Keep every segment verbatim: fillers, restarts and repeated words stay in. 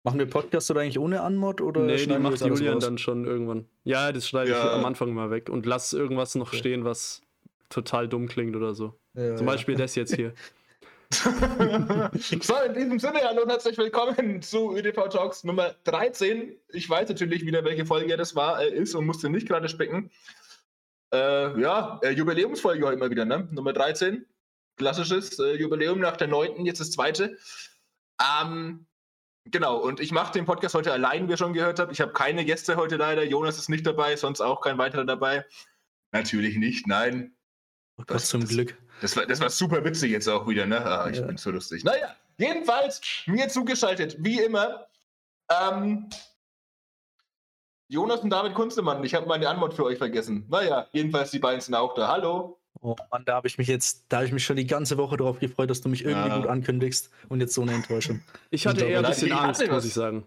Machen wir Podcast oder eigentlich ohne Anmod? Oder nee, die schneiden wir macht das alles Julian raus? dann schon irgendwann. Ja, das schneide ich Ja. am Anfang mal weg und lass irgendwas noch Okay. stehen, was total dumm klingt oder so. Ja, Zum ja. Beispiel das jetzt hier. So, in diesem Sinne, hallo und herzlich willkommen zu ÖDV Talks Nummer dreizehn. Ich weiß natürlich wieder, welche Folge das war, äh, ist und musste nicht gerade spicken. Äh, ja, äh, Jubiläumsfolge heute mal wieder, ne? Nummer dreizehn. Klassisches äh, Jubiläum nach der neunten, jetzt das zweite. Ähm, genau, und ich mache den Podcast heute allein, wie ihr schon gehört habt. Ich habe keine Gäste heute leider. Jonas ist nicht dabei, sonst auch kein weiterer dabei. Natürlich nicht, nein. Oh Gott, zum das, Glück. Das war, das war super witzig jetzt auch wieder, ne? Ah, ich Ja. bin so lustig. Naja, jedenfalls mir zugeschaltet, wie immer, ähm, Jonas und David Kunstemann. Ich habe meine Anmod für euch vergessen. Naja, jedenfalls die beiden sind auch da. Hallo. Oh Mann, da habe ich mich jetzt, da habe ich mich schon die ganze Woche drauf gefreut, dass du mich irgendwie Ja. gut ankündigst und jetzt so eine Enttäuschung. Ich hatte Und eher ein Leute, bisschen ich Angst, hatte muss was. ich sagen.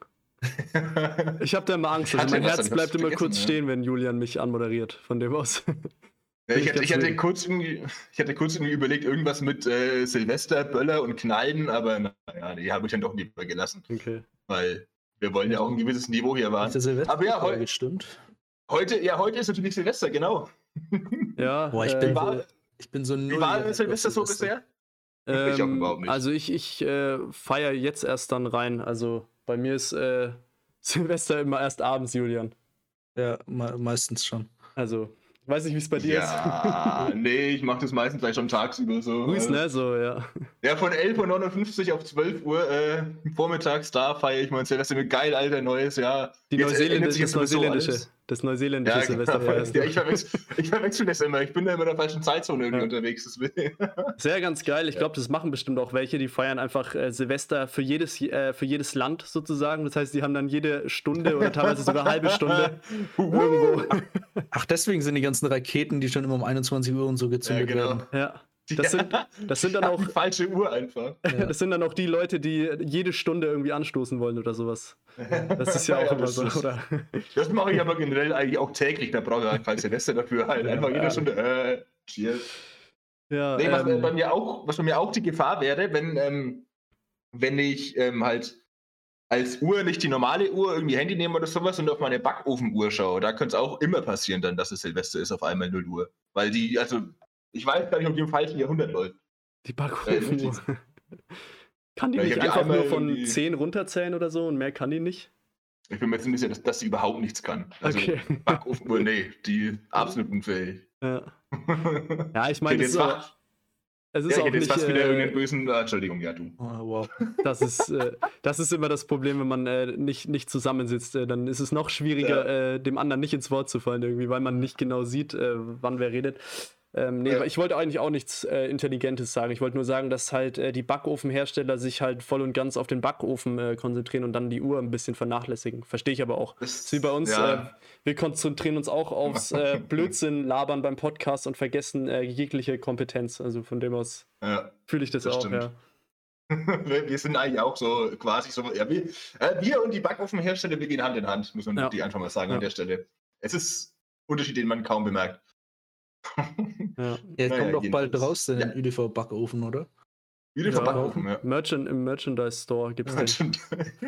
Ich habe da immer Angst. Ich Also hatte mein was, Herz dann bleibt hast du immer kurz vergessen, stehen, wenn Julian mich anmoderiert. Von dem aus. Ja, ich, hatte, ich, hatte deswegen. kurz irgendwie, ich hatte kurz irgendwie überlegt, irgendwas mit äh, Silvester, Böller und Knallen, aber naja, die habe ich dann doch lieber gelassen, Okay. weil wir wollen ja auch ein gewisses Niveau hier wahren. Ist der Silvester? Aber ja, heu- stimmt. Heute, ja, heute ist natürlich Silvester, genau. Ja, Boah, ich äh, bin, war- so, ich bin so null. Wie war gehypt auf Silvester so bisher? Ich auch Ähm, überhaupt nicht. Also ich, ich äh, feiere jetzt erst dann rein. Also bei mir ist äh, Silvester immer erst abends, Julian. Ja, me meistens schon. Also, weiß nicht, wie es bei dir Ja, nee, ich mache das meistens gleich schon tagsüber so. ist. Ruhig, äh, ne? So, ja. Ja, von elf Uhr neunundfünfzig auf zwölf Uhr äh, vormittags, da feiere ich mein Silvester mit geil, alter, neues Jahr. Die Jetzt Neuseeländer, ändert sich das jetzt sowieso neuseeländische, alles. das neuseeländische Ja, Silvester genau. feierst Ja, du. ich verwechsel, ich verwechsel das immer. Ich bin da immer in der falschen Zeitzone irgendwie Ja. unterwegs. Deswegen. Sehr ganz geil. Ich glaube, das machen bestimmt auch welche, die feiern einfach äh, Silvester für jedes, äh, für jedes Land sozusagen. Das heißt, die haben dann jede Stunde oder teilweise sogar halbe Stunde irgendwo. Ach, deswegen sind die ganzen Raketen, die schon immer um einundzwanzig Uhr und so gezündet Ja, genau. werden. Ja. Das sind, das sind dann auch, Die falsche Uhr einfach. das sind dann auch die Leute, die jede Stunde irgendwie anstoßen wollen oder sowas. Das ist ja auch Ja, immer das so, ist- oder? Das mache ich aber generell eigentlich auch täglich. Da brauche ich halt kein Silvester dafür. Halt. Ja, Einfach jede ja. Stunde. Äh, cheers. Ja, Nee, was, ähm, bei mir auch, was bei mir auch die Gefahr wäre, wenn, ähm, wenn ich ähm, halt als Uhr nicht die normale Uhr, irgendwie Handy nehme oder sowas und auf meine Backofenuhr schaue. Da könnte es auch immer passieren, dann, dass es Silvester ist auf einmal null Uhr. Weil die, also, ich weiß gar nicht, ob die im falschen Jahrhundert läuft. die Backofen. Kann die Ja, ich nicht hab die einfach nur einmal von irgendwie- zehn runterzählen oder so und mehr kann die nicht? Ich bin mir ziemlich sicher, dass, dass sie überhaupt nichts kann. Also, Okay. Backofenuhr, nee, die absolut unfähig. Ja, ja ich meine, Ich es ist hätte auch, jetzt fast- es ist Ja, ich auch hätte jetzt nicht, fast wieder irgendeinen äh, bösen. Ah, Entschuldigung, ja, du. Oh, wow. das ist, äh, das ist immer das Problem, wenn man äh, nicht, nicht zusammensitzt. Äh, dann ist es noch schwieriger, äh, dem anderen nicht ins Wort zu fallen, irgendwie, weil man nicht genau sieht, äh, wann wer redet. Ähm, nee, Ja. aber ich wollte eigentlich auch nichts äh, Intelligentes sagen. Ich wollte nur sagen, dass halt äh, die Backofenhersteller sich halt voll und ganz auf den Backofen äh, konzentrieren und dann die Uhr ein bisschen vernachlässigen. Verstehe ich aber auch. Das- Das ist wie bei uns. ja. Äh, wir konzentrieren uns auch aufs äh, Blödsinn labern beim Podcast und vergessen äh, jegliche Kompetenz. Also von dem aus Ja. fühle ich das, Das auch, stimmt. ja. wir wir sind eigentlich auch so quasi so. Ja, wir, äh, wir und die Backofenhersteller, wir gehen Hand in Hand, muss man Ja. wirklich einfach mal sagen Ja. an der Stelle. Es ist ein Unterschied, den man kaum bemerkt. ja. Der Naja, kommt doch bald jedenfalls. raus, den Ja. Ü D V-Backofen, oder? Wieder Ja. vom Backofen, ja. Merchant, im Merchandise Store gibt es den.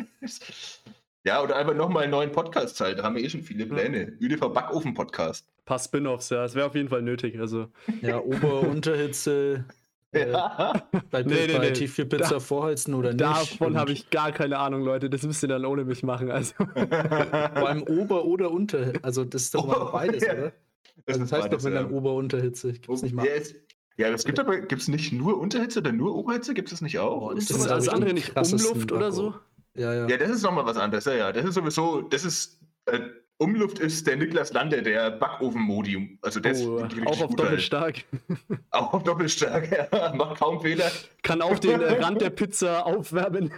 Ja, oder einfach nochmal einen neuen Podcast halt. Da haben wir eh schon viele Pläne. Ü D V Backofen Podcast. Ein paar Spin-Offs, ja. Das wäre auf jeden Fall nötig. Also, Ja, Ober- Unterhitze. Äh, Ja. bei Nee, nee, bei nee. Tiefkühlpizza Da- vorheizen oder nicht. davon Und habe ich gar keine Ahnung, Leute. Das müsst ihr dann ohne mich machen. Also, Vor allem Ober- oder Unter. Also, das ist doch mal Oh, beides, ja. oder? Das Also, ist das heißt beides, doch, wenn ja. dann Ober-Unterhitze. Ich gibt's nicht mal. Ja, es, ja, es gibt aber, gibt es nicht nur Unterhitze oder nur Oberhitze? Gibt es nicht auch? Boah, Und das so ist ist was? das glaub ich, andere die nicht krassesten Umluft oder so? Ja, ja. Ja, das ist nochmal was anderes. Ja, ja. Das ist sowieso, das ist, äh, Umluft ist der Niklas Lande, der Backofen-Modi. Also der ist Oh, wirklich richtig auch auf gut Doppelstark. Halt. Auch auf Doppelstark, ja. Macht kaum Fehler. Kann auch den äh, Rand der Pizza aufwärmen.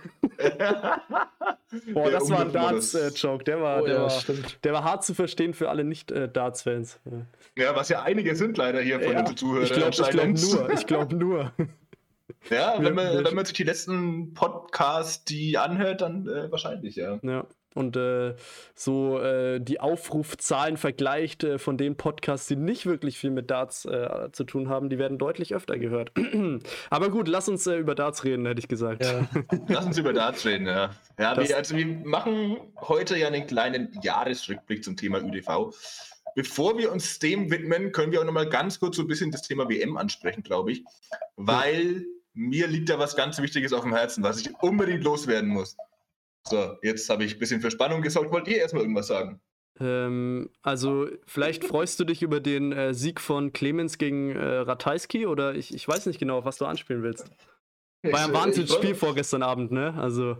Boah, Der das war ein Umluftmodus. Darts-Joke. Der, war, Oh, der, ja, war, stimmt. der war hart zu verstehen für alle Nicht-Darts-Fans. Ja, was ja einige sind leider hier von Ja, unseren Zuhörern. ich glaube ich glaub anscheinend. nur. Ich glaube nur. Ja, Wir- wenn man, wir- wenn man sich die letzten Podcasts die anhört, dann äh, wahrscheinlich, ja. Ja. Und äh, so äh, die Aufrufzahlen vergleicht äh, von den Podcasts, die nicht wirklich viel mit Darts äh, zu tun haben, die werden deutlich öfter gehört. Aber gut, lass uns äh, über Darts reden, hätte ich gesagt. Ja. Lass uns über Darts reden, ja. ja Das- wir, also wir machen heute ja einen kleinen Jahresrückblick zum Thema Ü D V. Bevor wir uns dem widmen, können wir auch nochmal ganz kurz so ein bisschen das Thema W M ansprechen, glaube ich. Weil mir liegt da was ganz Wichtiges auf dem Herzen, was ich unbedingt loswerden muss. So, jetzt habe ich ein bisschen für Spannung gesorgt. Wollt ihr erstmal irgendwas sagen? Ähm, also, vielleicht freust du dich über den äh, Sieg von Clemens gegen äh, Ratajski oder ich, ich weiß nicht genau, auf was du anspielen willst. War ja ein Ich- Wahnsinnsspiel ich- vorgestern Abend, ne? Also,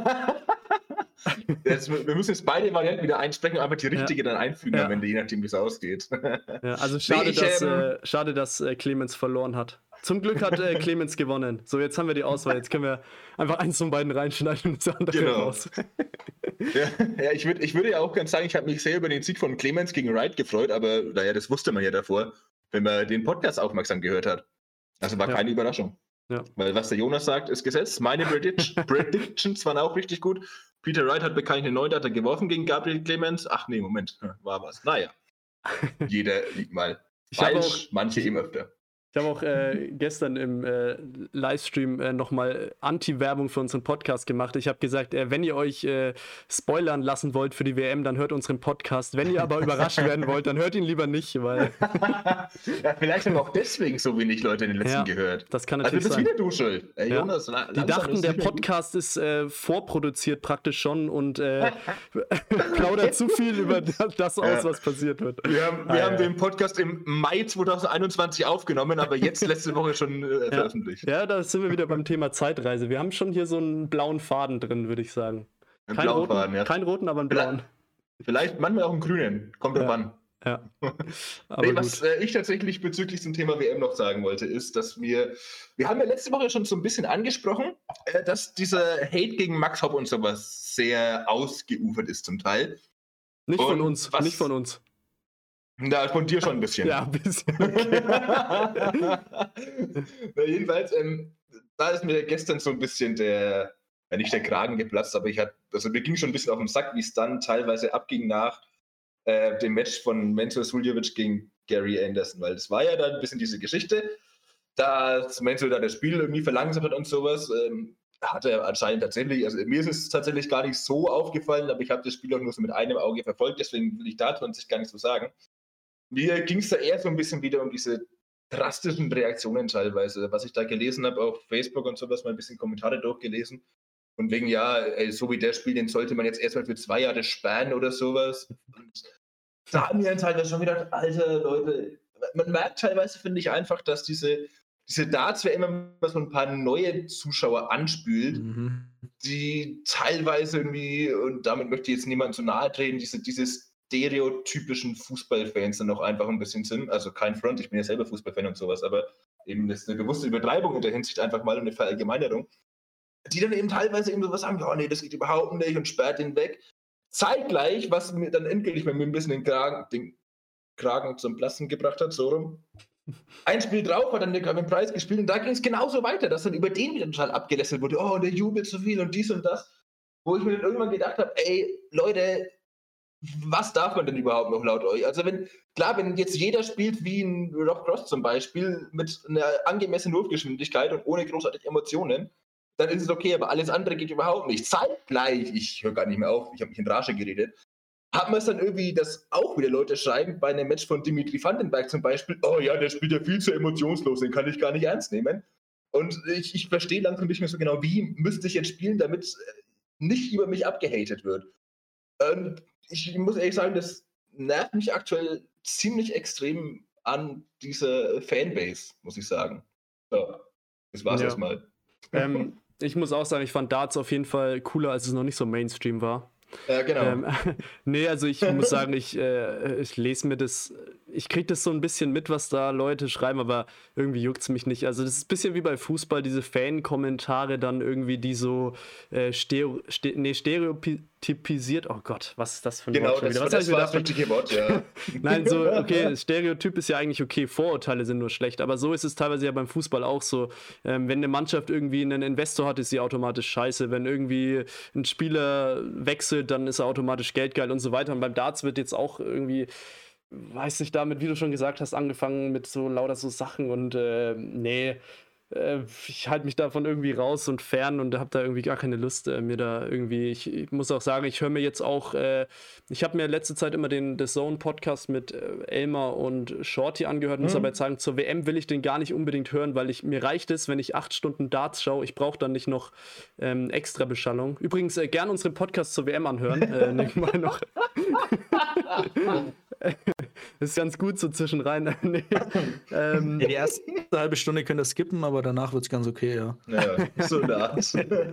Jetzt, wir müssen jetzt beide Varianten wieder einsprechen und einfach die richtige dann einfügen, Ja. am Ende, je nachdem, wie es ausgeht. ja, also schade, ich, dass, ähm, äh, schade, dass äh, Clemens verloren hat. Zum Glück hat äh, Clemens gewonnen. So, jetzt haben wir die Auswahl. Jetzt können wir einfach eins von beiden reinschneiden und das andere Genau. raus. Ja, ja ich, würd, ich würde ja auch ganz sagen, ich habe mich sehr über den Sieg von Clemens gegen Wright gefreut, aber naja, das wusste man ja davor, wenn man den Podcast aufmerksam gehört hat. Also war Ja. keine Überraschung. Ja. Weil was der Jonas sagt, ist Gesetz. Meine Predict Predictions waren auch richtig gut. Peter Wright hat bekanntlich eine neunte hat er geworfen gegen Gabriel Clemens. Ach nee, Moment, war was. Naja, jeder liegt mal Ich habe falsch, auch, manche eben öfter. ich hab auch äh, gestern im äh, Livestream äh, nochmal Anti-Werbung für unseren Podcast gemacht. Ich habe gesagt, äh, wenn ihr euch äh, spoilern lassen wollt für die W M, dann hört unseren Podcast. Wenn ihr aber überrascht werden wollt, dann hört ihn lieber nicht, weil Ja, vielleicht haben auch deswegen so wenig Leute in den letzten Ja, gehört. das kann Also natürlich das ist sein. wieder du schuld. Ey, Ja. Jonas, la- Die langsam dachten, ist der nicht mehr gut. Podcast ist äh, vorproduziert praktisch schon und äh, plaudert zu viel über das aus, Ja. was passiert wird. Wir haben, wir Ah, haben ja. den Podcast im Mai zweitausendeinundzwanzig aufgenommen, aber jetzt letzte Woche schon äh, veröffentlicht. Ja, da sind wir wieder beim Thema Zeitreise. Wir haben schon hier so einen blauen Faden drin, würde ich sagen. Ein Keinen roten, Blaufaden, ja. keinen roten, aber einen blauen. Vielleicht manchmal auch einen grünen. Kommt drauf Ja. an. Ja. Aber Nee, gut. was äh, ich tatsächlich bezüglich zum Thema W M noch sagen wollte, ist, dass wir, wir haben ja letzte Woche schon so ein bisschen angesprochen, äh, dass dieser Hate gegen Max Hopp und sowas sehr ausgeufert ist zum Teil. Nicht von und uns, was- nicht von uns. Na, von dir schon ein bisschen. Ja, ein bisschen. Na, jedenfalls, ähm, da ist mir gestern so ein bisschen der, ja nicht der Kragen geplatzt, aber ich hatte, also mir ging schon ein bisschen auf den Sack, wie es dann teilweise abging nach äh, dem Match von Mensur Suljovic gegen Gary Anderson, weil das war ja dann ein bisschen diese Geschichte, dass Mensur da das Spiel irgendwie verlangsamt hat und sowas, ähm, hat er anscheinend tatsächlich, also mir ist es tatsächlich gar nicht so aufgefallen, aber ich habe das Spiel auch nur so mit einem Auge verfolgt, deswegen will ich dazu an sich gar nicht so sagen. Mir ging es da eher so ein bisschen wieder um diese drastischen Reaktionen teilweise, was ich da gelesen habe auf Facebook und sowas, mal ein bisschen Kommentare durchgelesen. Und wegen, ja, ey, so wie der Spiel, den sollte man jetzt erstmal für zwei Jahre sperren oder sowas. Und da haben wir dann teilweise schon gedacht, Alter, Leute, man merkt teilweise, finde ich einfach, dass diese, diese Darts, wer immer so ein paar neue Zuschauer anspült, Mhm. die teilweise irgendwie, und damit möchte ich jetzt niemandem zu nahe treten, diese, diese stereotypischen Fußballfans dann auch einfach ein bisschen sind. Also kein Front, ich bin ja selber Fußballfan und sowas, aber eben das ist eine bewusste Übertreibung in der Hinsicht einfach mal und eine Verallgemeinerung. Die dann eben teilweise eben sowas sagen, ja, nee, das geht überhaupt nicht und sperrt den weg. Zeitgleich, was mir dann endgültig bei mir ein bisschen den Kragen, den Kragen zum Platzen gebracht hat, so rum. Ein Spiel drauf hat dann der Kevin Price gespielt und da ging es genauso weiter, dass dann über den wieder total abgelästert wurde. Oh, der jubelt so viel und dies und das. Wo ich mir dann irgendwann gedacht habe, ey, Leute, was darf man denn überhaupt noch laut euch? Also wenn, klar, wenn jetzt jeder spielt wie ein Rob Cross zum Beispiel mit einer angemessenen Wurfgeschwindigkeit und ohne großartige Emotionen, dann ist es okay, aber alles andere geht überhaupt nicht. Zeitgleich, ich höre gar nicht mehr auf, ich habe mich in Rage geredet, hat man es dann irgendwie, dass auch wieder Leute schreiben, bei einem Match von Dimitri Vandenberg zum Beispiel, oh ja, der spielt ja viel zu emotionslos, den kann ich gar nicht ernst nehmen. Und ich, ich verstehe langsam nicht mehr so genau, wie müsste ich jetzt spielen, damit äh, nicht über mich abgehatet wird. Und ich muss ehrlich sagen, das nervt mich aktuell ziemlich extrem an dieser Fanbase, muss ich sagen. So, das war's Ja. erstmal. ähm, ich muss auch sagen, ich fand Darts auf jeden Fall cooler, als es noch nicht so Mainstream war. Ja, genau. Ähm, nee, also ich muss sagen, ich, äh, ich lese mir das ich kriege das so ein bisschen mit, was da Leute schreiben, aber irgendwie juckt es mich nicht. Also das ist ein bisschen wie bei Fußball, diese Fan-Kommentare dann irgendwie, die so äh, stereo, ste nee, stereotypisiert, oh Gott, was ist das für ein Genau, Wort schon das, wieder? Was das hab war ich das wieder richtige Wort, ja. Nein, so, okay, Stereotyp ist ja eigentlich okay, Vorurteile sind nur schlecht, aber so ist es teilweise ja beim Fußball auch so. Ähm, wenn eine Mannschaft irgendwie einen Investor hat, ist sie automatisch scheiße. Wenn irgendwie ein Spieler wechselt, dann ist er automatisch geldgeil und so weiter. Und beim Darts wird jetzt auch irgendwie, weiß nicht, damit, wie du schon gesagt hast, angefangen mit so lauter so Sachen und äh, nee, äh, ich halte mich davon irgendwie raus und fern und habe da irgendwie gar keine Lust, äh, mir da irgendwie, ich, ich muss auch sagen, ich höre mir jetzt auch, äh, ich habe mir letzte Zeit immer den The Zone Podcast mit äh, Elmar und Shorty angehört, muss Mhm. aber jetzt sagen, zur W M will ich den gar nicht unbedingt hören, weil ich, mir reicht es, wenn ich acht Stunden Darts schaue, ich brauche dann nicht noch ähm, extra Beschallung. Übrigens, äh, gern unseren Podcast zur W M anhören, äh, nebenbei noch. Das ist ganz gut so zwischenrein. nee. ähm, Ja, die erste halbe Stunde könnt ihr skippen, aber danach wird es ganz okay, ja. Ja, so eine Art.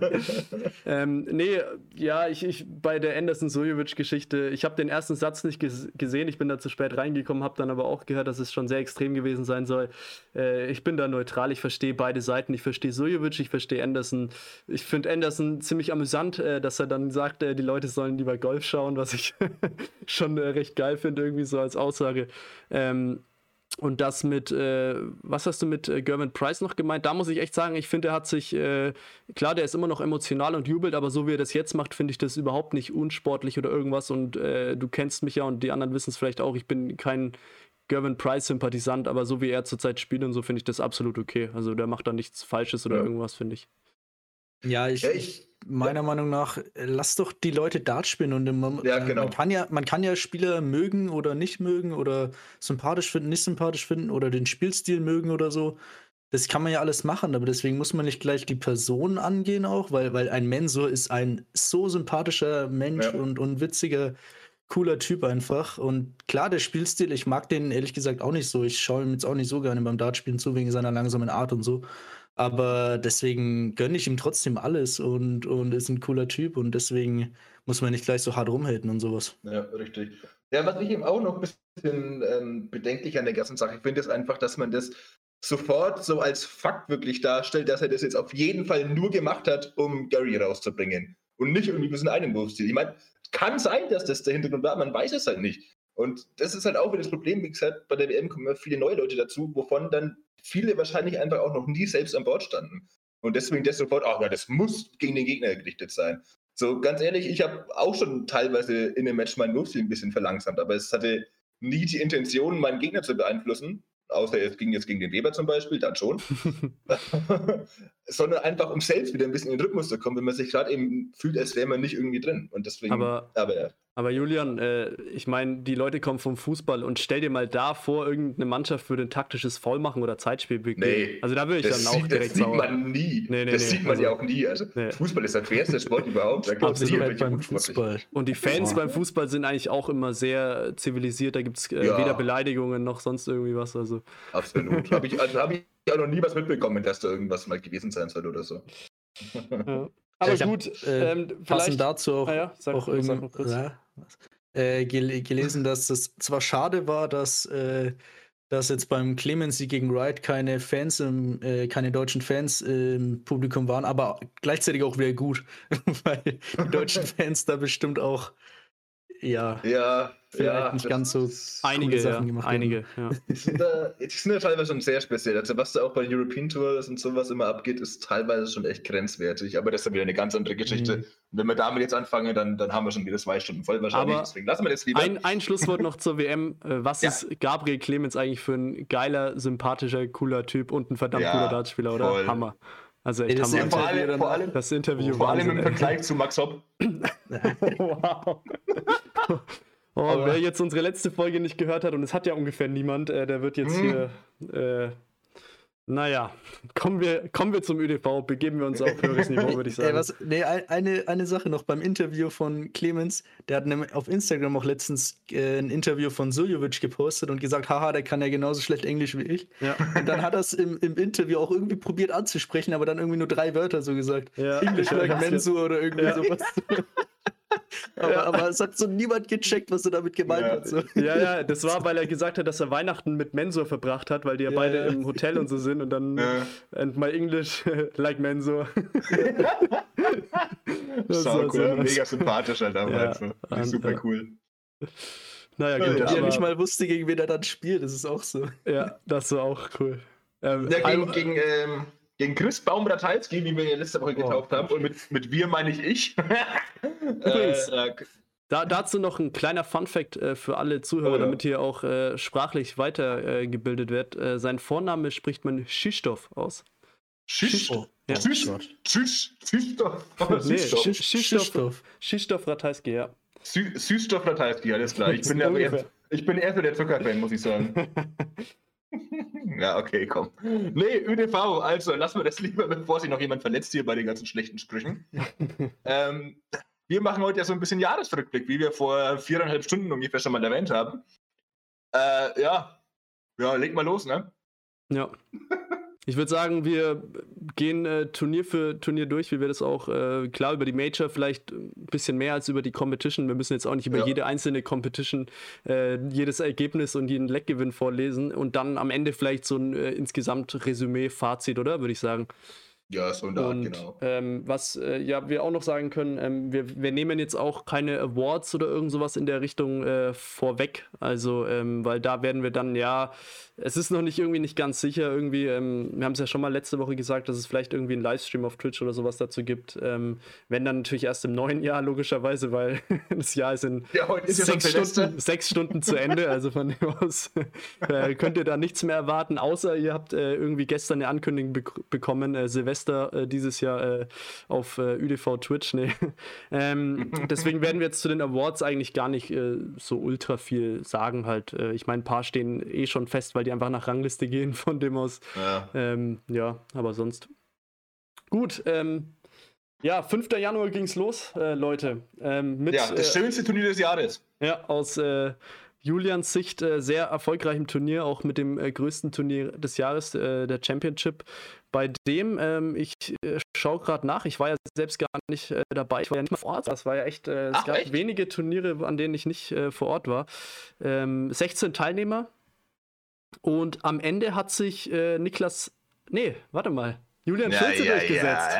ähm, nee, ja, ich, ich bei der Anderson-Sojovic-Geschichte, ich habe den ersten Satz nicht ges- gesehen, ich bin da zu spät reingekommen, habe dann aber auch gehört, dass es schon sehr extrem gewesen sein soll. Äh, ich bin da neutral, ich verstehe beide Seiten, ich verstehe Sojovic, ich verstehe Anderson. Ich finde Anderson ziemlich amüsant, äh, dass er dann sagt, äh, die Leute sollen lieber Golf schauen, was ich schon äh, recht geil finde, irgendwie so als Aussage. Ähm, und das mit, äh, was hast du mit äh, Gervin Price noch gemeint? Da muss ich echt sagen, ich finde, er hat sich, äh, klar, der ist immer noch emotional und jubelt, aber so wie er das jetzt macht, finde ich das überhaupt nicht unsportlich oder irgendwas. Und äh, du kennst mich ja und die anderen wissen es vielleicht auch, ich bin kein Gervin Price-Sympathisant, aber so wie er zurzeit spielt und so, finde ich das absolut okay. Also der macht da nichts Falsches oder Ja. irgendwas, finde ich. Ja, ich, Ja, ich meiner Meinung nach, äh, lass doch die Leute Dart spielen und man, Ja, äh, genau. man kann ja, man kann ja Spieler mögen oder nicht mögen oder sympathisch finden, nicht sympathisch finden oder den Spielstil mögen oder so. Das kann man ja alles machen, aber deswegen muss man nicht gleich die Person angehen auch, weil, weil ein Mensur ist ein so sympathischer Mensch Ja. und, und witziger, cooler Typ einfach. Und klar, der Spielstil, ich mag den ehrlich gesagt auch nicht so. Ich schaue ihm jetzt auch nicht so gerne beim Dartspielen zu, wegen seiner langsamen Art und so. Aber deswegen gönne ich ihm trotzdem alles und, und ist ein cooler Typ und deswegen muss man nicht gleich so hart rumhaten und sowas. Ja, richtig. Ja, was ich eben auch noch ein bisschen ähm, bedenklich an der ganzen Sache finde, ist einfach, dass man das sofort so als Fakt wirklich darstellt, dass er das jetzt auf jeden Fall nur gemacht hat, um Gary rauszubringen. Und nicht irgendwie ein bisschen einen Wurfstil. Ich meine, kann sein, dass das der Hintergrund war, man weiß es halt nicht. Und das ist halt auch wieder das Problem, wie gesagt, bei der W M kommen immer viele neue Leute dazu, wovon dann viele wahrscheinlich einfach auch noch nie selbst an Bord standen. Und deswegen das sofort, ach ja, das muss gegen den Gegner gerichtet sein. So, ganz ehrlich, ich habe auch schon teilweise in dem Match meinen Wurfstil ein bisschen verlangsamt, aber es hatte nie die Intention, meinen Gegner zu beeinflussen, außer es ging jetzt gegen den Weber zum Beispiel, dann schon. Sondern einfach, um selbst wieder ein bisschen in den Rhythmus zu kommen, wenn man sich gerade eben fühlt, als wäre man nicht irgendwie drin. Und deswegen, Aber- aber ja. Aber Julian, äh, ich meine, die Leute kommen vom Fußball und stell dir mal da vor, irgendeine Mannschaft würde ein taktisches Foul machen oder Zeitspiel begehen. Nee, Also da würde ich das dann auch sieht, direkt das sieht sauer. man nie. Nee, nee, das nee, sieht man also- ja auch nie. Also nee. Fußball ist der schwerste Sport überhaupt. Da gibt's nie Absolut irgendwelche beim unsportlichen. Fußball. Und die Fans Boah. beim Fußball sind eigentlich auch immer sehr zivilisiert. Da gibt es äh, Ja. weder Beleidigungen noch sonst irgendwie was. Also. Absolut. Habe ich, also hab ich auch noch nie was mitbekommen, dass da irgendwas mal gewesen sein soll oder so. Ja. Aber ich hab, gut, äh, ähm, Passend vielleicht. dazu auch, Ah ja, sag- auch sag irgend, noch kurz. ja, was? äh, gel gelesen, dass es zwar schade war, dass, äh, dass jetzt beim Clemency gegen Wright keine Fans im, äh, keine deutschen Fans im Publikum waren, aber gleichzeitig auch wieder gut, weil die deutschen Fans da bestimmt auch ja, Ja, vielleicht ja. nicht das ganz so ist- Einige, coole ja, Sachen gemacht einige, ja. Die sind, da, die sind ja teilweise schon sehr speziell. Also was da auch bei European Tours und sowas immer abgeht, ist teilweise schon echt grenzwertig. Aber das ist dann wieder eine ganz andere Geschichte. Mhm. Und wenn wir damit jetzt anfangen, dann, dann haben wir schon wieder zwei Stunden voll wahrscheinlich. Aber Deswegen lassen wir das lieber. Ein, ein Schlusswort noch zur W M. Äh, Was Ja. ist Gabriel Clemens eigentlich für ein geiler, sympathischer, cooler Typ und ein verdammt Ja, cooler Dartspieler, oder? voll. Hammer. Also Ey, echt das Hammer. ist vor, allem, vor, allem, Das Interview vor allem Wahnsinn, im ey. Vergleich zu Max Hopp. Wow. Oh, Aber- wer jetzt unsere letzte Folge nicht gehört hat, und es hat ja ungefähr niemand, äh, der wird jetzt Mhm. hier, äh, naja, kommen wir, kommen wir zum Ö D V, begeben wir uns auf höheres Niveau, würde ich sagen. Ey, was, nee, ein- eine, eine Sache noch beim Interview von Clemens, der hat nämlich auf Instagram auch letztens äh, ein Interview von Suljovic gepostet und gesagt, haha, der kann ja genauso schlecht Englisch wie ich. Ja. Und dann hat er es im, im Interview auch irgendwie probiert anzusprechen, aber dann irgendwie nur drei Wörter so gesagt. Ja. English Ja, like das- Mensur oder irgendwie Ja. sowas. aber, Ja. aber es hat so niemand gecheckt, was er damit gemeint Ja. hat. So. Ja, ja, das war, weil er gesagt hat, dass er Weihnachten mit Mensur verbracht hat, weil die ja, Ja, beide ja. im Hotel und so sind und dann Ja. and my English like Mensur. Das Sau war cool, sehr nice. mega sympathisch halt auch Ja, einfach. und, Super ja. cool. Naja, Ja, gut, ja. Die ja nicht aber mal wusste, gegen wen er dann spielt. Das ist auch so. ja, das war auch cool. Ähm, Ja, gegen, also- gegen, ähm, gegen Chris Baum-Ratajski, wie wir ja letzte Woche Oh. getauft haben. Und mit, mit wir meine ich ich. Übrigens. äh, äh, Da, dazu noch ein kleiner Funfact äh, für alle Zuhörer, Oh ja. damit hier auch äh, sprachlich weitergebildet äh, gebildet wird. Äh, sein Vorname spricht man Schistoff aus. Schisch. Oh, Ja. Schisch. Gott. Schisch. Süßstoff. Nee, Süßstoff. Sch- Schistoff, Schistoff. Schistoff Ratajski, ja. Sü Süßstoff Ratajski, alles klar. Ich bin, aber Ungefähr. eher, ich bin eher so der Zuckerfan, muss ich sagen. Ja, okay, komm. Nee, Ö D V, also lassen wir das lieber, bevor sich noch jemand verletzt hier bei den ganzen schlechten Sprüchen. ähm, wir machen heute ja so ein bisschen Jahresrückblick, wie wir vor viereinhalb Stunden ungefähr schon mal erwähnt haben. Äh, ja, ja, leg mal los, ne? Ja. Ich würde sagen, wir gehen äh, Turnier für Turnier durch, wie wir das auch, äh, klar, über die Major vielleicht ein bisschen mehr als über die Competition. Wir müssen jetzt auch nicht über Ja. jede einzelne Competition äh, jedes Ergebnis und jeden Leckgewinn vorlesen und dann am Ende vielleicht so ein äh, insgesamt Resümee, Fazit, oder? Würde ich sagen. Ja, so in der Art, Und genau. ähm, was äh, ja, wir auch noch sagen können, ähm, wir, wir nehmen jetzt auch keine Awards oder irgend sowas in der Richtung äh, vorweg. Also, ähm, weil da werden wir dann, ja, es ist noch nicht irgendwie nicht ganz sicher. Irgendwie, ähm, wir haben es ja schon mal letzte Woche gesagt, dass es vielleicht irgendwie einen Livestream auf Twitch oder sowas dazu gibt. Ähm, wenn dann natürlich erst im neuen Jahr, logischerweise, weil das Jahr ist in Ja, heute ist ja schon sechs, Silvester. Stunden, sechs Stunden zu Ende. Also von dem aus äh, könnt ihr da nichts mehr erwarten, außer ihr habt äh, irgendwie gestern eine Ankündigung bek bekommen, äh, Silvester äh, dieses Jahr äh, auf äh, Ü D V Twitch. Nee. ähm, deswegen werden wir jetzt zu den Awards eigentlich gar nicht äh, so ultra viel sagen halt. Äh, ich meine, ein paar stehen eh schon fest, weil die einfach nach Rangliste gehen, von dem aus. Ja. Ähm, ja, aber sonst. Gut, ähm, ja, fünfter Januar ging's los, äh, Leute. Ähm, mit, ja, das äh, schönste Turnier des Jahres. ja, aus äh, Julians Sicht äh, sehr erfolgreichem Turnier, auch mit dem äh, größten Turnier des Jahres, äh, der Championship. Bei dem, ähm, ich äh, schaue gerade nach, ich war ja selbst gar nicht äh, dabei, ich war ja nicht mal vor Ort. Das war ja echt, äh, es Ach, gab echt? wenige Turniere, an denen ich nicht äh, vor Ort war. Ähm, sechzehn Teilnehmer und am Ende hat sich äh, Niklas, nee, warte mal, Julian Schulze durchgesetzt.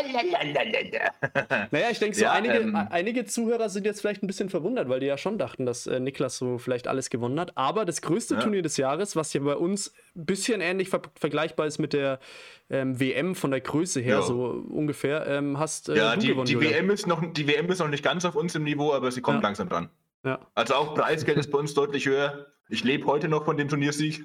Naja, ich denke so, Ja, einige, ähm, einige Zuhörer sind jetzt vielleicht ein bisschen verwundert, weil die ja schon dachten, dass äh, Niklas so vielleicht alles gewonnen hat. Aber das größte Ja. Turnier des Jahres, was ja bei uns ein bisschen ähnlich ver vergleichbar ist mit der ähm, W M von der Größe her, Ja. so ungefähr, ähm, hast äh, Ja, du die, gewonnen, die, Julian. W M ist noch, die W M ist noch nicht ganz auf uns im Niveau, aber sie kommt Ja. langsam dran. Ja. Also auch Preisgeld ist bei uns deutlich höher. Ich lebe heute noch von dem Turniersieg.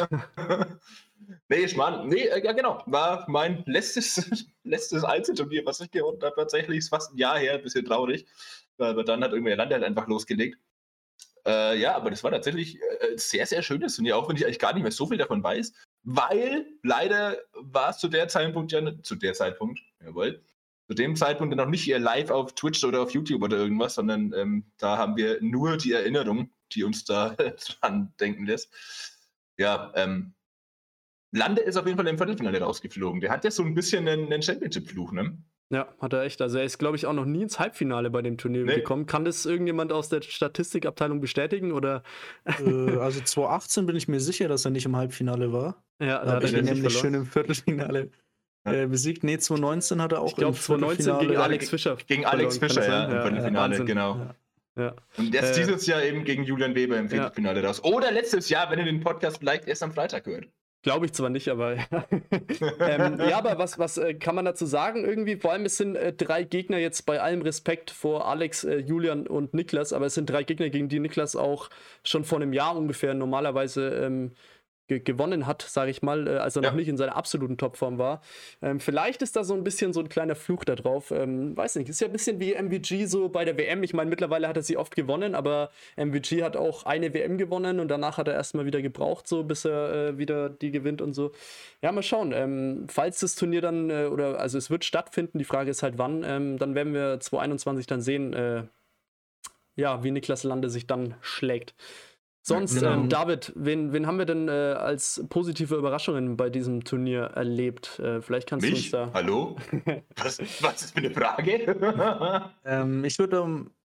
Nee, Schmarrn. Nee, äh, ja genau. War mein letztes, letztes Einzelturnier, was ich gewonnen habe. Tatsächlich ist fast ein Jahr her, ein bisschen traurig. Aber dann hat irgendwer Land halt einfach losgelegt. Äh, ja, aber das war tatsächlich äh, sehr, sehr schönes Turnier, auch wenn ich eigentlich gar nicht mehr so viel davon weiß. Weil leider war es zu der Zeitpunkt ja nicht, zu der Zeitpunkt, jawohl, zu dem Zeitpunkt noch nicht live auf Twitch oder auf YouTube oder irgendwas, sondern ähm, da haben wir nur die Erinnerung, die uns da dran denken lässt. Ja, ähm, Lande ist auf jeden Fall im Viertelfinale rausgeflogen. Der hat ja so ein bisschen einen, einen Championship-Fluch, ne? Ja, hat er echt. Also er ist, glaube ich, auch noch nie ins Halbfinale bei dem Turnier Nee. gekommen. Kann das irgendjemand aus der Statistikabteilung bestätigen? Oder? äh, also zwanzig achtzehn bin ich mir sicher, dass er nicht im Halbfinale war. Ja, Da habe ich ihn richtig nämlich verloren. schön im Viertelfinale Ja. äh, besiegt. Nee, zwanzig neunzehn hat er auch Ich glaube, im zwanzig neunzehn gegen Viertelfinale- Alex Fischer. Gegen Alex verloren, kann Fischer, das ja, sein? im Viertelfinale, Wahnsinn. genau. Ja. Ja. Und jetzt Äh, dieses Jahr eben gegen Julian Weber im Viertelfinale raus. Oder letztes Jahr, wenn ihr den Podcast vielleicht erst am Freitag hört. Glaube ich zwar nicht, aber ähm, ja, aber was, was äh, kann man dazu sagen irgendwie? Vor allem, es sind äh, drei Gegner jetzt bei allem Respekt vor Alex, äh, Julian und Niklas, aber es sind drei Gegner, gegen die Niklas auch schon vor einem Jahr ungefähr normalerweise ähm, ge gewonnen hat, sage ich mal, äh, als er Ja. noch nicht in seiner absoluten Topform war. Ähm, vielleicht ist da so ein bisschen so ein kleiner Fluch da drauf. Ähm, weiß nicht, ist ja ein bisschen wie M V G so bei der W M. Ich meine, mittlerweile hat er sie oft gewonnen, aber M V G hat auch eine W M gewonnen und danach hat er erstmal wieder gebraucht, so bis er äh, wieder die gewinnt und so. Ja, mal schauen. Ähm, falls das Turnier dann, äh, oder also es wird stattfinden, die Frage ist halt wann, ähm, dann werden wir zwanzig einundzwanzig dann sehen, äh, ja, wie Niklas Lande sich dann schlägt. Sonst, Genau. ähm, David, wen, wen haben wir denn äh, als positive Überraschungen bei diesem Turnier erlebt? Äh, vielleicht kannst du uns Mich? da. Hallo? Was, was ist für eine Frage? Ähm, ich würde um,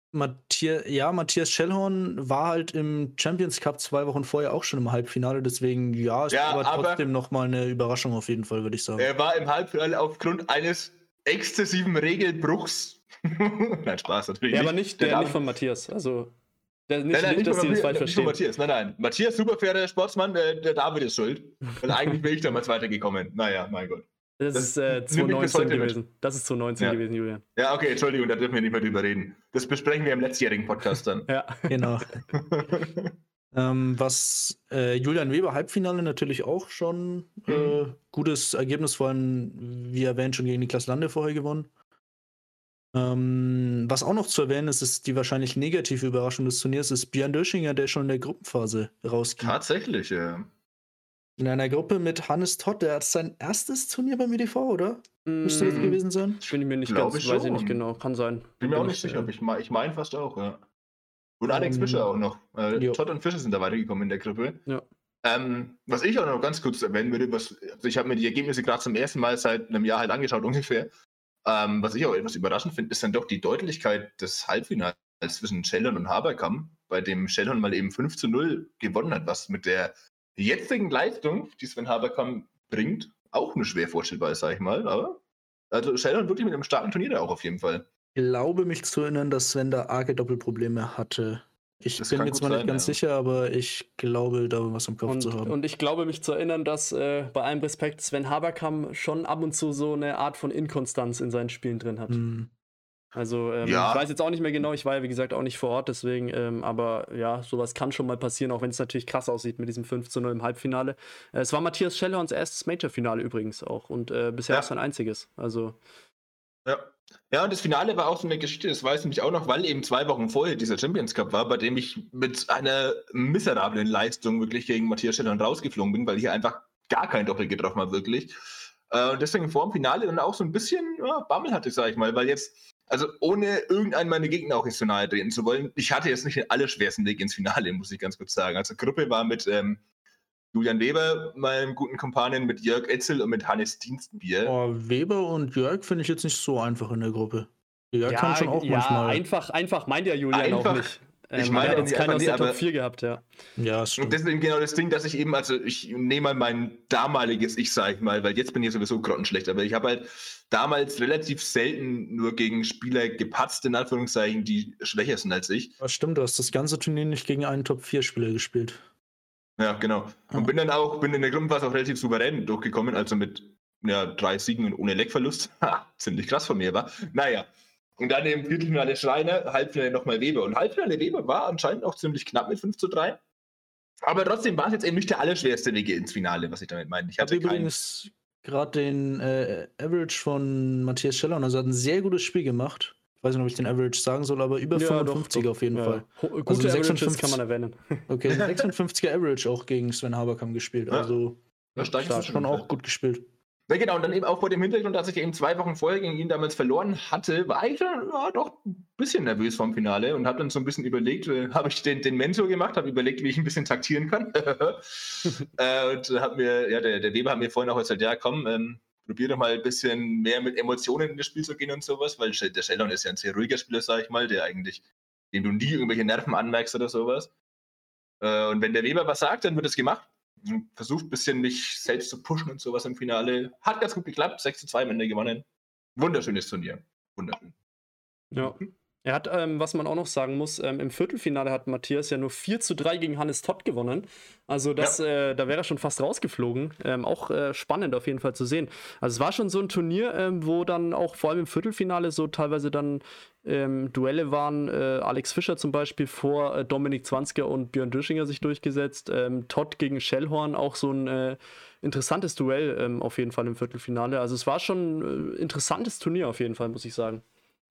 Matthias, ja, Matthias Schellhorn war halt im Champions Cup zwei Wochen vorher auch schon im Halbfinale, deswegen ja, ist Ja, aber aber- trotzdem nochmal eine Überraschung auf jeden Fall, würde ich sagen. Er war im Halbfinale aufgrund eines exzessiven Regelbruchs. Nein, Spaß natürlich. Ja, aber nicht, der, David- nicht von Matthias. Also, der, nicht, Nein, nein, nicht, nicht, dass von die das Matthias, falsch nicht von verstehen. Matthias. Nein, nein. Matthias, super fairer Sportsmann, der, der David ist schuld. Weil eigentlich bin ich damals weitergekommen. Naja, mein Gott. Das, Das ist äh, nehme ich bis zwanzig neunzehn heute mit. gewesen. Das ist zwanzig neunzehn Ja. gewesen, Julian. Ja, okay, Entschuldigung, da dürfen wir nicht mehr drüber reden. Das besprechen wir im letztjährigen Podcast dann. Ja. Genau. ähm, was äh, Julian Weber Halbfinale natürlich auch schon äh, gutes Ergebnis, vor allem, wie erwähnt, schon gegen Niklas Lande vorher gewonnen. Ähm, was auch noch zu erwähnen ist, ist die wahrscheinlich negative Überraschung des Turniers, ist Björn Döschinger, der schon in der Gruppenphase rausging. Tatsächlich, ja. In einer Gruppe mit Hannes Todt, der hat sein erstes Turnier beim E D V, oder? Müsste das Mhm. gewesen sein? Bin ich mir nicht Glaube ganz, ich weiß ich schon. nicht genau. Kann sein. Bin mir auch Bin nicht ich, sicher, äh, aber ich, mein- ich meine fast auch, ja. Und Alex Ähm, Fischer auch noch. Äh, jo. Todd und Fischer sind da weitergekommen in der Gruppe. Ja. Ähm, was ich auch noch ganz kurz erwähnen würde, was, also ich habe mir die Ergebnisse gerade zum ersten Mal seit einem Jahr halt angeschaut ungefähr. Ähm, was ich auch etwas überraschend finde, ist dann doch die Deutlichkeit des Halbfinals zwischen Schellhorn und Haberkamp, bei dem Schellhorn mal eben fünf zu null gewonnen hat, was mit der jetzigen Leistung, die Sven Haberkamp bringt, auch nur schwer vorstellbar ist, sag ich mal. Aber also Schellhorn wirklich mit einem starken Turnier da auch auf jeden Fall. Ich glaube mich zu erinnern, dass Sven da arge Doppelprobleme hatte. Ich Das bin kann mir gut zwar nicht sein, ganz ja. sicher, aber ich glaube, da was im Kopf Und, zu haben. und ich glaube mich zu erinnern, dass äh, bei allem Respekt Sven Haberkamp schon ab und zu so eine Art von Inkonstanz in seinen Spielen drin hat. Hm. Also ähm, Ja. ich weiß jetzt auch nicht mehr genau, ich war ja wie gesagt auch nicht vor Ort, deswegen, ähm, aber ja, sowas kann schon mal passieren, auch wenn es natürlich krass aussieht mit diesem fünf zu null im Halbfinale. Äh, es war Matthias Schellhorns erstes Major-Finale übrigens auch und äh, bisher Ja. auch sein einziges. Also Ja. Ja, und das Finale war auch so eine Geschichte, das weiß ich nämlich auch noch, weil eben zwei Wochen vorher dieser Champions Cup war, bei dem ich mit einer miserablen Leistung wirklich gegen Matthias Schellhorn rausgeflogen bin, weil ich hier einfach gar kein Doppel getroffen habe, wirklich. Äh, und deswegen vor dem Finale dann auch so ein bisschen ja, Bammel hatte, sag ich mal, weil jetzt, also ohne irgendeinen meiner Gegner auch nicht so nahe treten zu wollen, ich hatte jetzt nicht den allerschwersten Weg ins Finale, muss ich ganz kurz sagen. Also Gruppe war mit ähm, Julian Weber, meinem guten Kumpanen, mit Jörg Etzel und mit Hannes Dienstbier. Oh, Weber und Jörg finde ich jetzt nicht so einfach in der Gruppe. Jörg kann schon auch ja, manchmal. einfach, einfach meint ja Julian Einfach- auch nicht. ich Ähm, meine der hat auch jetzt nicht keinen einfach aus nie, der aber- Top vier gehabt, ja. Ja, das Und stimmt. das ist eben genau das Ding, dass ich eben, also ich nehme mal mein damaliges Ich, sag ich mal, weil jetzt bin ich sowieso grottenschlecht, aber ich habe halt damals relativ selten nur gegen Spieler gepatzt, in Anführungszeichen, die schwächer sind als ich. Das stimmt, du hast das ganze Turnier nicht gegen einen Top vier Spieler gespielt. Ja, genau. Und Ja. bin dann auch, bin in der Gruppenphase auch relativ souverän durchgekommen, also mit ja, drei Siegen und ohne Leckverlust. Ha, ziemlich krass von mir, war. Naja. Und dann im Viertelfinale Schreiner, Halbfinale nochmal Weber. Und Halbfinale Weber war anscheinend auch ziemlich knapp mit fünf zu drei. Aber trotzdem war es jetzt eben nicht der allerschwerste Weg ins Finale, was ich damit meine. Ich Ich habe hatte keinen. übrigens gerade den äh, Average von Matthias Schellhorn, also hat ein sehr gutes Spiel gemacht. Ich weiß nicht, ob ich den Average sagen soll, aber über Ja, fünfundfünfzig doch, auf jeden ja. Fall. Ho- Gute Also Averages sechsundfünfzig kann man erwähnen. Okay, sechsundfünfziger Average auch gegen Sven Haberkamp gespielt. Ja. Also Ja, stark stark, ist schon das auch gut gespielt. Ja, genau, und dann eben auch vor dem Hintergrund, dass ich eben zwei Wochen vorher gegen ihn damals verloren hatte, war ich dann ja, doch ein bisschen nervös vom Finale und habe dann so ein bisschen überlegt, äh, habe ich den, den Mentor gemacht, habe überlegt, wie ich ein bisschen taktieren kann. äh, und hat mir, ja, der, der Weber hat mir vorhin auch gesagt, ja komm, ähm, probier doch mal ein bisschen mehr mit Emotionen in das Spiel zu gehen und sowas, weil der Schellhorn ist ja ein sehr ruhiger Spieler, sag ich mal, der eigentlich, dem du nie irgendwelche Nerven anmerkst oder sowas. Äh, und wenn der Weber was sagt, dann wird es gemacht. Versucht ein bisschen mich selbst zu pushen und sowas im Finale. Hat ganz gut geklappt, sechs zu zwei am Ende gewonnen. Wunderschönes Turnier. Wunderschön. Ja. Er hat, ähm, was man auch noch sagen muss, ähm, im Viertelfinale hat Matthias ja nur vier zu drei gegen Hannes Todt gewonnen. Also das, äh, da wäre er schon fast rausgeflogen. Ähm, auch äh, spannend auf jeden Fall zu sehen. Also es war schon so ein Turnier, ähm, wo dann auch vor allem im Viertelfinale so teilweise dann ähm, Duelle waren. Äh, Alex Fischer zum Beispiel vor äh, Dominik Zwanziger und Björn Döschinger sich durchgesetzt. Ähm, Todt gegen Schellhorn, auch so ein äh, interessantes Duell ähm, auf jeden Fall im Viertelfinale. Also es war schon ein äh, interessantes Turnier auf jeden Fall, muss ich sagen.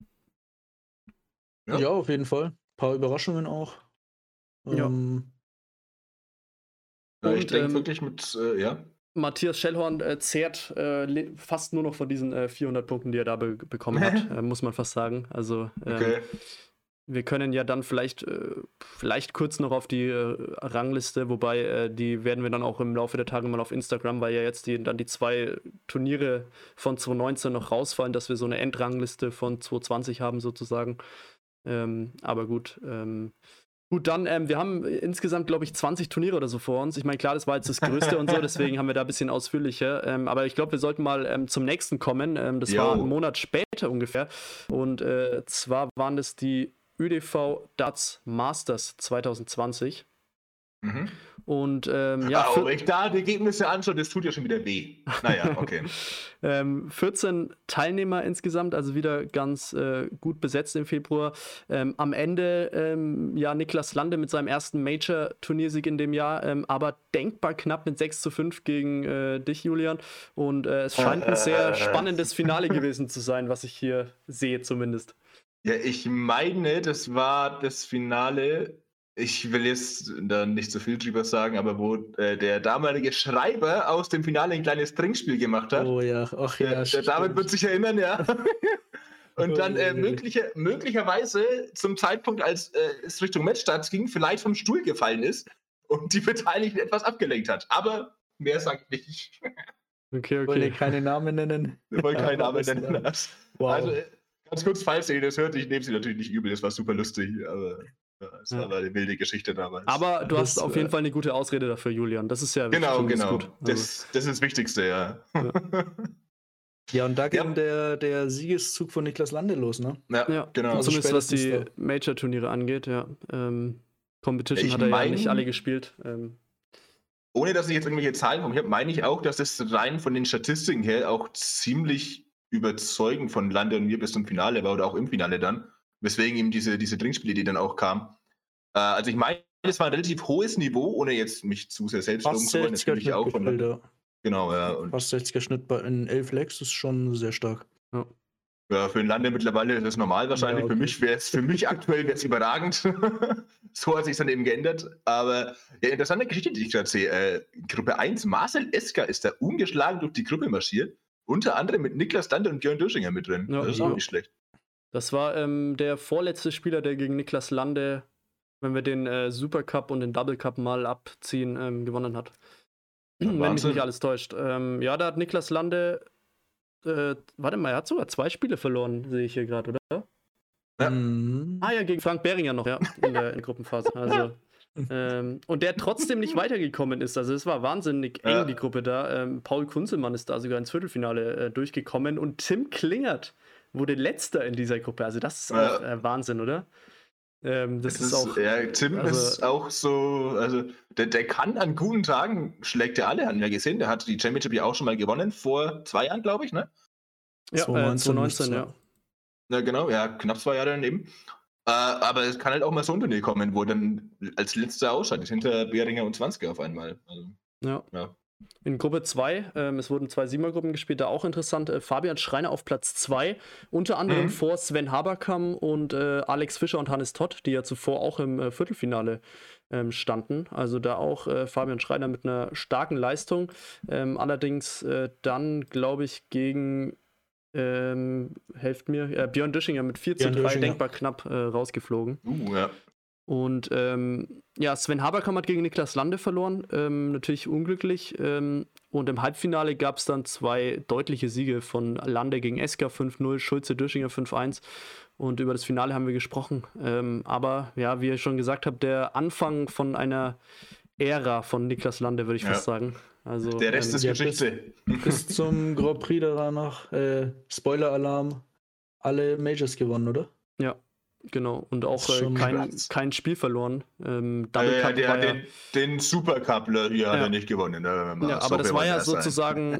Ja. Ja, auf jeden Fall. Ein paar Überraschungen auch. Ja. Ähm, Ja, ich Und, denke ähm, wirklich mit, äh, ja. Matthias Schellhorn äh, zehrt äh, le- fast nur noch von diesen äh, vierhundert Punkten, die er da be bekommen hat, äh, muss man fast sagen. Also ähm, Okay. wir können ja dann vielleicht, äh, vielleicht kurz noch auf die äh, Rangliste, wobei äh, die werden wir dann auch im Laufe der Tage mal auf Instagram, weil ja jetzt die, dann die zwei Turniere von zwanzig neunzehn noch rausfallen, dass wir so eine Endrangliste von zwanzig zwanzig haben sozusagen. Ähm, aber gut, ähm, Gut, dann, ähm, wir haben insgesamt, glaube ich, zwanzig Turniere oder so vor uns. Ich meine, klar, das war jetzt das Größte und so, deswegen haben wir da ein bisschen ausführlicher. Ähm, aber ich glaube, wir sollten mal ähm, zum nächsten kommen. Ähm, das Jo. war einen Monat später ungefähr. Und äh, zwar waren das die Ö D V Darts Masters zwanzig zwanzig. Mhm. Und ähm, ja, Ah, für, wenn ich da die Ergebnisse anschaue, das tut ja schon wieder weh. Naja, okay. ähm, vierzehn Teilnehmer insgesamt, also wieder ganz äh, gut besetzt im Februar. Ähm, am Ende, ähm, ja, Niklas Lande mit seinem ersten Major-Turniersieg in dem Jahr, ähm, aber denkbar knapp mit sechs zu fünf gegen äh, dich, Julian. Und äh, es scheint ein sehr spannendes Finale gewesen zu sein, was ich hier sehe zumindest. Ja, ich meine, das war das Finale. Ich will jetzt da nicht so viel drüber sagen, aber wo äh, der damalige Schreiber aus dem Finale ein kleines Trinkspiel gemacht hat. Oh ja, ach ja. Der, der David wird sich erinnern, ja. Und dann äh, mögliche, möglicherweise zum Zeitpunkt, als äh, es Richtung Matchstart ging, vielleicht vom Stuhl gefallen ist und die Beteiligten etwas abgelenkt hat. Aber mehr sagt nicht. Okay, okay. Wollte keine Namen nennen. Wir wollen keinen Namen nennen. Wow. Also, äh, ganz kurz, falls ihr das hört, ich nehme sie natürlich nicht übel, das war super lustig, aber ja, es Ja. war eine wilde Geschichte damals. Aber du Das, hast auf äh, jeden Fall eine gute Ausrede dafür, Julian. Das ist ja Genau, schon genau. gut. Also, Das, das ist das Wichtigste, ja. Ja. Ja, und da ging Ja. der, der Siegeszug von Niklas Lande los, ne? Ja, ja, genau. Also zumindest was die spätestens Major-Turniere angeht, ja. Ähm, Competition Ich hat er mein- ja nicht alle gespielt. Ähm, Ohne dass ich jetzt irgendwelche Zahlen vom habe, meine ich auch, dass es rein von den Statistiken her auch ziemlich überzeugend von Lande und mir bis zum Finale war oder auch im Finale dann, weswegen ihm diese, diese Trinkspiele, die dann auch kam. Äh, also ich meine, es war ein relativ hohes Niveau, ohne jetzt mich zu sehr selbst loben Fast zu wollen, sechziger natürlich Schnitt auch von gespielt, Lande. ja. Genau, ja. Und Fast sechziger Schnitt bei in elf Legs ist schon sehr stark. ja. ja, für ein Lande mittlerweile ist das normal wahrscheinlich. Ja, okay. Für mich wäre es, für mich aktuell wäre es überragend. So hat sich dann eben geändert. Aber ja, interessante Geschichte, die ich gerade sehe. Äh, Gruppe eins, Marcel Esker ist da ungeschlagen durch die Gruppe marschiert. Unter anderem mit Niklas Lande und Björn Döschinger mit drin. Ja, das ist ja. auch nicht schlecht. Das war ähm, der vorletzte Spieler, der gegen Niklas Lande, wenn wir den äh, Supercup und den Double Cup mal abziehen, ähm, gewonnen hat. Ja, wenn mich Wahnsinn. nicht alles täuscht. Ähm, ja, da hat Niklas Lande, äh, warte mal, er hat sogar zwei Spiele verloren, sehe ich hier gerade, oder? Ja. Mhm. Ah ja, gegen Frank Behringer noch, ja, in der, in der Gruppenphase. Also, ähm, und der trotzdem nicht weitergekommen ist. Also es war wahnsinnig eng, Ja. die Gruppe da. Ähm, Paul Kunzelmann ist da sogar ins Viertelfinale äh, durchgekommen und Tim Klingert wurde letzter in dieser Gruppe. Also das ist Ja. auch äh, Wahnsinn, oder? Ähm, das, Das ist auch. ja, Tim also- ist auch so, also der, der kann an guten Tagen, schlägt er alle, hatten wir ja gesehen, der hat die Championship ja auch schon mal gewonnen, vor zwei Jahren, glaube ich, ne? Ja, äh, zwanzig zwanzig neunzehn, müsst's ja. sein. Ja, genau, ja, knapp zwei Jahre daneben. Äh, aber es kann halt auch mal so ein Turnier kommen, wo er dann als letzter ausscheidet, hinter Behringer und Zwanziger auf einmal. Also, ja. ja. In Gruppe zwei, ähm, es wurden zwei Siegergruppen gespielt, da auch interessant. Äh, Fabian Schreiner auf Platz zwei, unter anderem Mhm. vor Sven Haberkamp und äh, Alex Fischer und Hannes Todt, die ja zuvor auch im äh, Viertelfinale ähm, standen. Also da auch äh, Fabian Schreiner mit einer starken Leistung. Ähm, allerdings äh, dann, glaube ich, gegen, ähm, helft mir, äh, Björn Döschinger mit vier zu Björn drei Döschinger. denkbar knapp äh, rausgeflogen. Uh, ja. Und ähm, ja, Sven Haberkamp hat gegen Niklas Lande verloren, ähm, natürlich unglücklich. Ähm, und im Halbfinale gab es dann zwei deutliche Siege von Lande gegen Esker fünf null, Schulze Döschinger fünf eins. Und über das Finale haben wir gesprochen. Ähm, aber ja, wie ihr schon gesagt habt, der Anfang von einer Ära von Niklas Lande, würde ich Ja. fast sagen. Also, Der Rest ähm, ist ja, Geschichte. Bis zum Grand Prix danach, äh, Spoiler-Alarm, alle Majors gewonnen, oder? ja, genau. Und auch Das ist äh, schon kein, krass. kein Spiel verloren. Ähm, Double Äh, Cup der war hat ja, den, den Supercup hier hat Ja. er nicht gewonnen. Ne? ja, So aber das viel war wollte ja er sein. sozusagen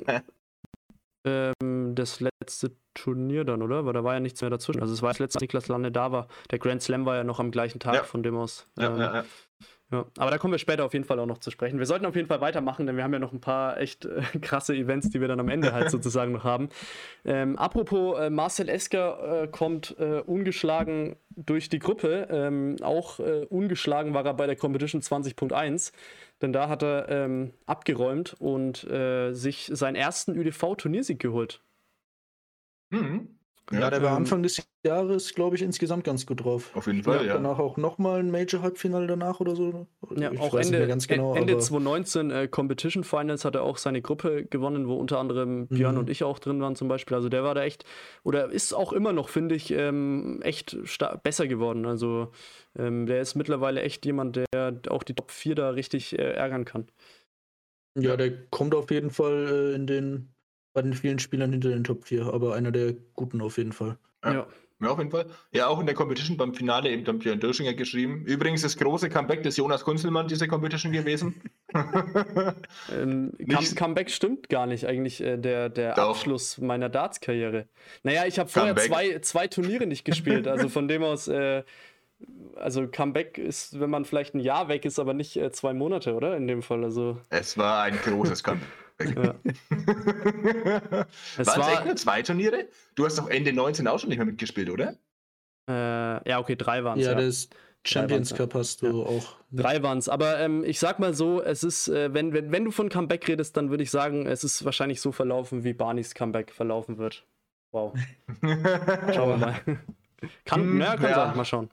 ähm, das letzte Turnier dann, oder? Weil da war ja nichts mehr dazwischen. Also es war das letzte, als Niklas Lande da war. Der Grand Slam war ja noch am gleichen Tag, Ja. von dem aus. Ja, ähm, ja, ja. Ja, aber da kommen wir später auf jeden Fall auch noch zu sprechen. Wir sollten auf jeden Fall weitermachen, denn wir haben ja noch ein paar echt äh, krasse Events, die wir dann am Ende halt sozusagen noch haben. Ähm, apropos, äh, Marcel Esker äh, kommt äh, ungeschlagen durch die Gruppe. Ähm, auch äh, ungeschlagen war er bei der Competition zwanzig Punkt eins, denn da hat er ähm, abgeräumt und äh, sich seinen ersten Ü D V-Turniersieg geholt. Mhm. Ja, der war ähm, Anfang des Jahres, glaube ich, insgesamt ganz gut drauf. Auf jeden Ich glaub, Fall, ja. Danach auch nochmal ein Major-Halbfinale danach oder so. Ja, ich auch weiß Ende, nicht mehr ganz genau, Ende aber zwanzig neunzehn äh, Competition Finals hat er auch seine Gruppe gewonnen, wo unter anderem Björn Mhm. und ich auch drin waren zum Beispiel. Also der war da echt, oder ist auch immer noch, finde ich, ähm, echt sta- besser geworden. Also ähm, der ist mittlerweile echt jemand, der auch die Top vier da richtig äh, ärgern kann. ja, Ja. der kommt auf jeden Fall äh, in den, bei den vielen Spielern hinter den Top vier, aber einer der guten auf jeden Fall. Ja. Ja. Ja, auf jeden Fall. Ja, auch in der Competition beim Finale eben dann Björn Dörschinger geschrieben. Übrigens das große Comeback des Jonas Kunzelmann, diese Competition gewesen. Ähm, Come Nicht- Comeback stimmt gar nicht eigentlich, äh, der, der Doch. Abschluss meiner Darts-Karriere. Naja, ich habe vorher Comeback. zwei, zwei Turniere nicht gespielt, also von dem aus, äh, also Comeback ist, wenn man vielleicht ein Jahr weg ist, aber nicht äh, zwei Monate, oder? In dem Fall, also. Es war ein großes Comeback. Ja. Es Waren es war- echt nur zwei Turniere? Du hast doch Ende neunzehn auch schon nicht mehr mitgespielt, oder? Äh, ja, okay, drei waren es. Ja, Ja, das Champions waren's, ja. Cup hast du auch. Drei waren es. Aber ähm, ich sag mal so, es ist, äh, wenn, wenn, wenn du von Comeback redest, dann würde ich sagen, es ist wahrscheinlich so verlaufen, wie Barneys Comeback verlaufen wird. Wow. Schauen wir mal. Kann, Hm, naja, kann ja. sein, mal schauen.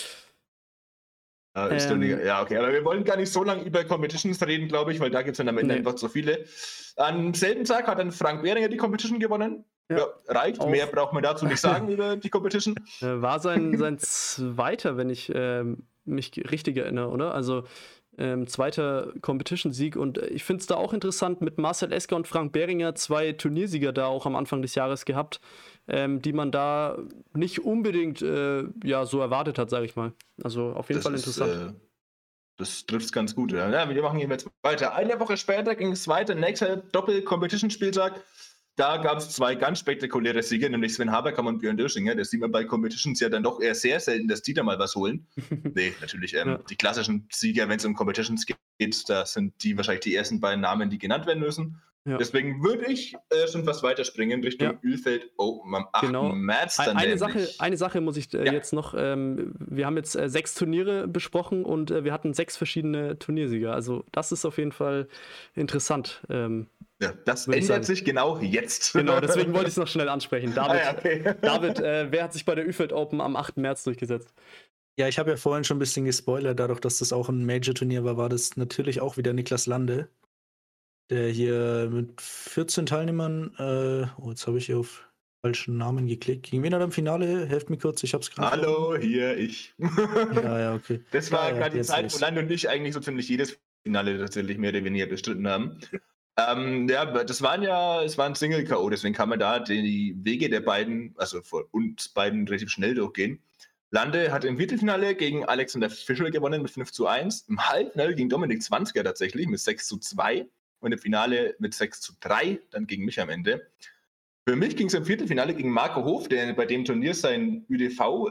Ja, ist doch Ähm, nicht- ja, okay, aber wir wollen gar nicht so lange über Competitions reden, glaube ich, weil da gibt es dann am Ende Nee. einfach zu viele. Am selben Tag hat dann Frank Behringer die Competition gewonnen. Ja, Ja, reicht. auch. Mehr braucht man dazu nicht sagen über die Competition. Äh, war sein, sein zweiter, wenn ich ähm, mich richtig erinnere, oder? Also ähm, zweiter Competition-Sieg. Und äh, ich finde es da auch interessant, mit Marcel Esker und Frank Behringer zwei Turniersieger da auch am Anfang des Jahres gehabt, ähm, die man da nicht unbedingt äh, ja, so erwartet hat, sage ich mal. Also auf jeden Das Fall ist, interessant. äh, das trifft es ganz gut. Ja. Ja, wir machen hier jetzt weiter. Eine Woche später ging es weiter, nächster Doppel-Competition-Spieltag. Da gab es zwei ganz spektakuläre Siege, nämlich Sven Haberkamp und Björn Dörschinger. Das sieht man bei Competitions ja dann doch eher sehr selten, dass die da mal was holen. Nee, natürlich. Ähm, Ja. Die klassischen Sieger, wenn es um Competitions geht, da sind die wahrscheinlich die ersten beiden Namen, die genannt werden müssen. Ja. Deswegen würde ich äh, schon fast weiterspringen Richtung Ja. Ölfeld Open am achten Genau. März. Ein- Dann Eine nämlich. Sache, eine Sache muss ich äh, Ja. jetzt noch, ähm, wir haben jetzt äh, sechs Turniere besprochen und äh, wir hatten sechs verschiedene Turniersieger. Also das ist auf jeden Fall interessant. Ähm, Ja, das würde ich ändert sagen. sich genau jetzt. genau, deswegen wollte ich es noch schnell ansprechen. David, Ah, ja, okay. David äh, wer hat sich bei der Ölfeld Open am achten März durchgesetzt? Ja, ich habe ja vorhin schon ein bisschen gespoilert, dadurch, dass das auch ein Major-Turnier war, war das natürlich auch wieder Niklas Lande, der hier mit vierzehn Teilnehmern, äh, oh, jetzt habe ich hier auf falschen Namen geklickt. Gegen wen hat er im Finale? Helft mir kurz, ich habe es gerade. Hallo, hier ich. Ja, ja, okay. Das war Ah, ja, gerade die jetzt Zeit, weiß wo ich. Lando und ich eigentlich so ziemlich jedes Finale tatsächlich mehr oder weniger bestritten haben. Ähm, ja, aber das waren ja, es war ein Single-K O, deswegen kann man da die Wege der beiden, also von uns beiden relativ schnell durchgehen. Lande hat im Viertelfinale gegen Alexander Fischl gewonnen mit fünf zu eins, im Halbfinale gegen Dominik Zwanziger tatsächlich mit sechs zu zwei und im Finale mit sechs zu drei dann gegen mich am Ende. Für mich ging es im Viertelfinale gegen Marco Hof, der bei dem Turnier sein Ü D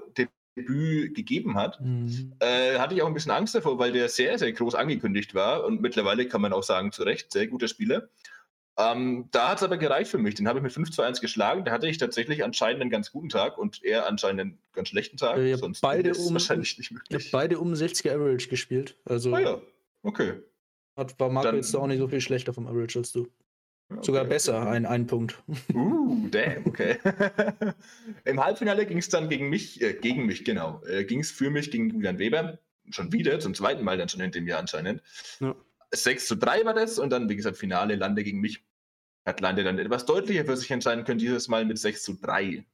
V-Debüt gegeben hat. Mhm. Äh, hatte ich auch ein bisschen Angst davor, weil der sehr, sehr groß angekündigt war und mittlerweile kann man auch sagen, zu Recht, sehr guter Spieler. Ähm, da hat es aber gereicht für mich. Den habe ich mit fünf zu eins geschlagen. Da hatte ich tatsächlich anscheinend einen ganz guten Tag und er anscheinend einen ganz schlechten Tag. Äh, ihr habt Sonst beide ist es um- wahrscheinlich nicht Ihr habt möglich. beide um sechziger Average gespielt. Also Ah ja, okay. hat, war Marco Dann- jetzt auch nicht so viel schlechter vom Average als du. Ja, okay, Sogar okay, besser, okay. ein, ein Punkt. Uh, damn, okay. Im Halbfinale ging es dann gegen mich, äh, gegen mich, genau, äh, ging es für mich gegen Julian Weber. Schon wieder, zum zweiten Mal dann schon in dem Jahr anscheinend. Ja. sechs zu drei war das und dann, wie gesagt, Finale, Lande gegen mich. Hat Lande dann etwas deutlicher für sich entscheiden können, dieses Mal mit sechs zu drei.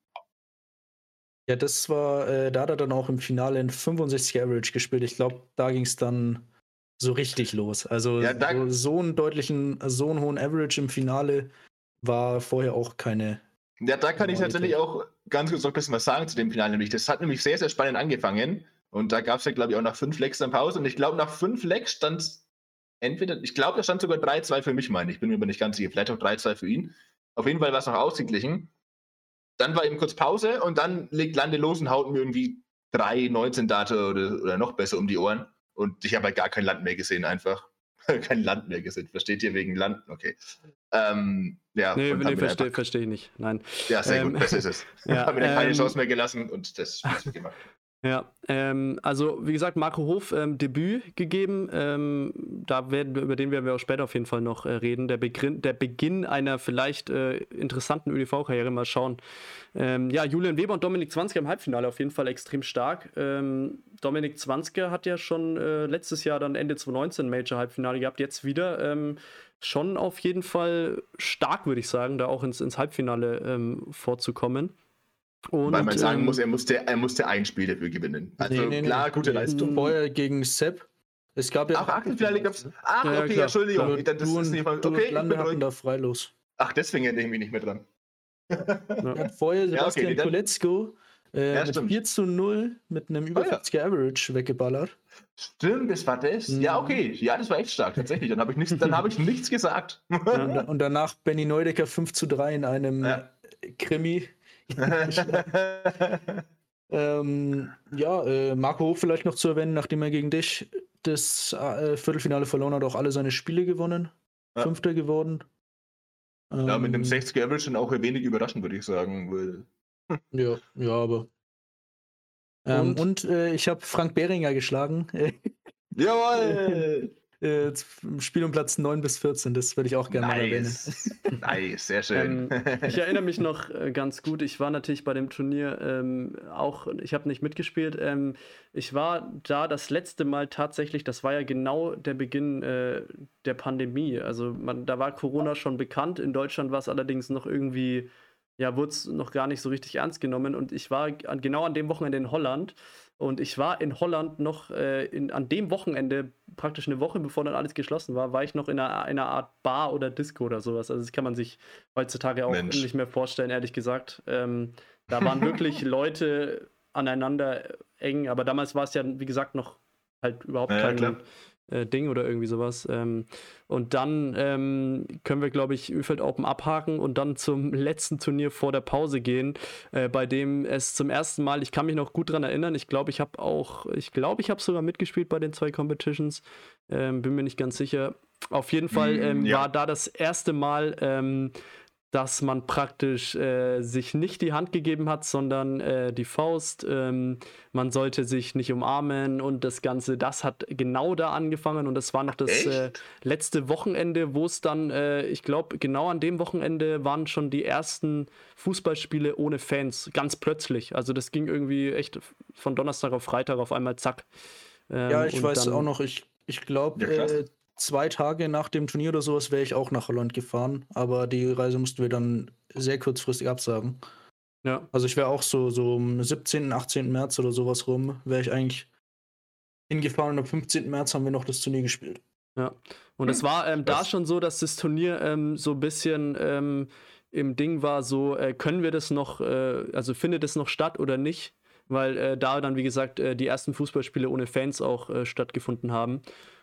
Ja, das war, äh, da hat er dann auch im Finale ein fünfundsechziger Average gespielt. Ich glaube, da ging es dann so richtig los. Also Ja, da- so, so einen deutlichen, so einen hohen Average im Finale war vorher auch keine. Ja, da kann ich Normalität. tatsächlich auch ganz kurz noch ein bisschen was sagen zu dem Finale. Nämlich, das hat nämlich sehr, sehr spannend angefangen. Und da gab es ja, glaube ich, auch nach fünf Legs dann Pause. Und ich glaube, nach fünf Legs stand entweder, ich glaube, da stand sogar drei zwei für mich, meine ich. Ich bin mir aber nicht ganz sicher. Vielleicht auch drei zwei für ihn. Auf jeden Fall war es noch ausgeglichen. Dann war eben kurz Pause und dann legt Lande los und haut mir irgendwie drei neunzehn Data oder, oder noch besser um die Ohren. Und ich habe halt gar kein Land mehr gesehen, einfach. kein Land mehr gesehen. Versteht ihr wegen Land? Okay. Ähm, ja, Nee, und nee hab mir verstehe einfach- versteh ich nicht. Nein. Ja, sehr Ähm, gut, das ist es. ja, habe mir dann keine ähm, Chance mehr gelassen und das Spiel gemacht. Ja, ähm, also wie gesagt, Marco Hof ähm, Debüt gegeben. Ähm, da werden wir, über den werden wir auch später auf jeden Fall noch äh, reden. Der Beginn, der Beginn einer vielleicht äh, interessanten Ö D V-Karriere. Mal schauen. Ähm, ja, Julian Weber und Dominik Zwanzger im Halbfinale auf jeden Fall extrem stark. Ähm, Dominik Zwanzger hat ja schon äh, letztes Jahr dann Ende zwanzig neunzehn Major-Halbfinale gehabt. Jetzt wieder ähm, schon auf jeden Fall stark, würde ich sagen, da auch ins, ins Halbfinale ähm, vorzukommen. Und, Weil man sagen ähm, muss, er musste, er musste ein Spiel dafür gewinnen. Also Nee, nee, klar, nee. gute Nee. Leistung. Vorher gegen Sepp. Es gab ja. Ach, Achtelfinale gab's. Ach, Ja, okay, klar. Entschuldigung. Nur Das du ist und, nicht mal, du okay, und ich Lande bin hatten ruhig. da freilos. Ach, deswegen erinnere ich mich nicht mehr dran. Ja. Er hat vorher Ja, okay, Sebastian nee, dann- Koletzko äh, Ja, mit stimmt. vier zu null mit einem über Ah, ja. fünfziger Average weggeballert. Stimmt, das war das. Mhm. Ja, okay. Ja, das war echt stark, tatsächlich. Dann habe ich, nichts- dann hab ich nichts gesagt. Und, da- und danach Benny Neudecker fünf zu drei in einem Ja. Krimi. Ähm, ja, äh, Marco Hof vielleicht noch zu erwähnen, nachdem er gegen dich das äh, Viertelfinale verloren hat, auch alle seine Spiele gewonnen. Ja. Fünfter geworden. Ja, mit einem Ähm, sechziger Average dann auch ein wenig überraschend, würde ich sagen. Weil Ja, ja, aber. Ähm, Und? und äh, ich habe Frank Behringer geschlagen. Jawohl! äh, im Spiel um Platz neun bis vierzehn, das würde ich auch gerne mal erwähnen. Nice. Nice, sehr schön. Ähm, ich erinnere mich noch äh, ganz gut, ich war natürlich bei dem Turnier ähm, auch, ich habe nicht mitgespielt, ähm, ich war da das letzte Mal tatsächlich, das war ja genau der Beginn äh, der Pandemie, also man, da war Corona schon bekannt, in Deutschland war es allerdings noch irgendwie, ja, wurde es noch gar nicht so richtig ernst genommen und ich war an, genau an dem Wochenende in Holland. Und ich war in Holland noch äh, in, an dem Wochenende, praktisch eine Woche bevor dann alles geschlossen war, war ich noch in einer, einer Art Bar oder Disco oder sowas. Also das kann man sich heutzutage auch Mensch. nicht mehr vorstellen, ehrlich gesagt. Ähm, da waren wirklich Leute aneinander eng, aber damals war es ja, wie gesagt, noch halt überhaupt Ja, kein klar. äh, Ding oder irgendwie sowas. Ähm, und dann ähm, können wir, glaube ich, Öfeld Open abhaken und dann zum letzten Turnier vor der Pause gehen, äh, bei dem es zum ersten Mal, ich kann mich noch gut dran erinnern, ich glaube, ich habe auch, ich glaube, ich habe sogar mitgespielt bei den zwei Competitions, ähm, bin mir nicht ganz sicher. Auf jeden Fall ähm, Mm, ja. war da das erste Mal, ähm, dass man praktisch äh, sich nicht die Hand gegeben hat, sondern äh, die Faust. Ähm, man sollte sich nicht umarmen und das Ganze, das hat genau da angefangen und das war noch das äh, Echt? letzte Wochenende, wo es dann, äh, ich glaube, genau an dem Wochenende waren schon die ersten Fußballspiele ohne Fans, ganz plötzlich. Also das ging irgendwie echt von Donnerstag auf Freitag auf einmal zack. Ähm, Ja, ich und weiß dann- auch noch, ich, ich glaube, Ja, krass. äh, zwei Tage nach dem Turnier oder sowas wäre ich auch nach Holland gefahren, aber die Reise mussten wir dann sehr kurzfristig absagen. Ja. Also ich wäre auch so, so am siebzehnten, achtzehnten März oder sowas rum, wäre ich eigentlich hingefahren und am fünfzehnten März haben wir noch das Turnier gespielt. Ja, und Hm, es war ähm, da krass. schon so, dass das Turnier ähm, so ein bisschen ähm, im Ding war, so äh, können wir das noch, äh, also findet es noch statt oder nicht, weil äh, da dann, wie gesagt, äh, die ersten Fußballspiele ohne Fans auch äh, stattgefunden haben.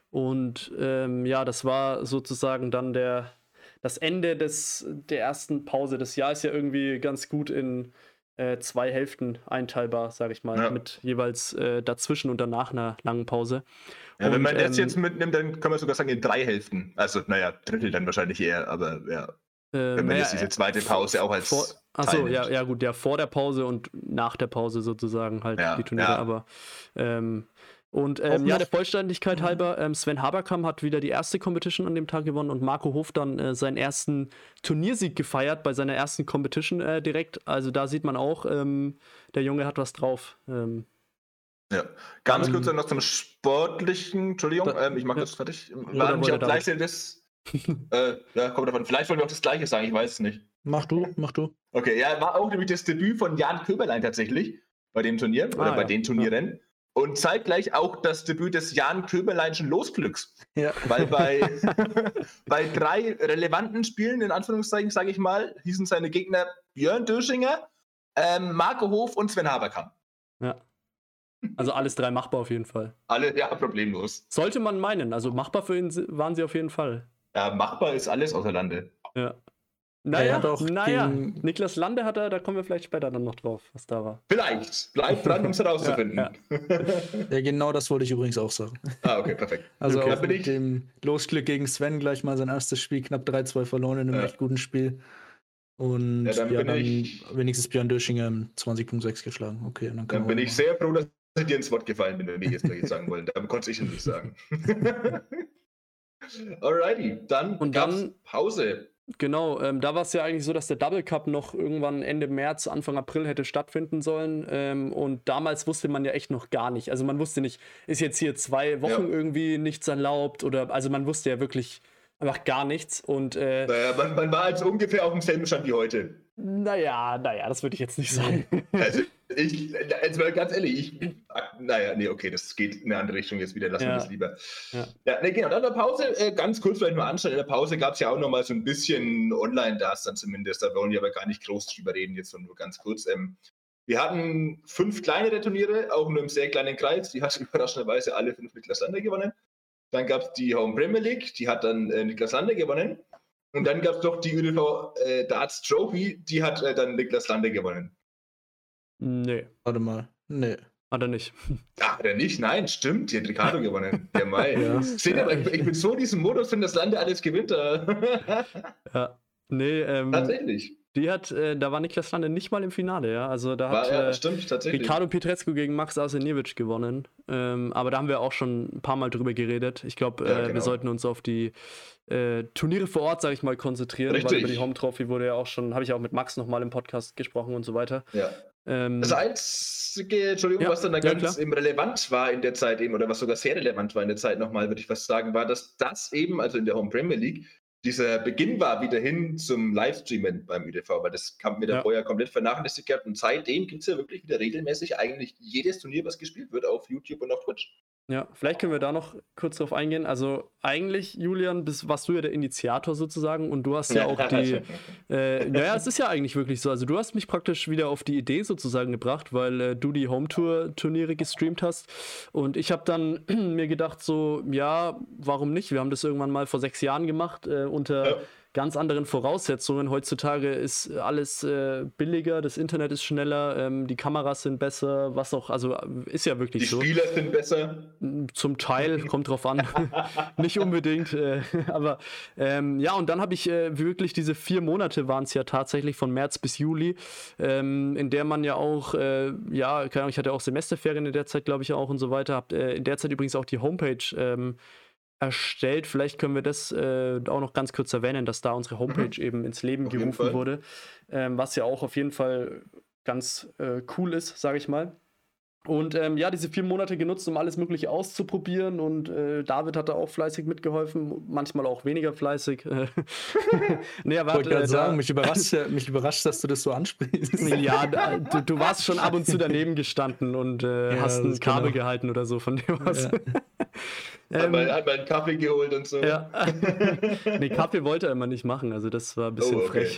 Und ähm, ja, das war sozusagen dann der, das Ende des, der ersten Pause. Das Jahr ist ja irgendwie ganz gut in äh, zwei Hälften einteilbar, sage ich mal, Ja. mit jeweils äh, dazwischen und danach einer langen Pause. Ja, wenn Und, man das ähm, jetzt mitnimmt, dann kann man sogar sagen in drei Hälften. Also, naja, Drittel dann wahrscheinlich eher, aber ja. Äh, Wenn man naja, jetzt diese zweite Pause auch als vor, achso, Teil ja, nimmt. ja gut, ja, vor der Pause und nach der Pause sozusagen halt Ja, die Turniere, ja. aber ähm, und Auch ähm, ja, noch- der Vollständigkeit halber, ähm, Sven Haberkamp hat wieder die erste Competition an dem Tag gewonnen und Marco Hof dann äh, seinen ersten Turniersieg gefeiert bei seiner ersten Competition äh, direkt. Also da sieht man auch, ähm, der Junge hat was drauf. Ähm, Ja. Ganz Ähm, kurz dann noch zum Sportlichen, Entschuldigung, Da- ähm, ich mache ja. das fertig. War Oder nämlich wollte auch David? gleichzeitig das. äh, ja, kommt davon. Vielleicht wollen wir auch das Gleiche sagen, ich weiß es nicht. Mach du, mach du. Okay, ja, war auch nämlich das Debüt von Jan Köberlein tatsächlich bei dem Turnier oder Ah, bei ja. den Turnieren. Und zeitgleich auch das Debüt des Jan Köberleinschen Losglücks. Ja. Weil bei, bei drei relevanten Spielen, in Anführungszeichen, sage ich mal, hießen seine Gegner Björn Döschinger, ähm, Marco Hof und Sven Haberkamp. ja. Also alles drei machbar auf jeden Fall. Alle, ja, problemlos. Sollte man meinen, also machbar für ihn si- waren sie auf jeden Fall. Ja, machbar ist alles außer Lande. Ja. Naja, hat auch naja. gegen- Niklas Lande hat er, da kommen wir vielleicht später dann noch drauf, was da war. Vielleicht. Bleibt dran, um es herauszufinden. Ja, Ja, genau das wollte ich übrigens auch sagen. Ah, okay, perfekt. Also Okay. auch Da bin mit ich- dem Losglück gegen Sven gleich mal sein erstes Spiel, knapp drei zwei verloren in einem Ja. echt guten Spiel. Und Ja, ja, dann dann, bin ich- wenigstens Björn Döschinger im zwanzig Punkt sechs geschlagen. Okay, und dann, Dann können bin wir ich sehr froh, dass dir ins Wort gefallen, wenn du mir jetzt gleich sagen wollen. Da konnte ich es nicht sagen. Alrighty, dann Und gab's dann- Pause. Genau, ähm, da war es ja eigentlich so, dass der Double Cup noch irgendwann Ende März, Anfang April hätte stattfinden sollen. Ähm, und damals wusste man ja echt noch gar nicht. Also man wusste nicht, ist jetzt hier zwei Wochen Ja. irgendwie nichts erlaubt oder also man wusste ja wirklich einfach gar nichts. Und äh, Naja, man, man war also ungefähr auf demselben Stand wie heute. naja, naja, das würde ich jetzt nicht sagen. Also, ich, jetzt mal ganz ehrlich, ich, naja, nee, okay, das geht in eine andere Richtung jetzt wieder, lassen wir Ja. das lieber. Ja. Ja, nee, genau, dann in der Pause, äh, ganz kurz vielleicht mal anschauen, in der Pause gab es ja auch noch mal so ein bisschen Online-Das dann zumindest, da wollen wir aber gar nicht groß drüber reden, jetzt nur ganz kurz. Ähm, wir hatten fünf kleinere Turniere, auch nur im sehr kleinen Kreis, die hat überraschenderweise alle fünf Niklas Lander gewonnen. Dann gab es die Home Premier League, die hat dann äh, Niklas Lander gewonnen. Und dann gab es doch die Ö D V äh, Darts Trophy, die hat äh, dann Niklas Lander gewonnen. Nee, Warte mal. Nee. hat er nicht. Ach, oder nicht? Nein, stimmt, die hat Ricardo gewonnen. Der Mai. Ja. Seht ihr, ich, ich bin so in diesem Modus, wenn das Lande alles gewinnt. Da. Ja. Nee, ähm, Tatsächlich. die hat, äh, da war Niklas Lande nicht mal im Finale, ja. Also da hat War, ja, äh, stimmt, tatsächlich. Ricardo Pietrezco gegen Max Arseniewicz gewonnen. Ähm, aber da haben wir auch schon ein paar Mal drüber geredet. Ich glaube, Ja, äh, genau. wir sollten uns auf die äh, Turniere vor Ort, sage ich mal, konzentrieren. Weil Richtig. über die Home Trophy wurde ja auch schon, habe ich auch mit Max nochmal im Podcast gesprochen und so weiter. Ja. Ähm, Das Einzige, Entschuldigung, Ja, was dann da ja, ganz klar. eben relevant war in der Zeit eben, oder was sogar sehr relevant war in der Zeit nochmal, würde ich fast sagen, war, dass das eben, also in der Home Premier League, dieser Beginn war wieder hin zum Livestreamen beim Ö D V, weil das kam mir da Ja. vorher komplett vernachlässigt gehabt und seitdem gibt es ja wirklich wieder regelmäßig eigentlich jedes Turnier, was gespielt wird, auf YouTube und auf Twitch. Ja, vielleicht können wir da noch kurz drauf eingehen. Also eigentlich, Julian, bist, warst du ja der Initiator sozusagen und du hast ja auch die, äh, naja, es ist ja eigentlich wirklich so. Also du hast mich praktisch wieder auf die Idee sozusagen gebracht, weil äh, du die Home-Tour-Turniere gestreamt hast und ich habe dann mir gedacht so, ja, warum nicht? Wir haben das irgendwann mal vor sechs Jahren gemacht, äh, unter Ja. ganz anderen Voraussetzungen. Heutzutage ist alles äh, billiger, das Internet ist schneller, ähm, die Kameras sind besser, was auch, also ist ja wirklich Die so. Spieler sind besser. Zum Teil, kommt drauf an. Nicht unbedingt. Äh, aber ähm, ja, und dann habe ich äh, wirklich diese vier Monate waren es ja tatsächlich von März bis Juli, ähm, in der man ja auch, äh, ja, keine Ahnung, ich hatte auch Semesterferien in der Zeit, glaube ich, auch und so weiter. Hab äh, in der Zeit übrigens auch die Homepage ähm, erstellt. Vielleicht können wir das äh, auch noch ganz kurz erwähnen, dass da unsere Homepage eben ins Leben Auf jeden gerufen Fall. wurde, ähm, was ja auch auf jeden Fall ganz äh, cool ist, sage ich mal. Und ähm, ja, diese vier Monate genutzt, um alles Mögliche auszuprobieren. Und äh, David hat da auch fleißig mitgeholfen, manchmal auch weniger fleißig. nee, aber Ich wollte hat, gerade äh, sagen, da- mich überrascht, mich überrascht, dass du das so ansprichst. ja, da, du, du warst schon ab und zu daneben gestanden und äh, Ja, hast ein das Kabel genau. gehalten oder so von dem aus. Ja. Hat, ähm, mal, hat mal einen Kaffee geholt und so. ja. nee, Kaffee wollte er immer nicht machen, also das war ein bisschen Oh, okay. frech.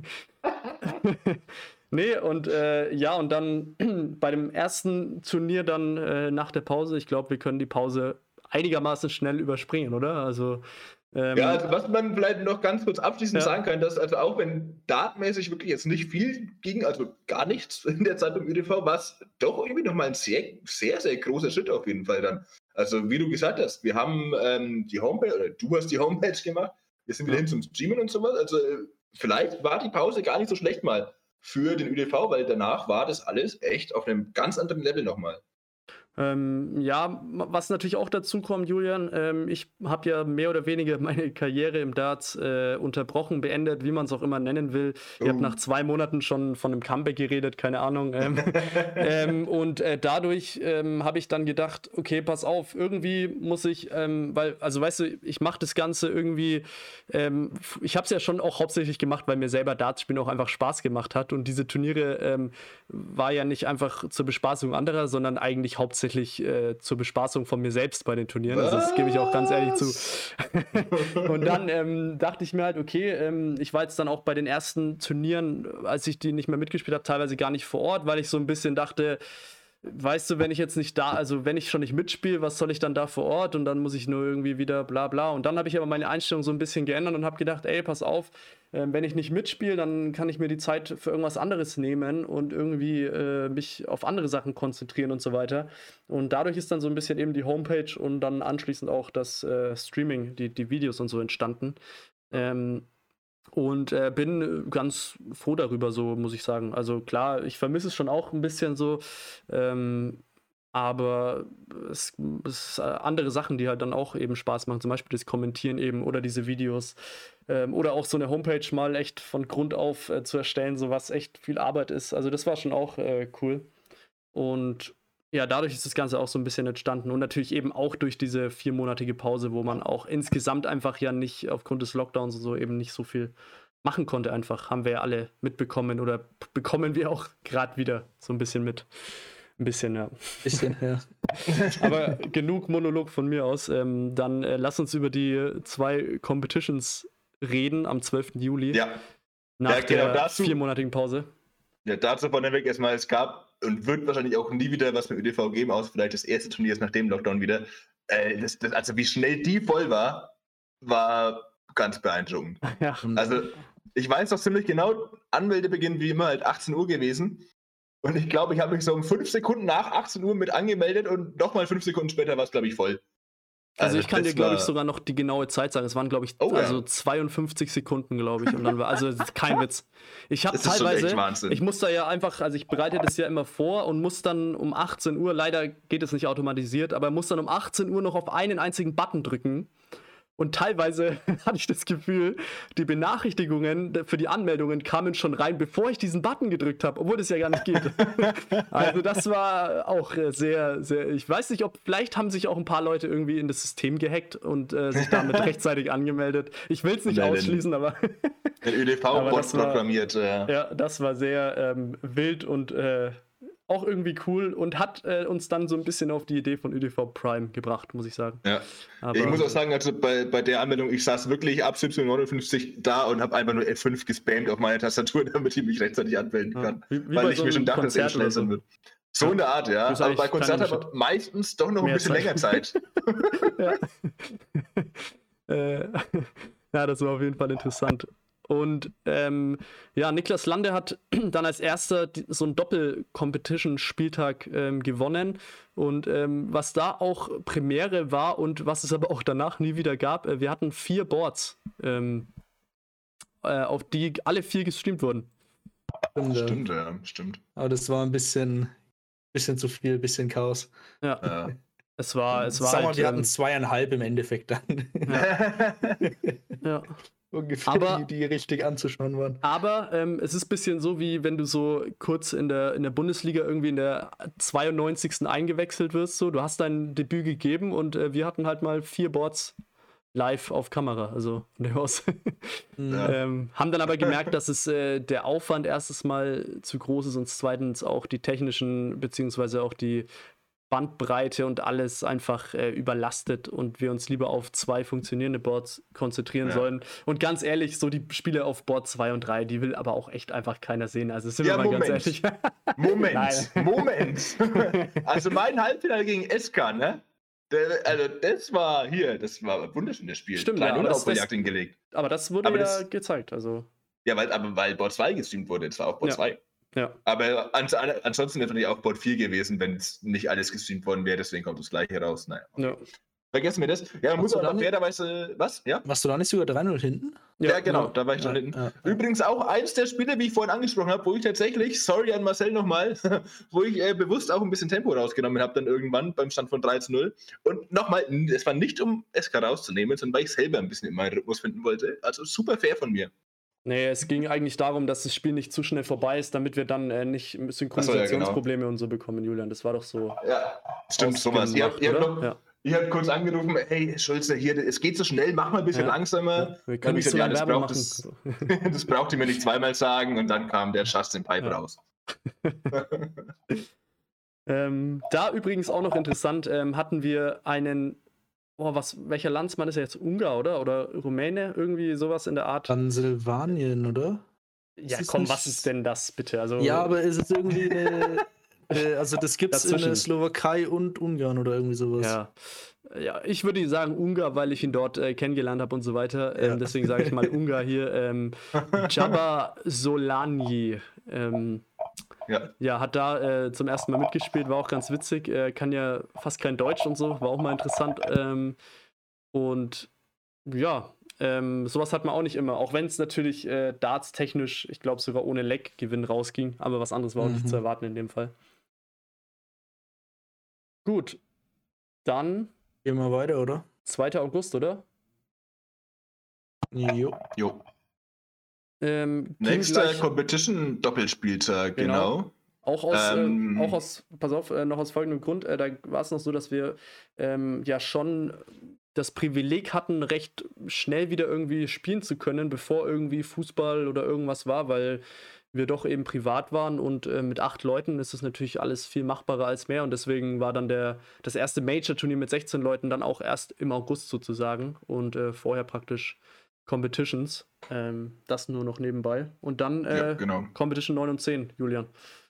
Nee, und äh, ja, und dann bei dem ersten Turnier dann äh, nach der Pause, ich glaube, wir können die Pause einigermaßen schnell überspringen, oder? Also, ähm, Ja, also was man vielleicht noch ganz kurz abschließend Ja. sagen kann, dass also auch wenn dartmäßig wirklich jetzt nicht viel ging, also gar nichts in der Zeit beim Ö D V, war es doch irgendwie nochmal ein sehr, sehr, sehr großer Schritt auf jeden Fall dann. Also wie du gesagt hast, wir haben ähm, die Homepage, oder du hast die Homepage gemacht, wir sind wieder Ja. hin zum Streamen und sowas, also äh, vielleicht war die Pause gar nicht so schlecht mal für den Ö D V, weil danach war das alles echt auf einem ganz anderen Level nochmal. Ähm, ja, m- was natürlich auch dazu kommt, Julian, ähm, ich habe ja mehr oder weniger meine Karriere im Darts äh, unterbrochen, beendet, wie man es auch immer nennen will. Ich habe Oh. nach zwei Monaten schon von einem Comeback geredet, keine Ahnung. Ähm, ähm, und äh, dadurch ähm, habe ich dann gedacht, okay, pass auf, irgendwie muss ich, ähm, weil, also weißt du, ich mache das Ganze irgendwie, ähm, f- ich habe es ja schon auch hauptsächlich gemacht, weil mir selber Darts spielen auch einfach Spaß gemacht hat. Und diese Turniere ähm, war ja nicht einfach zur Bespaßung anderer, sondern eigentlich hauptsächlich äh, zur Bespaßung von mir selbst bei den Turnieren. Also das gebe ich auch ganz ehrlich zu. Und dann ähm, dachte ich mir halt, okay, ähm, ich war jetzt dann auch bei den ersten Turnieren, als ich die nicht mehr mitgespielt habe, teilweise gar nicht vor Ort, weil ich so ein bisschen dachte, weißt du, wenn ich jetzt nicht da, also wenn ich schon nicht mitspiele, was soll ich dann da vor Ort und dann muss ich nur irgendwie wieder bla bla. Und dann habe ich aber meine Einstellung so ein bisschen geändert und habe gedacht, ey, pass auf, äh, wenn ich nicht mitspiele, dann kann ich mir die Zeit für irgendwas anderes nehmen und irgendwie äh, mich auf andere Sachen konzentrieren und so weiter. Und dadurch ist dann so ein bisschen eben die Homepage und dann anschließend auch das äh, Streaming, die, die Videos und so entstanden. Ähm, und äh, bin äh, ganz froh darüber, so muss ich sagen. Also klar, ich vermisse es schon auch ein bisschen so. Ähm, Aber es, es andere Sachen, die halt dann auch eben Spaß machen, zum Beispiel das Kommentieren eben oder diese Videos ähm, oder auch so eine Homepage mal echt von Grund auf äh, zu erstellen, so was echt viel Arbeit ist. Also das war schon auch äh, cool. Und ja, dadurch ist das Ganze auch so ein bisschen entstanden und natürlich eben auch durch diese viermonatige Pause, wo man auch insgesamt einfach ja nicht aufgrund des Lockdowns und so eben nicht so viel machen konnte einfach, haben wir ja alle mitbekommen oder bekommen wir auch gerade wieder so ein bisschen mit. Ein bisschen, ja. Bisschen, ja. Aber genug Monolog von mir aus. Ähm, dann äh, lass uns über die zwei Competitions reden am zwölften Juli. Ja. Nach Ja, genau, der dazu- viermonatigen Pause. Ja, dazu von der Weg erstmal, es gab und wird wahrscheinlich auch nie wieder was mit Ö D V geben, außer vielleicht das erste Turnier ist nach dem Lockdown wieder. Äh, das, das, also wie schnell die voll war, war ganz beeindruckend. Ja. Also ich weiß noch ziemlich genau, Anmeldebeginn wie immer halt achtzehn Uhr gewesen. Und ich glaube, ich habe mich so um fünf Sekunden nach achtzehn Uhr mit angemeldet und nochmal fünf Sekunden später war es, glaube ich, voll. Also, ich kann das dir, glaube ich, war- sogar noch die genaue Zeit sagen. Es waren, glaube ich, Oh, ja. also zweiundfünfzig Sekunden, glaube ich. Und dann war, also das ist kein Witz. Ich habe Das ist schon echt teilweise, Wahnsinn. ich muss da ja einfach, also ich bereite das ja immer vor und muss dann um achtzehn Uhr, leider geht es nicht automatisiert, aber muss dann um achtzehn Uhr noch auf einen einzigen Button drücken. Und teilweise hatte ich das Gefühl, die Benachrichtigungen für die Anmeldungen kamen schon rein, bevor ich diesen Button gedrückt habe, obwohl das ja gar nicht geht. Also das war auch äh, sehr, sehr, ich weiß nicht, ob, vielleicht haben sich auch ein paar Leute irgendwie in das System gehackt und äh, sich damit rechtzeitig angemeldet. Ich will es nicht Oder den- ausschließen, aber Den Ö D Aber V-Bot das war- programmiert. Äh. ja, das war sehr ähm, wild und äh, auch irgendwie cool und hat äh, uns dann so ein bisschen auf die Idee von Ö D V Prime gebracht, muss ich sagen. Ja. Aber, Ich muss auch sagen, also bei, bei der Anmeldung, ich saß wirklich ab siebzehn Uhr neunundfünfzig da und habe einfach nur F fünf gespammt auf meine Tastatur, damit ich mich rechtzeitig anmelden ja, kann. wie, wie Weil bei ich so mir einem schon dachte, dass es Konzert schnell oder so. sein wird. So Ja. eine Art, ja. Das ist Aber bei eigentlich Konzerten kleiner aber meistens doch noch ein Mehr bisschen Zeit. länger Zeit. Ja. äh, ja, das war auf jeden Fall interessant. Und ähm, ja, Niklas Lande hat dann als erster die, so einen Doppel-Competition-Spieltag ähm, gewonnen. Und ähm, was da auch Premiere war und was es aber auch danach nie wieder gab, äh, wir hatten vier Boards, ähm, äh, auf die alle vier gestreamt wurden. Stimmt, ja. Stimmt, ja, stimmt. Aber das war ein bisschen, bisschen zu viel, bisschen Chaos. Ja, Ja. es war, es war Sag mal, halt, wir ähm, hatten zweieinhalb im Endeffekt dann. ja. Ungefähr, Aber- die, die richtig anzuschauen waren. Aber ähm, es ist ein bisschen so, wie wenn du so kurz in der, in der Bundesliga irgendwie in der zweiundneunzigsten eingewechselt wirst. So. Du hast dein Debüt gegeben und äh, wir hatten halt mal vier Boards live auf Kamera. Also von dem aus. Ja. ähm, haben dann aber gemerkt, dass es äh, der Aufwand erstens mal zu groß ist und zweitens auch die technischen, beziehungsweise auch die Bandbreite und alles einfach äh, überlastet und wir uns lieber auf zwei funktionierende Boards konzentrieren Ja. sollen. Und ganz ehrlich, so die Spiele auf Board zwei und drei, die will aber auch echt einfach keiner sehen. Also sind Ja, wir mal Moment. ganz ehrlich. Moment, Nein. Moment. Also mein Halbfinale gegen S K, ne? Der, also das war hier, das war ein wunderschönes Spiel. Stimmt, drei ja, null aber auf das- Bojagd hingelegt. Aber das wurde Aber ja das- gezeigt. Also, Ja, weil, aber weil Board zwei gestreamt wurde, das war auch Board Ja. zwei. ja. Aber ans, ansonsten wäre es natürlich auch Board vier gewesen, wenn es nicht alles gestreamt worden wäre, deswegen kommt das gleiche raus. Naja. ja. Vergessen wir das. Ja, man muss du aber dann- fairerweise. Was? Ja? Warst du da nicht sogar drei null hinten? Ja, genau, da war ich Ja, da hinten. ja, ja. Übrigens auch eins der Spiele, wie ich vorhin angesprochen habe, wo ich tatsächlich, sorry an Marcel nochmal, wo ich äh, bewusst auch ein bisschen Tempo rausgenommen habe, dann irgendwann beim Stand von drei zu null. Und nochmal, es war nicht, um S K rauszunehmen, sondern weil ich selber ein bisschen in meinen Rhythmus finden wollte. Also super fair von mir. Nee, es ging eigentlich darum, dass das Spiel nicht zu schnell vorbei ist, damit wir dann äh, nicht Synchronisationsprobleme und so bekommen, Julian. Das war doch so. Ja, stimmt, sowas. Ihr habt, ausgemacht, ihr, habt oder? noch, Ja. ihr habt kurz angerufen, hey Schulze, hier, es geht so schnell, mach mal ein bisschen Ja. langsamer. Wir Dann können hab ich nicht so gesagt, lange ja, Werbung das machen. braucht es- Das braucht ihr mir nicht zweimal sagen und dann kam der Justin Pipe Ja. raus. Ähm, da übrigens auch noch interessant, ähm, hatten wir einen, oh, was, welcher Landsmann ist er jetzt? Ungar, oder? Oder Rumäne? Irgendwie sowas in der Art. Transsilvanien, oder? Ja, ist komm, nicht- was ist denn das bitte? Also, Ja, aber ist es irgendwie eine. äh, also, das gibt's in Dazwischen. der Slowakei und Ungarn oder irgendwie sowas. Ja. Ja, ich würde sagen Ungar, weil ich ihn dort äh, kennengelernt habe und so weiter. Ähm, Ja. deswegen sage ich mal Ungar hier. Ähm, Csaba Solanyi. Ähm, Ja. ja, hat da äh, zum ersten Mal mitgespielt, war auch ganz witzig. Er kann ja fast kein Deutsch und so, war auch mal interessant. Ähm, und ja, ähm, sowas hat man auch nicht immer. Auch wenn es natürlich äh, darts-technisch, ich glaube sogar ohne Leck-Gewinn rausging. Aber was anderes war auch nicht Mhm. zu erwarten in dem Fall. Gut, dann Gehen wir weiter, oder? zweiter August, oder? Jo. Jo. Ähm, Nächster gleich, Competition-Doppelspieltag, Genau. genau. Auch aus, Ähm, äh, auch aus, pass auf, äh, noch aus folgendem Grund, äh, da war es noch so, dass wir ähm, ja schon das Privileg hatten, recht schnell wieder irgendwie spielen zu können, bevor irgendwie Fußball oder irgendwas war, weil wir doch eben privat waren und äh, mit acht Leuten ist es natürlich alles viel machbarer als mehr und deswegen war dann der, das erste Major-Turnier mit sechzehn Leuten dann auch erst im August sozusagen und äh, vorher praktisch Competitions. Ähm, das nur noch nebenbei. Und dann äh, Ja, genau. Competition neun und zehn, Julian.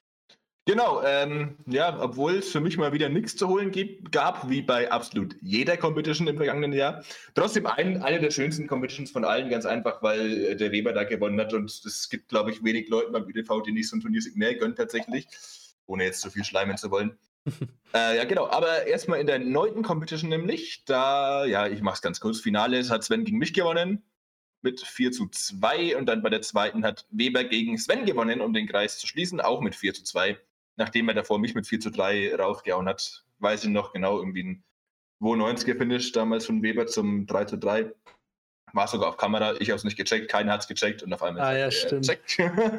Genau, ähm, ja, obwohl es für mich mal wieder nichts zu holen gibt, gab, wie bei absolut jeder Competition im vergangenen Jahr. Trotzdem ein, eine der schönsten Competitions von allen, ganz einfach, weil äh, der Weber da gewonnen hat und es gibt, glaube ich, wenig Leute beim Ü D V, die nicht so ein Turniersieg mehr gönnen tatsächlich, ohne jetzt zu viel schleimen zu wollen. äh, ja, genau, aber erstmal in der neunten Competition nämlich, da, ja, ich mach's ganz kurz, Finale hat Sven gegen mich gewonnen mit vier zu zwei und dann bei der zweiten hat Weber gegen Sven gewonnen, um den Kreis zu schließen, auch mit vier zu zwei. Nachdem er davor mich mit vier zu drei rausgehauen hat, weiß ich noch genau, irgendwie ein zweiundneunziger-Finish damals von Weber zum drei zu drei. War sogar auf Kamera, ich habe es nicht gecheckt, keiner hat es gecheckt und auf einmal Ah, ja, er stimmt. checkt.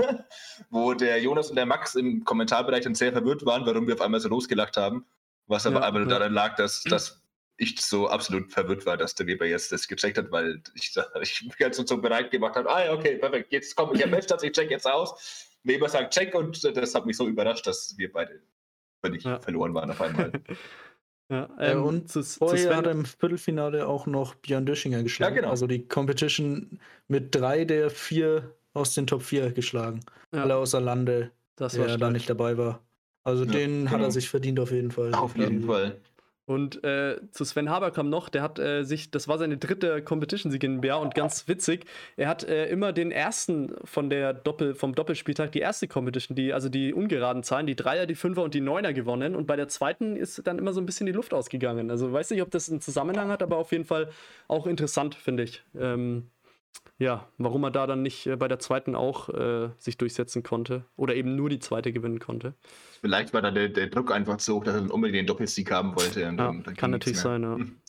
Wo der Jonas und der Max im Kommentarbereich dann sehr verwirrt waren, warum wir auf einmal so losgelacht haben. Was aber Ja, einfach nur ja. daran lag, dass, dass ich so absolut verwirrt war, dass der Weber jetzt das gecheckt hat, weil ich, ich mich halt so, so bereit gemacht habe, ah ja, okay, perfekt, jetzt komm, ich habe Matchstarts, ich check jetzt aus. Weber sagt check und das hat mich so überrascht, dass wir beide völlig Ja. verloren waren auf einmal. Ja, Äh, ähm, und zu, zu vorher hat er Sven, im Viertelfinale auch noch Björn Döschinger geschlagen. Ja, genau. Also die Competition mit drei der vier aus den Top vier geschlagen. ja, Alle außer Lande, das war der da stark. nicht dabei war. Also Ja, den hat genau. er sich verdient auf jeden Fall. Auf jeden Fall. Und äh, zu Sven Haberkamp noch, der hat äh, sich, das war seine dritte Competition-Sieg in dem Jahr und ganz witzig, er hat äh, immer den ersten von der Doppel, vom Doppelspieltag, die erste Competition, die, also die ungeraden Zahlen, die Dreier, die Fünfer und die Neuner gewonnen und bei der zweiten ist dann immer so ein bisschen die Luft ausgegangen. Also weiß nicht, ob das einen Zusammenhang hat, aber auf jeden Fall auch interessant, finde ich. Ähm, ja, warum er da dann nicht äh, bei der zweiten auch äh, sich durchsetzen konnte oder eben nur die zweite gewinnen konnte. Vielleicht war da der, der Druck einfach so hoch, dass er dann unbedingt den Doppelsieg haben wollte. Und Ja, dann, dann kann ging nichts natürlich mehr. sein,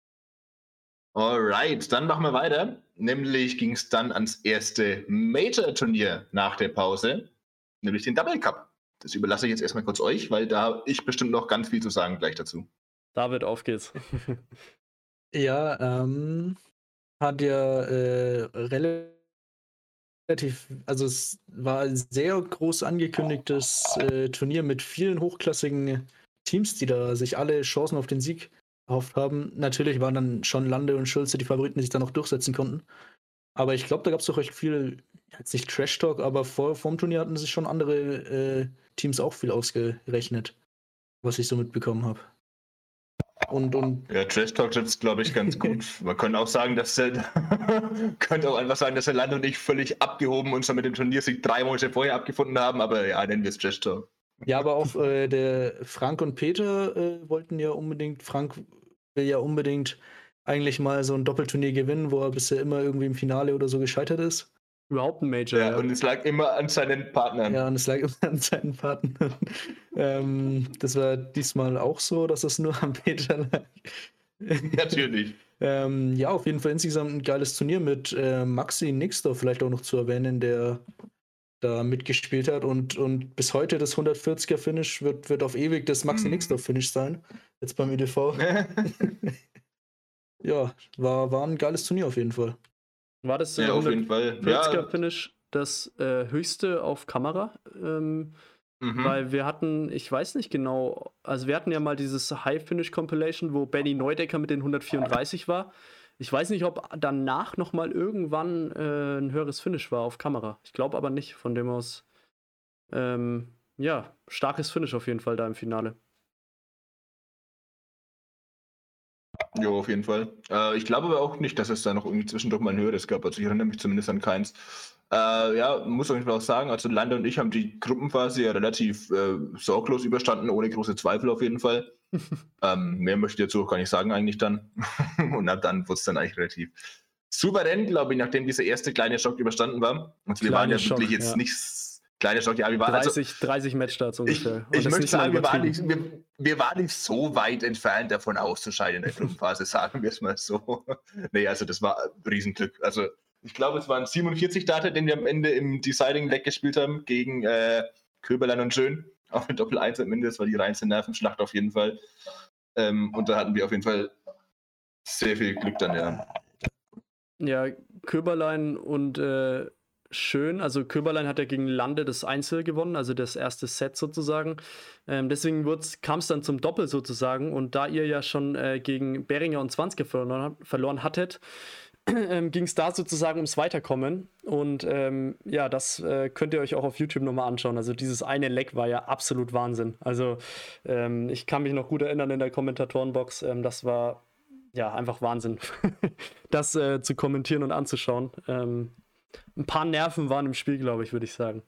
ja. Alright, dann machen wir weiter. Nämlich ging es dann ans erste Major-Turnier nach der Pause, nämlich den Double Cup. Das überlasse ich jetzt erstmal kurz euch, weil da habe ich bestimmt noch ganz viel zu sagen gleich dazu. David, auf geht's. Ja, ähm, hat ja äh, relativ, also es war ein sehr groß angekündigtes äh, Turnier mit vielen hochklassigen Teams, die da sich alle Chancen auf den Sieg erhofft haben. Natürlich waren dann schon Lande und Schulze die Favoriten, die sich dann noch durchsetzen konnten. Aber ich glaube, da gab es doch recht viel, jetzt nicht Trash-Talk, aber vor vom Turnier hatten sich schon andere äh, Teams auch viel ausgerechnet, was ich so mitbekommen habe. Und, und Ja, Trash Talk ist, glaube ich, ganz gut. Man könnte auch sagen, dass der, könnte auch einfach sagen, dass der Land und ich völlig abgehoben und schon mit dem Turniersieg drei Monate vorher abgefunden haben, aber ja, nennen wir es Trash Talk. ja, aber auch äh, der Frank und Peter äh, wollten ja unbedingt, Frank will ja unbedingt eigentlich mal so ein Doppelturnier gewinnen, wo er bisher immer irgendwie im Finale oder so gescheitert ist. Überhaupt ein Major. Ja, Ja, und es lag immer an seinen Partnern. Ja, und es lag immer an seinen Partnern. ähm, das war diesmal auch so, dass es nur am Peter lag. Natürlich. ähm, ja, auf jeden Fall insgesamt ein geiles Turnier mit äh, Maxi Nixdorf vielleicht auch noch zu erwähnen, der da mitgespielt hat und, und bis heute das hundertvierziger-Finish wird, wird auf ewig das Maxi Hm. Nixdorf-Finish sein, jetzt beim Ü D V. Ja, war, war ein geiles Turnier auf jeden Fall. War das äh, Ja, auf jeden Fall. Ja, hundertvierziger-Finish das äh, höchste auf Kamera? Ähm, mhm. Weil wir hatten, ich weiß nicht genau, also wir hatten ja mal dieses High-Finish-Compilation, wo Benny Neudecker mit den hundertvierunddreißig war. Ich weiß nicht, ob danach nochmal irgendwann äh, ein höheres Finish war auf Kamera. Ich glaube aber nicht, von dem aus. Ähm, ja, starkes Finish auf jeden Fall da im Finale. Jo, auf jeden Fall. Äh, ich glaube aber auch nicht, dass es da noch irgendwie zwischendurch mal ein höheres gab. Also ich erinnere mich zumindest an keins. Äh, ja, muss auf jeden Fall auch sagen, also Lande und ich haben die Gruppenphase ja relativ äh, sorglos überstanden, ohne große Zweifel auf jeden Fall. ähm, mehr möchte ich dazu auch gar nicht sagen eigentlich dann. Und ab dann wurde es dann eigentlich relativ souverän, glaube ich, nachdem dieser erste kleine Schock überstanden war. Und wir Kleine waren ja Schock, wirklich jetzt ja. nicht Kleine Stock, ja, wir waren dreißig, also, dreißig Matchstarts ungefähr. Ich, ich möchte sagen, wir waren, nicht, wir, wir waren nicht so weit entfernt davon auszuscheiden in der Gruppenphase, sagen wir es mal so. Nee, also das war ein Riesenglück. Also ich glaube, es waren siebenundvierzig Data, den wir am Ende im Deciding Leg gespielt haben gegen äh, Köberlein und Schön. Auf ein Doppel eins am Ende, das war die reinste Nervenschlacht auf jeden Fall. Ähm, und da hatten wir auf jeden Fall sehr viel Glück dann, ja. Ja, Köberlein und äh, Schön, also Köberlein hat ja gegen Lande das Einzel gewonnen, also das erste Set sozusagen. Ähm, deswegen kam es dann zum Doppel sozusagen. Und da ihr ja schon äh, gegen Beringer und Zwanzke verloren, verloren hattet, ähm, ging es da sozusagen ums Weiterkommen. Und ähm, ja, das äh, könnt ihr euch auch auf YouTube nochmal anschauen. Also dieses eine Leck war ja absolut Wahnsinn. Also ähm, ich kann mich noch gut erinnern in der Kommentatorenbox, ähm, das war ja einfach Wahnsinn, das äh, zu kommentieren und anzuschauen. Ähm, Ein paar Nerven waren im Spiel, glaube ich, würde ich sagen.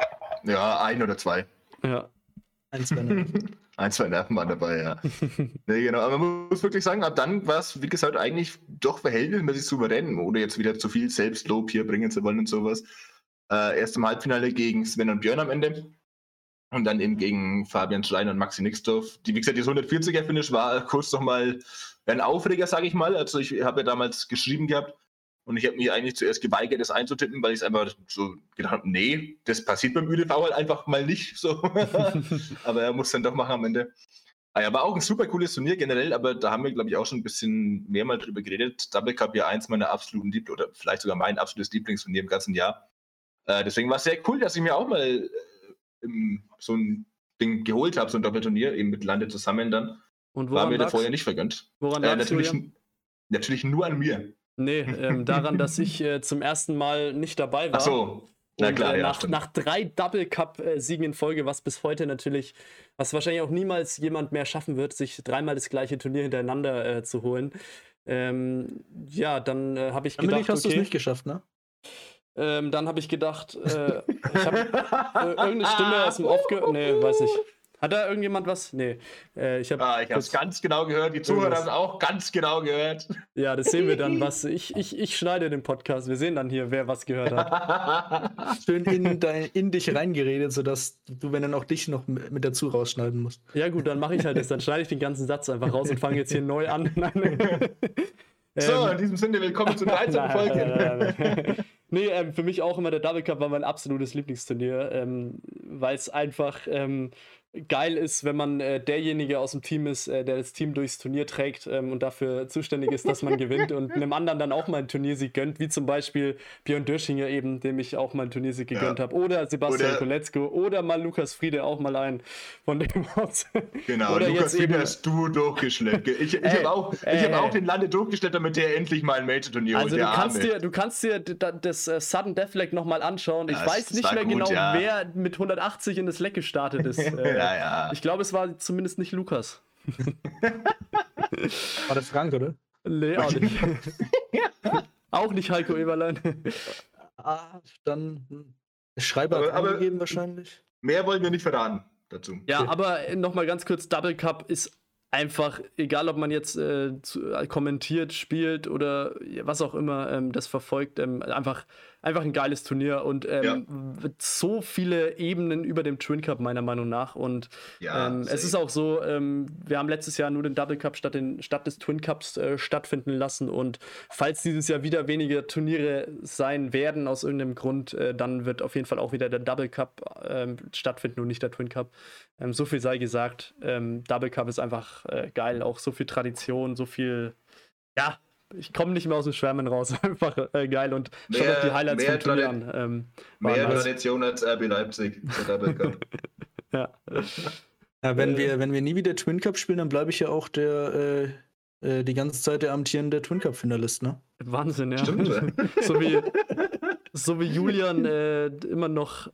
Ja, ein oder zwei. Ja. Ein, zwei Nerven. ein, zwei Nerven waren dabei, ja. Nee, genau. Aber man muss wirklich sagen, ab dann war es, wie gesagt, eigentlich doch verhältnismäßig souverän, ohne jetzt wieder zu viel Selbstlob hier bringen zu wollen und sowas. Äh, erst im Halbfinale gegen Sven und Björn am Ende. Und dann eben gegen Fabian Schlein und Maxi Nixdorf. Die, wie gesagt, das hundertvierziger-Finish war kurz nochmal ein Aufreger, sage ich mal. Also ich habe ja damals geschrieben gehabt, und ich habe mich eigentlich zuerst geweigert, das einzutippen, weil ich es einfach so gedacht habe, nee, das passiert beim Ü D V halt einfach mal nicht so. Aber er muss dann doch machen am Ende. Ah ja, war auch ein super cooles Turnier generell, aber da haben wir, glaube ich, auch schon ein bisschen mehr mal drüber geredet. Double Cup ja eins meiner absoluten Lieb- oder vielleicht sogar mein absolutes Lieblingsturnier im ganzen Jahr. Äh, deswegen war es sehr cool, dass ich mir auch mal äh, im, so ein Ding geholt habe, so ein Doppelturnier, eben mit Lande zusammen dann. Und war mir da lag's? vorher nicht vergönnt. Woran äh, lag's, natürlich, Julian? natürlich nur an mir. Nee, ähm, daran, dass ich äh, zum ersten Mal nicht dabei war. Ach so, na und, klar, äh, ja, nach, stimmt. nach drei Double Cup-Siegen in Folge, was bis heute natürlich, was wahrscheinlich auch niemals jemand mehr schaffen wird, sich dreimal das gleiche Turnier hintereinander äh, zu holen. Ähm, ja, dann äh, habe ich gedacht, Dominik, hast du es okay, nicht geschafft, ne? ähm, dann habe ich gedacht, äh, ich habe äh, irgendeine Stimme aus dem Off gehört. Nee, weiß nicht. Hat da irgendjemand was? Nee. Äh, ich habe ah, ich es ganz genau gehört. Die Zuhörer haben es auch ganz genau gehört. Ja, das sehen wir dann, was. Ich, ich, ich schneide den Podcast. Wir sehen dann hier, wer was gehört hat. Schön in, dein, in dich reingeredet, sodass du, wenn dann auch dich noch mit dazu rausschneiden musst. Ja, gut, dann mache ich halt das. Dann schneide ich den ganzen Satz einfach raus und fange jetzt hier neu an. So, ähm, in diesem Sinne, willkommen zur dreizehnten Folge. Nee, ähm, für mich auch immer der Double Cup war mein absolutes Lieblingsturnier, ähm, weil es einfach ähm, geil ist, wenn man äh, derjenige aus dem Team ist, äh, der das Team durchs Turnier trägt ähm, und dafür zuständig ist, dass man gewinnt und einem anderen dann auch mal einen Turniersieg gönnt, wie zum Beispiel Björn Döschinger eben, dem ich auch mal einen Turniersieg gegönnt ja. habe, oder Sebastian oder, Koletzko oder mal Lukas Friede, auch mal einen von dem aus. Genau, oder Lukas Friede eben, hast du durchgeschleppt. Ich, ich habe auch, äh, hab auch den Lande durchgeschleppt, damit der endlich mal ein Major-Turnier holt. Also du kannst, dir, du kannst dir das uh, Sudden Death Leg nochmal anschauen. Ich ja, weiß nicht mehr gut, genau, ja. wer mit hundertachtzig in das Leck gestartet ist. äh, ja, ja. Ich glaube, es war zumindest nicht Lukas. War das Frank, oder? Nee, auch nicht. Auch nicht Heiko Eberlein. Ah, dann Schreiber aber, hat aber angegeben wahrscheinlich. Mehr wollen wir nicht verraten dazu. Ja, okay. aber nochmal ganz kurz, Double Cup ist einfach, egal ob man jetzt äh, zu, äh, kommentiert, spielt oder was auch immer, ähm, das verfolgt, ähm, einfach, einfach ein geiles Turnier und ähm, ja. so viele Ebenen über dem Twin Cup meiner Meinung nach und ja, ähm, es ist auch so, ähm, wir haben letztes Jahr nur den Double Cup statt, den, statt des Twin Cups äh, stattfinden lassen und falls dieses Jahr wieder weniger Turniere sein werden aus irgendeinem Grund, äh, dann wird auf jeden Fall auch wieder der Double Cup äh, stattfinden und nicht der Twin Cup. Ähm, so viel sei gesagt, ähm, Double Cup ist einfach äh, geil, auch so viel Tradition, so viel, ja, ich komme nicht mehr aus dem Schwärmen raus, einfach äh, geil und schaut euch die Highlights vom Turnier an. Ähm, mehr nice. Tradition als R B Leipzig, der Double Cup. ja. ja, wenn, äh, wir, wenn wir nie wieder Twin Cup spielen, dann bleibe ich ja auch der, äh, äh, die ganze Zeit der amtierende Twin Cup-Finalist, ne? Wahnsinn, ja. Stimmt. so, wie, so wie Julian äh, immer noch.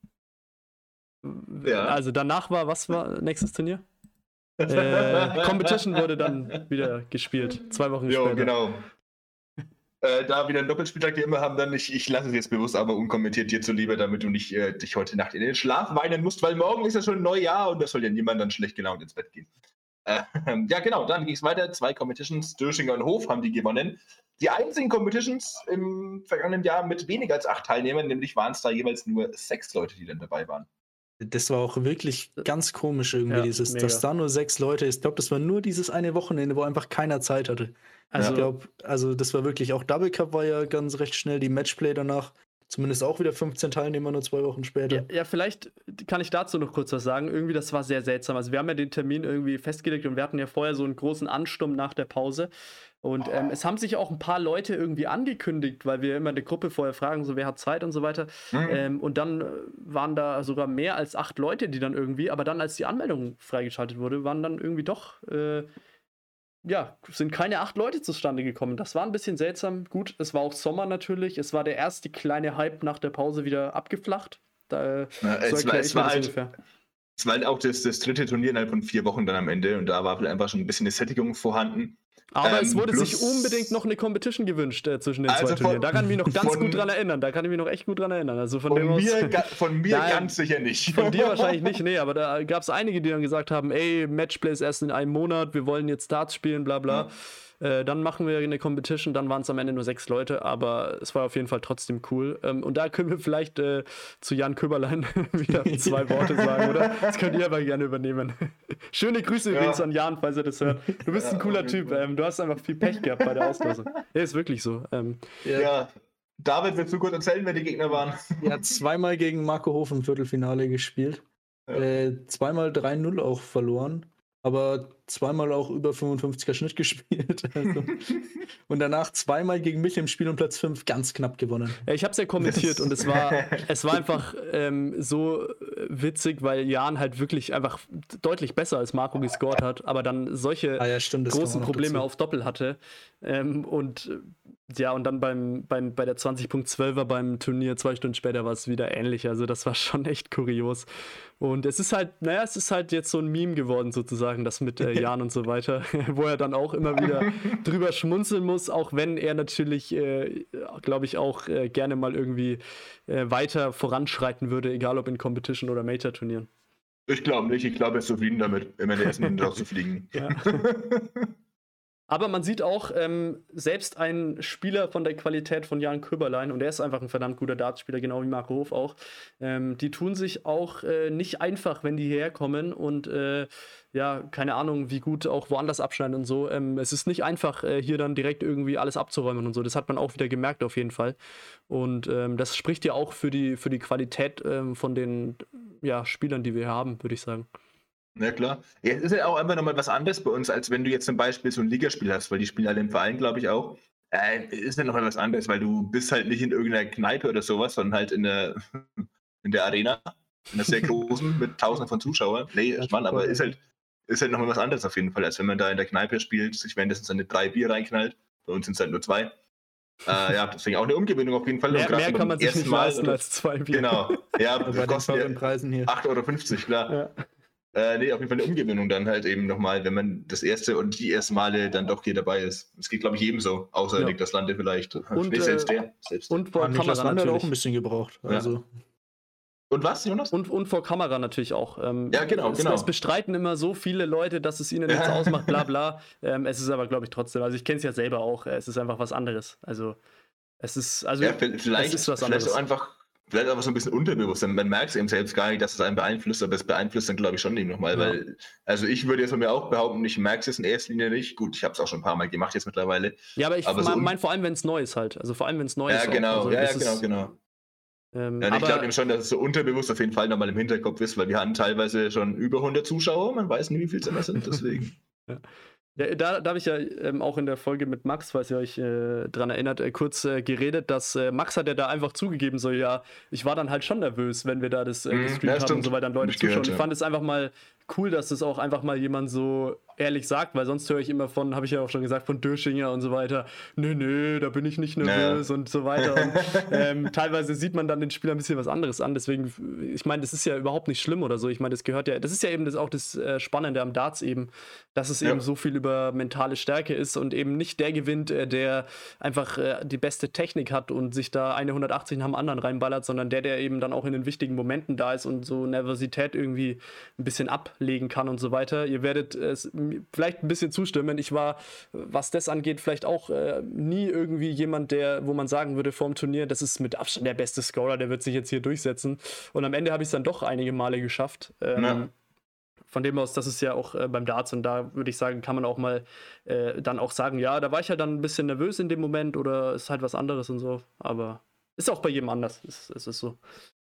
Ja. Also danach war, was war nächstes Turnier? äh, Competition wurde dann wieder gespielt, zwei Wochen jo, später. Genau. Äh, da wieder einen Doppelspieltag, die immer haben, dann ich, ich lasse es jetzt bewusst aber unkommentiert dir zuliebe, damit du nicht äh, dich heute Nacht in den Schlaf weinen musst, weil morgen ist ja schon ein Neujahr und da soll ja niemand dann schlecht gelaunt ins Bett gehen. Äh, ja, genau, dann ging es weiter. Zwei Competitions, Döschinger und Hof haben die gewonnen. Die einzigen Competitions im vergangenen Jahr mit weniger als acht Teilnehmern, nämlich waren es da jeweils nur sechs Leute, die dann dabei waren. Das war auch wirklich ganz komisch irgendwie, Ja, dieses, mega. dass da nur sechs Leute, ich glaube, das war nur dieses eine Wochenende, wo einfach keiner Zeit hatte. Also- ich glaube, also das war wirklich, auch Double Cup war ja ganz recht schnell, die Matchplay danach, zumindest auch wieder fünfzehn Teilnehmer, nur zwei Wochen später. Ja, ja, vielleicht kann ich dazu noch kurz was sagen. Irgendwie, das war sehr seltsam. Also wir haben ja den Termin irgendwie festgelegt und wir hatten ja vorher so einen großen Ansturm nach der Pause. Und ähm, es haben sich auch ein paar Leute irgendwie angekündigt, weil wir immer in der Gruppe vorher fragen, so wer hat Zeit und so weiter. Mhm. Ähm, und dann äh, waren da sogar mehr als acht Leute, die dann irgendwie, aber dann, als die Anmeldung freigeschaltet wurde, waren dann irgendwie doch, äh, ja, sind keine acht Leute zustande gekommen. Das war ein bisschen seltsam. Gut, es war auch Sommer natürlich. Es war der erste kleine Hype nach der Pause wieder abgeflacht. Da, äh, Ja, so es, war, erkläre es, ich mir war das halt, ungefähr. es war halt auch das, das dritte Turnier innerhalb von vier Wochen dann am Ende und da war halt einfach schon ein bisschen eine Sättigung vorhanden. Aber Ähm, es wurde plus- sich unbedingt noch eine Competition gewünscht äh, zwischen den Also zwei von- Turnieren. Da kann ich mich noch ganz von- gut dran erinnern. Da kann ich mich noch echt gut dran erinnern. Also von, Von dem aus, mir, ga- von mir Nein, ganz sicher nicht. von dir wahrscheinlich nicht, nee, aber da gab es einige, die dann gesagt haben, ey, Matchplay ist erst in einem Monat, wir wollen jetzt Darts spielen, bla bla. Äh, dann machen wir eine Competition, dann waren es am Ende nur sechs Leute, aber es war auf jeden Fall trotzdem cool. Ähm, und da können wir vielleicht äh, zu Jan Köberlein wieder zwei Worte sagen, oder? Das könnt ihr aber gerne übernehmen. Schöne Grüße Ja. übrigens an Jan, falls er das hört. Du bist ein Ja, cooler auf jeden Typ. Fall. Ähm, du hast einfach viel Pech gehabt bei der Auslosung. Ja, ist wirklich so. Ähm, Ja, David, willst du kurz erzählen, wer die Gegner waren? Er hat zweimal gegen Marco Hof im Viertelfinale gespielt. Ja. Äh, zweimal drei null auch verloren, aber zweimal auch über fünfundfünfziger Schnitt gespielt. Also. Und danach zweimal gegen mich im Spiel um Platz fünf ganz knapp gewonnen. Ja, ich habe es ja kommentiert Das- und es war, es war einfach ähm, so witzig, weil Jan halt wirklich einfach deutlich besser als Marco gescored hat, aber dann solche Ah ja, stimmt, das kam großen auch noch Probleme dazu. auf Doppel hatte. Ähm, und äh, ja, und dann beim, beim, bei der zwanzig Punkt zwölfer beim Turnier zwei Stunden später war es wieder ähnlich. Also das war schon echt kurios. Und es ist halt, naja, es ist halt jetzt so ein Meme geworden sozusagen, das mit äh, Jan und so weiter, wo er dann auch immer wieder drüber schmunzeln muss, auch wenn er natürlich, äh, glaube ich, auch äh, gerne mal irgendwie äh, weiter voranschreiten würde, egal ob in Competition oder Major-Turnieren. Ich glaube nicht, ich glaube, er ist zufrieden damit, immer in der ersten Runde rauszufliegen. Ja. Aber man sieht auch, ähm, selbst ein Spieler von der Qualität von Jan Köberlein, und er ist einfach ein verdammt guter Dartspieler, genau wie Marco Hof auch, ähm, die tun sich auch äh, nicht einfach, wenn die hierher kommen und äh, ja, keine Ahnung, wie gut auch woanders abschneiden und so. Ähm, es ist nicht einfach, äh, hier dann direkt irgendwie alles abzuräumen und so. Das hat man auch wieder gemerkt auf jeden Fall. Und ähm, das spricht ja auch für die, für die Qualität ähm, von den ja, Spielern, die wir hier haben, würde ich sagen. Ja, klar. Ja, es ist ja auch einfach nochmal was anderes bei uns, als wenn du jetzt zum Beispiel so ein Ligaspiel hast, weil die spielen alle im Verein, glaube ich auch. Äh, ist ja nochmal was anderes, weil du bist halt nicht in irgendeiner Kneipe oder sowas, sondern halt in der, in der Arena, in der sehr großen, mit tausenden von Zuschauern. Nee, Ja, Mann, aber voll. ist halt, ist halt nochmal was anderes auf jeden Fall, als wenn man da in der Kneipe spielt, sich währenddessen seine drei Bier reinknallt. Bei uns sind es halt nur zwei. Äh, ja, deswegen auch eine Umgewöhnung auf jeden Fall. Und Mehr, gerade mehr beim kann man sich ersten nicht Mal leisten oder- als zwei Bier. Genau. Ja, Bei das den kostet teuren ja Preisen hier. acht Euro fünfzig, klar. Ja. Äh, nee, auf jeden Fall eine Umgewöhnung dann halt eben nochmal, wenn man das erste und die ersten Male dann doch hier dabei ist. Das geht, glaube ich, jedem so, außer Ja. Niklas Lande vielleicht. Und, Nee, selbst äh, der. Selbst der. Und vor Ja, Niklas Kamera Lande hat auch ein natürlich. bisschen gebraucht. Also, Und was, Jonas? Und, und vor Kamera natürlich auch. Ähm, Ja, genau, es, genau. Es bestreiten immer so viele Leute, dass es ihnen nichts Ja. ausmacht, bla bla. Ähm, es ist aber, glaube ich, trotzdem. Also ich kenne es ja selber auch. Es ist einfach was anderes. Also es ist, also Ja, vielleicht, es ist was vielleicht anderes. auch einfach, vielleicht einfach so ein bisschen unterbewusst. Man merkt es eben selbst gar nicht, dass es einen beeinflusst, aber es beeinflusst dann, glaube ich, schon eben nochmal. Ja. Weil, also ich würde jetzt von mir auch behaupten, ich merke es jetzt in erster Linie nicht. Gut, ich habe es auch schon ein paar Mal gemacht jetzt mittlerweile. Ja, aber ich aber so meine un- mein vor allem, wenn es neu ist halt. Also vor allem, wenn es neu ist. Ja, auch. genau, Also ja, ja, das genau, ist, genau. Ähm, Ja, und ich aber- glaube eben schon, dass es so unterbewusst auf jeden Fall nochmal im Hinterkopf ist, weil wir hatten teilweise schon über hundert Zuschauer, man weiß nie, wie viel es immer sind, deswegen. Ja, da, da habe ich ja ähm, auch in der Folge mit Max, falls ihr euch äh, dran erinnert, äh, kurz äh, geredet, dass äh, Max hat ja da einfach zugegeben, so ja, ich war dann halt schon nervös, wenn wir da das äh, Mhm, gestreamt ja, haben und stimmt. so weiter, dann Hab Leute ich zuschauen. gehört, Ich ja. fand es einfach mal cool, dass das auch einfach mal jemand so ehrlich sagt, weil sonst höre ich immer von, habe ich ja auch schon gesagt, von Döschinger und so weiter, nö, nö, da bin ich nicht nervös und so weiter. Und ähm, teilweise sieht man dann den Spieler ein bisschen was anderes an, deswegen, ich meine, das ist ja überhaupt nicht schlimm oder so, ich meine, das gehört ja, das ist ja eben das, auch das äh, Spannende am Darts eben, dass es Ja. eben so viel über mentale Stärke ist und eben nicht der gewinnt, äh, der einfach äh, die beste Technik hat und sich da eine hundertachtzig nach dem anderen reinballert, sondern der, der eben dann auch in den wichtigen Momenten da ist und so Nervosität irgendwie ein bisschen ab ablegen kann und so weiter. Ihr werdet es vielleicht ein bisschen zustimmen. Ich war, was das angeht, vielleicht auch äh, nie irgendwie jemand, der, wo man sagen würde vor dem Turnier, das ist mit Abstand der beste Scorer, der wird sich jetzt hier durchsetzen. Und am Ende habe ich es dann doch einige Male geschafft. Ähm, Ja. Von dem aus, das ist ja auch äh, beim Darts und da würde ich sagen, kann man auch mal äh, dann auch sagen, ja, da war ich halt dann ein bisschen nervös in dem Moment oder ist halt was anderes und so. Aber ist auch bei jedem anders. Es, es ist so.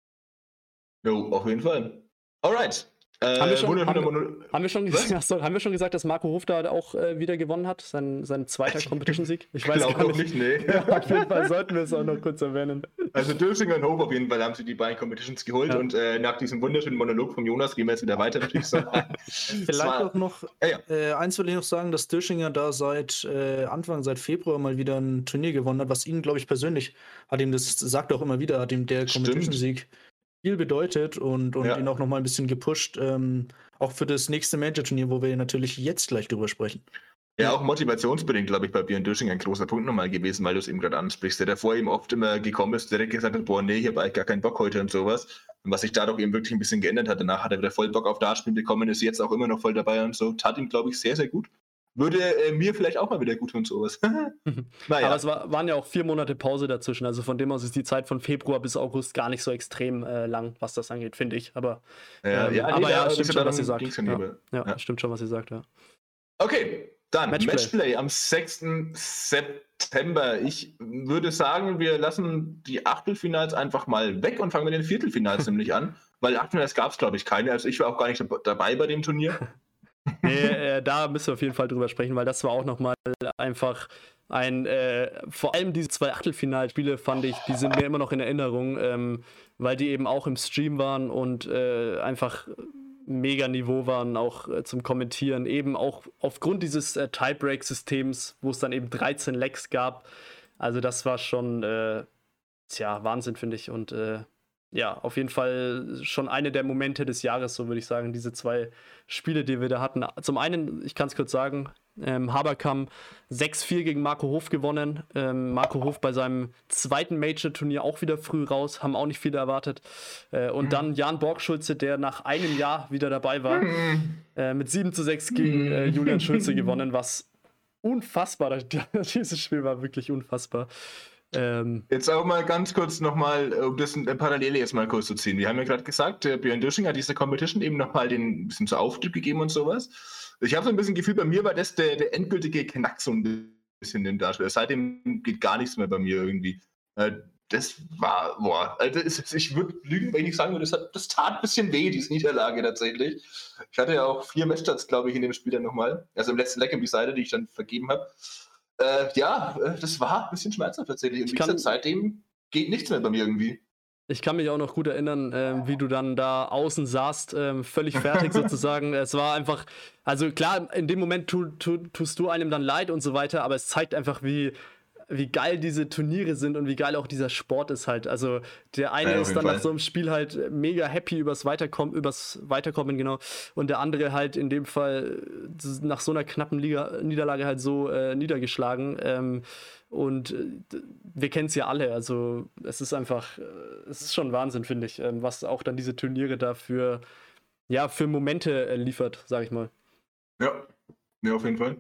Jo, auf jeden Fall. Alright. Äh, Haben wir schon- hundert, haben- hundert, hundert, Haben wir schon, Was? ges- Achso, haben wir schon gesagt, dass Marco Hof da auch äh, wieder gewonnen hat? Sein, sein zweiter Competition-Sieg? Ich weiß glaub gar noch nicht. nicht, nee. Ja, auf jeden Fall sollten wir es auch noch kurz erwähnen. Also Dösinger und Hope auf jeden Fall haben sie die beiden Competitions geholt Ja. und äh, nach diesem wunderschönen Monolog von Jonas gehen wir jetzt wieder weiter, würde ich sagen. Vielleicht war- auch noch, Ja, ja. äh, eins will ich noch sagen, dass Döschinger da seit äh, Anfang, seit Februar mal wieder ein Turnier gewonnen hat, was ihn, glaube ich, persönlich, hat ihm das, sagt er auch immer wieder, hat ihm der Stimmt. Competition-Sieg viel bedeutet und, und Ja. ihn auch noch mal ein bisschen gepusht, ähm, auch für das nächste Major-Turnier, wo wir natürlich jetzt gleich drüber sprechen. Ja, auch motivationsbedingt, glaube ich, bei Björn Dösching ein großer Punkt nochmal gewesen, weil du es eben gerade ansprichst. Der davor eben oft immer gekommen ist, direkt gesagt hat, boah, nee, ich habe eigentlich gar keinen Bock heute und sowas. Und was sich dadurch eben wirklich ein bisschen geändert hat. Danach hat er wieder voll Bock auf Dartspielen bekommen, ist jetzt auch immer noch voll dabei und so. Tat ihm, glaube ich, sehr, sehr gut. Würde äh, mir vielleicht auch mal wieder gut tun, sowas. naja. Aber es war, waren ja auch vier Monate Pause dazwischen. Also von dem aus ist die Zeit von Februar bis August gar nicht so extrem äh, lang, was das angeht, finde ich. Aber ja, ähm, ja, nee, aber da- ja, das stimmt ist schon, ja was ihr dann- sagt. ging's ja Ja, neben. ja, Ja. stimmt schon, was ihr sagt, ja. Okay, dann Matchplay. Matchplay. am sechsten September. Ich würde sagen, wir lassen die Achtelfinals einfach mal weg und fangen mit den Viertelfinals nämlich an, weil Achtelfinals gab es, glaube ich, keine. Also ich war auch gar nicht dab- dabei bei dem Turnier. Nee, äh, da müssen wir auf jeden Fall drüber sprechen, weil das war auch nochmal einfach ein, äh, vor allem diese zwei Achtelfinalspiele fand ich, die sind mir immer noch in Erinnerung, ähm, weil die eben auch im Stream waren und äh, einfach mega Niveau waren, auch äh, zum Kommentieren, eben auch aufgrund dieses äh, Tiebreak-Systems, wo es dann eben dreizehn Legs gab. Also das war schon, äh, tja, Wahnsinn, finde ich. Und äh, ja, auf jeden Fall schon eine der Momente des Jahres, so würde ich sagen, diese zwei Spiele, die wir da hatten. Zum einen, ich kann es kurz sagen, ähm, Haberkamp sechs vier gegen Marco Hof gewonnen. Ähm, Marco Hof bei seinem zweiten Major-Turnier auch wieder früh raus, haben auch nicht viele erwartet. Äh, und dann Jan Borgschulze, der nach einem Jahr wieder dabei war, äh, mit sieben zu sechs gegen äh, Julian Schulze gewonnen, was unfassbar, dieses Spiel war wirklich unfassbar. Ähm, Jetzt auch mal ganz kurz nochmal, um das eine Parallele jetzt mal kurz zu ziehen. Wir haben ja gerade gesagt, der Björn Dösching hat diese Competition eben nochmal den ein bisschen so Auftrieb gegeben und sowas. Ich habe so ein bisschen Gefühl, bei mir war das der, der endgültige Knack so ein bisschen im Darsteller. Seitdem geht gar nichts mehr bei mir irgendwie. Äh, das war, boah, also das, ich würde lügen, wenn ich sagen würde, das, hat, das tat ein bisschen weh, diese Niederlage tatsächlich. Ich hatte ja auch vier Matchstarts, glaube ich, in dem Spiel dann nochmal. Also im letzten Leg um die Seite, die ich dann vergeben habe. Äh, ja, äh, das war ein bisschen schmerzhaft tatsächlich. Und Ich wie kann- gesagt, seitdem geht nichts mehr bei mir irgendwie. Ich kann mich auch noch gut erinnern, ähm, wie du dann da außen saßt, ähm, völlig fertig sozusagen. Es war einfach, also klar, in dem Moment tu, tu, tust du einem dann leid und so weiter, aber es zeigt einfach, wie, wie geil diese Turniere sind und wie geil auch dieser Sport ist halt. Also der eine Ja, auf ist jeden dann Fall. nach so einem Spiel halt mega happy übers Weiterkommen, übers Weiterkommen, genau. Und der andere halt in dem Fall äh, nach so einer knappen Liga, Niederlage halt so äh, niedergeschlagen. Ähm, und äh, wir kennen es ja alle, also es ist einfach, äh, es ist schon Wahnsinn, finde ich, ähm, was auch dann diese Turniere da für, ja, für Momente äh, liefert, sag ich mal. Ja, ja, auf jeden Fall.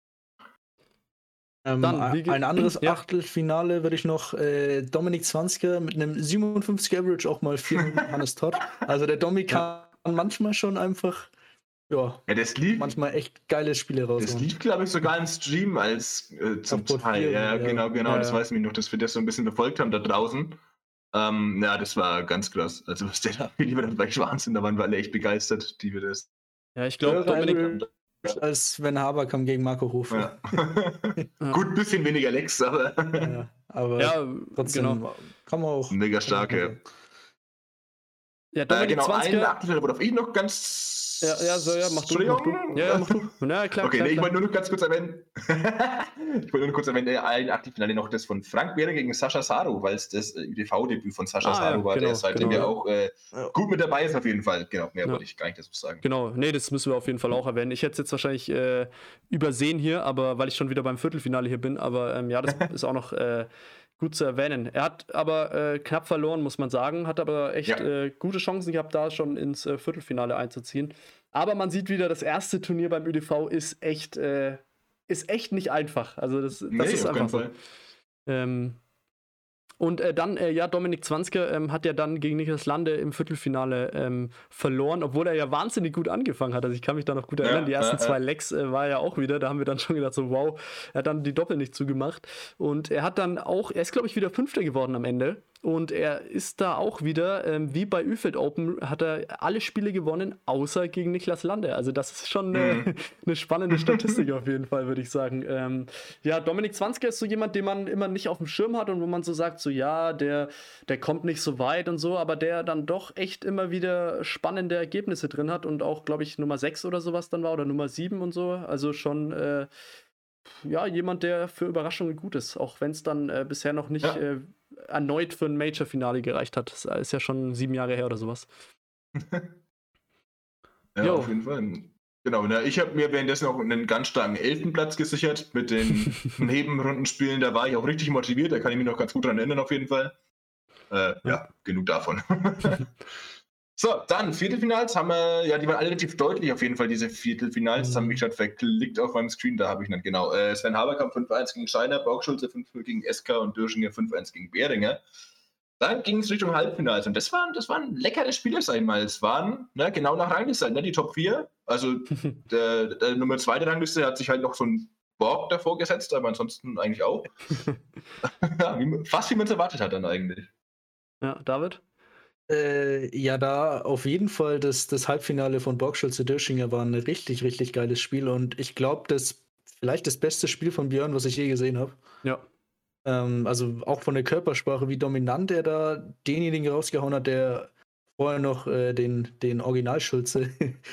Ähm, Dann, ein- wie ge- ein anderes Ja. Achtelfinale würde ich noch äh, Dominik Zwanziger mit einem siebenundfünfzig Average auch mal vier Hannes Todd. Also der Domi kann manchmal schon einfach, ja, Ja, das lief, manchmal echt geile Spiele das rausmachen. lief glaube ich, sogar im Stream als äh, zum Auf Board Teil. vier, Ja, ja. genau, genau. Ja, das ja. weiß ich noch, dass wir das so ein bisschen verfolgt haben da draußen. Ähm, ja, das war ganz krass. Also, was der da lieber, das war echt Wahnsinn. Da waren wir alle echt begeistert, die wir das. Ja, ich glaube, Höhere Dominik, Average als wenn Haberkamp gegen Marco Hof. Ja. Gut, bisschen weniger Lecks, aber Ja, aber ja, trotzdem genau. kann man auch. mega stark, ja. Ja, Äh, Dominik genau, ein Zwanziger. Achtelfinale, worauf ich noch ganz. Ja, ja, so, ja, mach du, mach du. Entschuldigung. Ja, ja, mach du. Na, klar, Okay, klar, nee, ich klar. wollte nur noch ganz kurz erwähnen. ich wollte nur noch kurz erwähnen, äh, ein Achtelfinale noch das von Frank Behrer gegen Sascha Saru, weil es das äh, U D V-Debüt von Sascha Ah, Saru ja, war, genau, der seitdem genau. ja auch äh, Ja. gut mit dabei ist auf jeden Fall. Genau, mehr Ja. wollte ich gar nicht dazu sagen. Genau, nee, das müssen wir auf jeden Fall auch erwähnen. Ich hätte es jetzt wahrscheinlich äh, übersehen hier, aber weil ich schon wieder beim Viertelfinale hier bin, aber ähm, ja, das ist auch noch äh, gut zu erwähnen. Er hat aber äh, knapp verloren, muss man sagen, hat aber echt Ja. äh, gute Chancen gehabt, da schon ins äh, Viertelfinale einzuziehen. Aber man sieht wieder, das erste Turnier beim Ü D V ist echt, äh, ist echt nicht einfach. Also das, das Nee, ist auf einfach keinen so. Fall. Ähm, und äh, dann, äh, ja, Dominik Zwanzke ähm, hat ja dann gegen Niklas Lande im Viertelfinale ähm, verloren, obwohl er ja wahnsinnig gut angefangen hat. Also ich kann mich da noch gut erinnern, Ja, die ersten ja, zwei ja. Lecks äh, war er ja auch wieder, da haben wir dann schon gedacht, so wow, er hat dann die Doppel nicht zugemacht. Und er hat dann auch, er ist glaube ich wieder Fünfter geworden am Ende. Und er ist da auch wieder, ähm, wie bei Öfeld Open, hat er alle Spiele gewonnen, außer gegen Niklas Lande. Also das ist schon äh, Mhm. eine spannende Statistik auf jeden Fall, würde ich sagen. Ähm, ja, Dominik Zwanzke ist so jemand, den man immer nicht auf dem Schirm hat und wo man so sagt, so ja, der, der kommt nicht so weit und so, aber der dann doch echt immer wieder spannende Ergebnisse drin hat und auch, glaube ich, Nummer sechs oder sowas dann war oder Nummer sieben und so. Also schon, äh, ja, jemand, der für Überraschungen gut ist, auch wenn es dann äh, bisher noch nicht Ja. äh, erneut für ein Major-Finale gereicht hat. Das ist ja schon sieben Jahre her oder sowas. Ja, Jo. auf jeden Fall. Genau, na, ich habe mir währenddessen auch einen ganz starken elften Platz gesichert mit den Nebenrundenspielen. Da war ich auch richtig motiviert, da kann ich mich noch ganz gut dran erinnern, auf jeden Fall. Äh, ja. Ja. genug davon. So, dann Viertelfinals haben wir, ja, die waren alle relativ deutlich auf jeden Fall, diese Viertelfinals. Das Mhm. haben mich gerade verklickt auf meinem Screen, da habe ich nicht genau. Äh, Sven Haberkamp fünf eins gegen Scheiner, Baugschulze fünf null gegen S K und Dörschinger fünf eins gegen Behringer. Dann ging es Richtung Halbfinals und das waren, das waren leckere Spiele, sag ich mal. Es waren ne, genau nach Rangliste, ne, die Top vier. Also der, der Nummer zwei der Rangliste hat sich halt noch so ein Borg davor gesetzt, aber ansonsten eigentlich auch. Ja, wie, fast wie man es erwartet hat dann eigentlich. Ja, David? Äh, ja, da auf jeden Fall das, das Halbfinale von Borgschulze-Dörschinger war ein richtig, richtig geiles Spiel und ich glaube, das vielleicht das beste Spiel von Björn, was ich je gesehen habe. Ja. Ähm, also auch von der Körpersprache, wie dominant er da denjenigen rausgehauen hat, der vorher noch äh, den, den Original-Schulze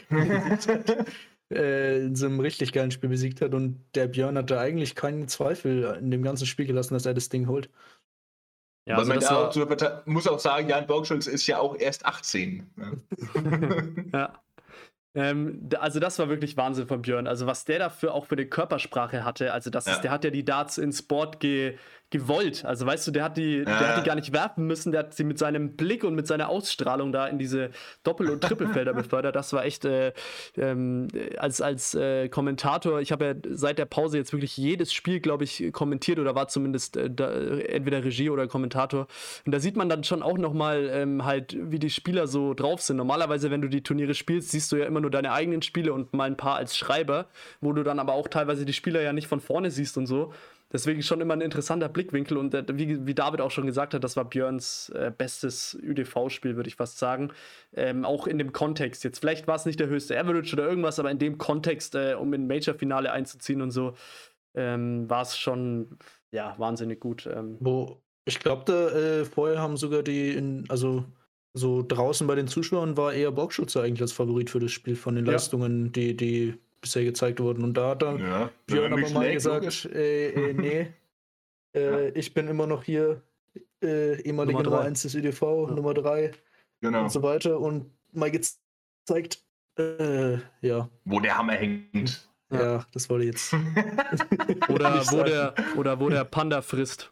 äh, in so einem richtig geilen Spiel besiegt hat und der Björn hatte eigentlich keinen Zweifel in dem ganzen Spiel gelassen, dass er das Ding holt. Ja, Weil also man das da war, auch zu, muss auch sagen, Jan Borgschulz ist ja auch erst achtzehn. Ne? ja. Ähm, da- also das war wirklich Wahnsinn von Björn. Also was der dafür auch für eine Körpersprache hatte, also das Ja. ist, der hat ja die Darts in Sport ge, gewollt. Also weißt du, der hat die, Ja. der hat die gar nicht werfen müssen, der hat sie mit seinem Blick und mit seiner Ausstrahlung da in diese Doppel- und Trippelfelder befördert. Das war echt äh, ähm, als, als äh, Kommentator, ich habe ja seit der Pause jetzt wirklich jedes Spiel, glaube ich, kommentiert oder war zumindest äh, da, entweder Regie oder Kommentator. Und da sieht man dann schon auch nochmal ähm, halt, wie die Spieler so drauf sind. Normalerweise, wenn du die Turniere spielst, siehst du ja immer nur deine eigenen Spiele und mal ein paar als Schreiber, wo du dann aber auch teilweise die Spieler ja nicht von vorne siehst und so. Deswegen schon immer ein interessanter Blickwinkel und äh, wie, wie David auch schon gesagt hat, das war Björns äh, bestes Ü D V-Spiel, würde ich fast sagen. Ähm, auch in dem Kontext jetzt. Vielleicht war es nicht der höchste Average oder irgendwas, aber in dem Kontext, äh, um in Major-Finale einzuziehen und so, ähm, war es schon ja, wahnsinnig gut. Ähm, Wo ich glaube, da äh, vorher haben sogar die, in, also so draußen bei den Zuschauern war eher Borgschulze eigentlich als Favorit für das Spiel von den Ja. Leistungen, die, die bisher gezeigt wurden. Und da hat dann Ja, Björn aber mich mal schlägt, gesagt, logisch. äh, äh, nee, äh, ich bin immer noch hier äh, ehemalige Nummer Nummer drei. eins des Ü D V, Ja. Nummer drei Genau. und so weiter. Und mal gezeigt, äh, ja, Wo der Hammer hängt. ja, Ja. das wollte ich jetzt. oder, nicht wo sagen. der, oder wo der Panda frisst.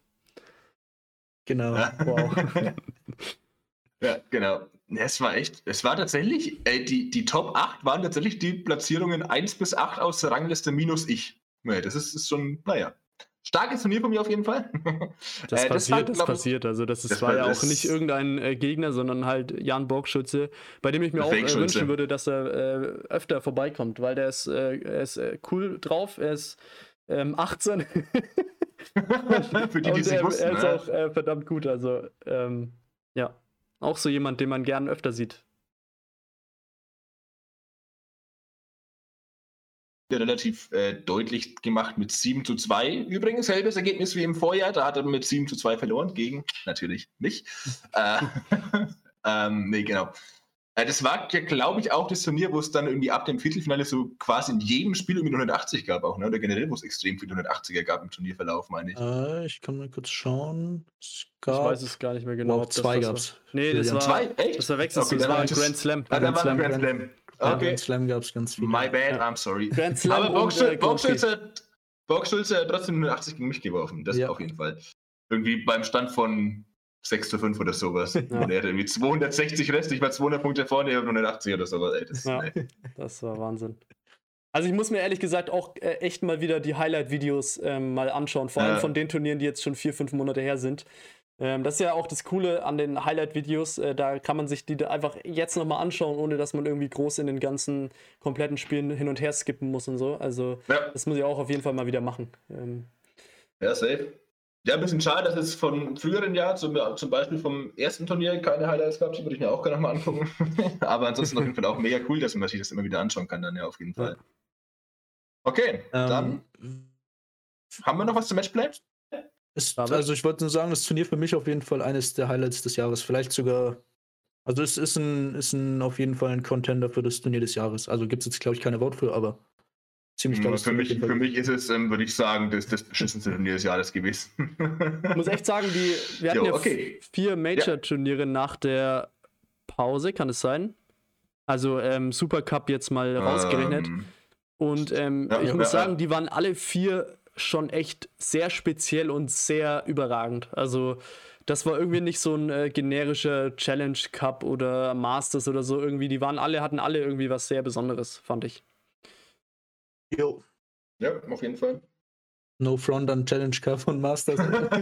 Genau. Ja. Wow. Ja, genau. Es war echt, es war tatsächlich, äh, die, die Top acht waren tatsächlich die Platzierungen eins bis acht aus der Rangliste minus ich. Ja, das ist, ist schon, naja, starkes Turnier von mir auf jeden Fall. Das Äh, passiert, war, das glaub ich, passiert. Also das, ist, das war war- ja auch das- nicht irgendein äh, Gegner, sondern halt Jan Borgschulze, bei dem ich mir auch äh, Fake-Schulze. wünschen würde, dass er äh, öfter vorbeikommt, weil der ist, äh, er ist äh, cool drauf, er ist ähm, achtzehn Für die, die und es nicht er, wussten. er ist ne? auch äh, verdammt gut. Also ähm, ja, auch so jemand, den man gern öfter sieht. Relativ äh, deutlich gemacht mit sieben zu zwei. Übrigens, selbes Ergebnis wie im Vorjahr. Da hat er mit sieben zu zwei verloren gegen natürlich mich. äh, ähm, nee, genau. Äh, das war, glaube ich, auch das Turnier, wo es dann irgendwie ab dem Viertelfinale so quasi in jedem Spiel irgendwie hundertachtzig gab auch, ne? Oder generell, wo es extrem viele hundertachtziger gab im Turnierverlauf, meine ich. Äh, ich kann mal kurz schauen. Es Ich gab, weiß es gar nicht mehr genau. Wow, ob das zwei das gab's. war. Nee, Für das Jan. war, Zwei? Echt? das verwechselst Okay, du. Das dann war war ein das- Grand Slam. Ah, da Grand war Slam. ein Grand Slam. Ja, Okay. Grand Slam gab es ganz viele. My bad, Ja. I'm sorry. Grand Slam Aber und, äh, Borgschulze Grand Prix. hat, Borgschulze hat trotzdem hundertachtzig gegen mich geworfen. Das Ja. auf jeden Fall. Irgendwie beim Stand von sechs zu fünf oder sowas. Ja. Und er hatte irgendwie zweihundertsechzig Rest, ich war zweihundert Punkte vorne und hundertachtzig oder sowas. Ey, das, ja, das war Wahnsinn. Also ich muss mir ehrlich gesagt auch äh, echt mal wieder die Highlight-Videos ähm, mal anschauen, vor allem ja. von den Turnieren, die jetzt schon vier, fünf Monate her sind. Ähm, das ist ja auch das Coole an den Highlight-Videos, äh, da kann man sich die da einfach jetzt nochmal anschauen, ohne dass man irgendwie groß in den ganzen kompletten Spielen hin und her skippen muss und so. Also ja. das muss ich auch auf jeden Fall mal wieder machen. Ähm, ja, safe. Ja, ein bisschen schade, dass es von früheren Jahren, zum, zum Beispiel vom ersten Turnier, keine Highlights gab, die würde ich mir auch gerne nochmal angucken. Aber ansonsten auf jeden Fall auch mega cool, dass man sich das immer wieder anschauen kann, dann ja auf jeden Fall. Okay, ähm, dann haben wir noch was zum Matchplay? Ist, also ich wollte nur sagen, das Turnier für mich auf jeden Fall eines der Highlights des Jahres. Vielleicht sogar, also es ist ein, ist ein auf jeden Fall ein Contender für das Turnier des Jahres. Also gibt es jetzt, glaube ich, keine Wort für, aber ziemlich ja, für, mich, für mich ist es, ähm, würde ich sagen, das, das beschissenste Turnier des Jahres gewesen. Ich muss echt sagen, die, wir hatten jo, ja okay. vier Major-Turniere ja. nach der Pause, kann es sein? Also ähm, Supercup jetzt mal rausgerechnet. Ähm, Und ähm, ja, ich ja, muss ja, sagen, ja. die waren alle vier schon echt sehr speziell und sehr überragend. Also das war irgendwie nicht so ein äh, generischer Challenge Cup oder Masters oder so irgendwie. Die waren alle, hatten alle irgendwie was sehr Besonderes, fand ich. Jo. Ja, auf jeden Fall. No front an Challenge Cup und Masters.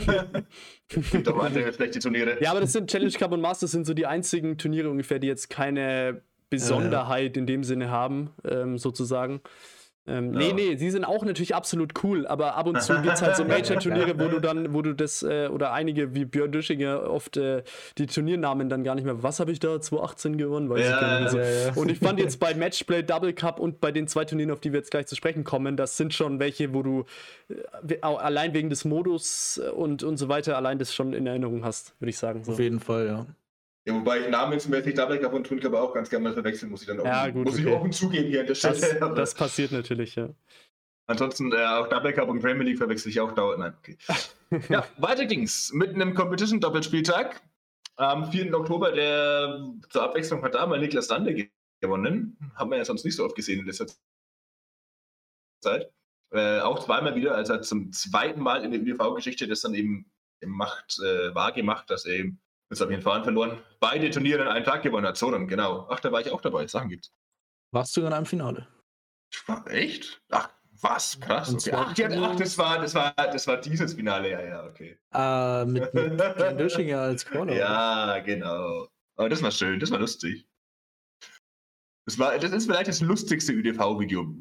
Gibt auch andere schlechte Turniere. Ja, aber das sind Challenge Cup und Masters sind so die einzigen Turniere ungefähr, die jetzt keine Besonderheit ja, ja. in dem Sinne haben, ähm, sozusagen. Ähm, ja. Nee, nee, sie sind auch natürlich absolut cool, aber ab und zu gibt es halt so Major-Turniere, wo du dann, wo du das, äh, oder einige wie Björn Döschinger oft äh, die Turniernamen dann gar nicht mehr, was habe ich da, zwanzig achtzehn gewonnen? Weiß ja, ich gar nicht mehr. Ja, ja. Und ich fand jetzt bei Matchplay, Double Cup und bei den zwei Turnieren, auf die wir jetzt gleich zu sprechen kommen, das sind schon welche, wo du äh, allein wegen des Modus und, und so weiter, allein das schon in Erinnerung hast, würde ich sagen. So. Auf jeden Fall, ja. Ja, wobei ich namensmäßig Double Cup und Twin Cup auch ganz gerne mal verwechseln, muss ich dann auch, ja, gut, muss okay. ich offen zugeben hier an der Stelle. Das, das passiert natürlich, ja. Ansonsten äh, auch Double Cup und Premier League verwechsel ich auch dauernd. Nein, okay. Ja, weiter ging's mit einem Competition-Doppelspieltag. Am vierten Oktober, der zur Abwechslung hat da mal Niklas Lande gewonnen. Haben wir ja sonst nicht so oft gesehen in letzter Zeit. Äh, auch zweimal wieder, also zum zweiten Mal in der Ü D V-Geschichte das dann eben macht, äh, wahrgemacht, dass er eben jetzt auf jeden Fall verloren. Beide Turniere in einem Tag gewonnen hat. So dann, genau. Ach, da war ich auch dabei. Sachen gibt's. Warst du sogar in einem Finale? Echt? Ach, was? Krass. Okay. Ach, ja, ach, das war, das war, das war dieses Finale. Ja, ja, okay. Ah, mit, mit Björn Döschinger als Caller. Ja, genau. Aber das war schön. Das war lustig. Das war, das ist vielleicht das lustigste Ü D V-Video.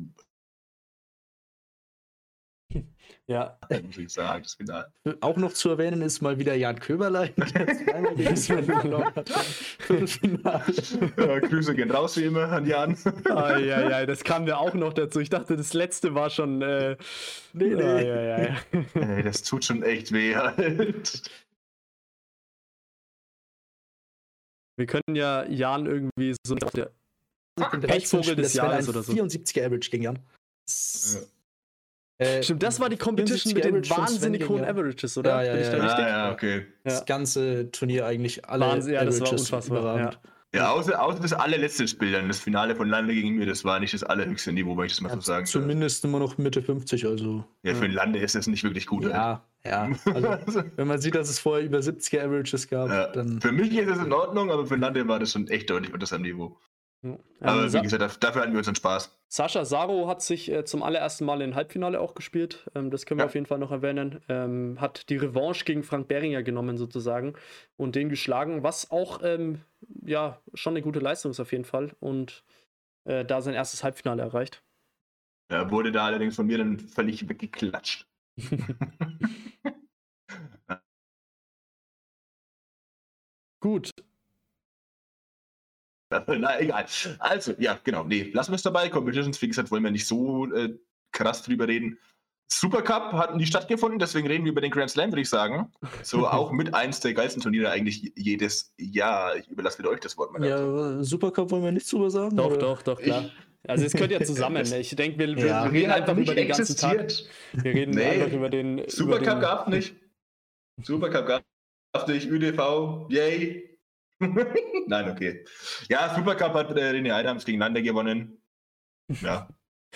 Ja. Muss ich sagen, das Finale. Auch noch zu erwähnen ist mal wieder Jan Köberlein, der zweimal verloren hat. Ja, Grüße gehen raus wie immer an Jan. Ah, ja, ja, das kam mir auch noch dazu. Ich dachte, das letzte war schon. Äh, nee, nee. Ah, ja, ja, ja. Ey, das tut schon echt weh halt. Wir können ja Jan irgendwie so auf der Pechvogel des Jahres oder so. vierundsiebziger Average gegen Jan. Ja. Äh, Stimmt, das war die Competition mit den wahnsinnig hohen Averages, oder? Ja, ja, Bin ich ja, da ja. richtig? Ah, ja, okay. Das ganze Turnier eigentlich alle Wahnsinn, ja, das war Averages unfassbar. überragend. Ja, ja außer, außer das allerletzte Spiel, dann das Finale von Lande gegen mir, das war nicht das allerhöchste Niveau, wenn ich das mal ja, so sagen Zumindest darf. Immer noch Mitte fünfzig, also. Ja, für ein Lande ist das nicht wirklich gut. Ja, halt. ja. Also, wenn man sieht, dass es vorher über siebziger Averages gab, ja. dann. Für mich ist es in Ordnung, aber für Lande war das schon echt deutlich unter seinem Niveau. Ja. Aber ähm, wie gesagt, dafür hatten wir unseren Spaß. Sascha Saro hat sich äh, zum allerersten Mal im Halbfinale auch gespielt. Ähm, das können wir ja. auf jeden Fall noch erwähnen. Ähm, hat die Revanche gegen Frank Behringer genommen sozusagen und den geschlagen, was auch ähm, ja schon eine gute Leistung ist auf jeden Fall und äh, da sein erstes Halbfinale erreicht. Er wurde da allerdings von mir dann völlig weggeklatscht. Gut. Na, egal. Also, ja, genau. Nee, lassen wir es dabei. Competitions, wie gesagt, wollen wir nicht so äh, krass drüber reden. Supercup hat nie stattgefunden, deswegen reden wir über den Grand Slam, würde ich sagen. So auch mit eins der geilsten Turniere eigentlich jedes Jahr. Ich überlasse wieder euch das Wort. Ja, dazu. Supercup wollen wir nichts drüber sagen? Doch, oder? doch, doch, klar. Ich, also es gehört ja zusammen. Ich denke, wir, wir, ja, wir reden einfach über den ganzen existiert. Tag. Wir reden nee. einfach über den... Supercup gab es nicht. Supercup gab es nicht. Ü D V, yay. Nein, okay. Ja, Supercup hat äh, René Adams gegen Lande gewonnen. Ja.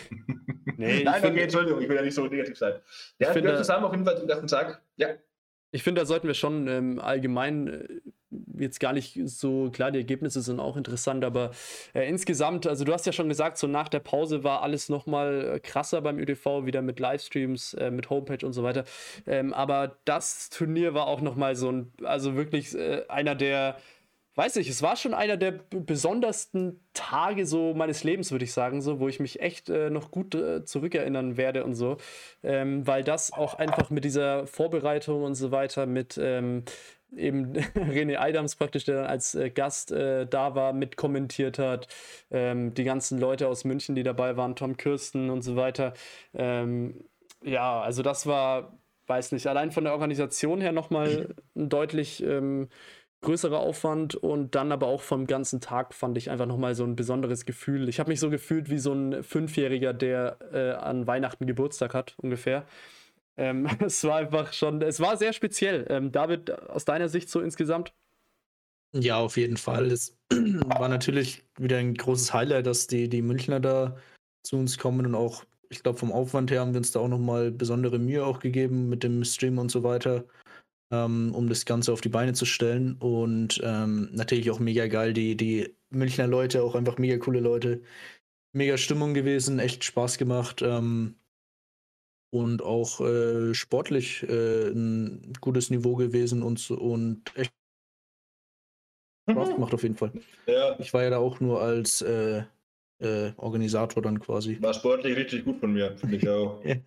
Nee, Nein, okay, finde, Entschuldigung, ich will ja nicht so negativ sein. Der gehört zusammen auf jeden Fall zum ersten Tag. Ja. Ich finde, da sollten wir schon ähm, allgemein äh, jetzt gar nicht so, klar, die Ergebnisse sind auch interessant, aber äh, insgesamt, also du hast ja schon gesagt, so nach der Pause war alles nochmal krasser beim Ö D V, wieder mit Livestreams, äh, mit Homepage und so weiter. Ähm, aber das Turnier war auch nochmal so ein, also wirklich äh, einer der, weiß nicht, es war schon einer der b- besondersten Tage so meines Lebens, würde ich sagen, so, wo ich mich echt äh, noch gut äh, zurückerinnern werde und so. Ähm, weil das auch einfach mit dieser Vorbereitung und so weiter, mit ähm, eben René Adams praktisch, der dann als äh, Gast äh, da war, mitkommentiert hat, ähm, die ganzen Leute aus München, die dabei waren, Tom Kirsten und so weiter. Ähm, ja, also das war, weiß nicht, allein von der Organisation her nochmal ein deutlich ähm, größerer Aufwand und dann aber auch vom ganzen Tag fand ich einfach nochmal so ein besonderes Gefühl. Ich habe mich so gefühlt wie so ein Fünfjähriger, der äh, an Weihnachten Geburtstag hat, ungefähr. Ähm, es war einfach schon, es war sehr speziell. Ähm, David, aus deiner Sicht so insgesamt? Ja, auf jeden Fall. Es war natürlich wieder ein großes Highlight, dass die, die Münchner da zu uns kommen und auch, ich glaube, vom Aufwand her haben wir uns da auch nochmal besondere Mühe auch gegeben mit dem Stream und so weiter, ähm, um das Ganze auf die Beine zu stellen. Und ähm, natürlich auch mega geil, die, die Münchner Leute, auch einfach mega coole Leute. Mega Stimmung gewesen, echt Spaß gemacht. Ähm, und auch äh, sportlich äh, ein gutes Niveau gewesen und, so- und echt Spaß gemacht auf jeden Fall. Ja, Ich war ja da auch nur als äh, äh, Organisator dann quasi. war sportlich richtig gut von mir, finde ich auch. Ja.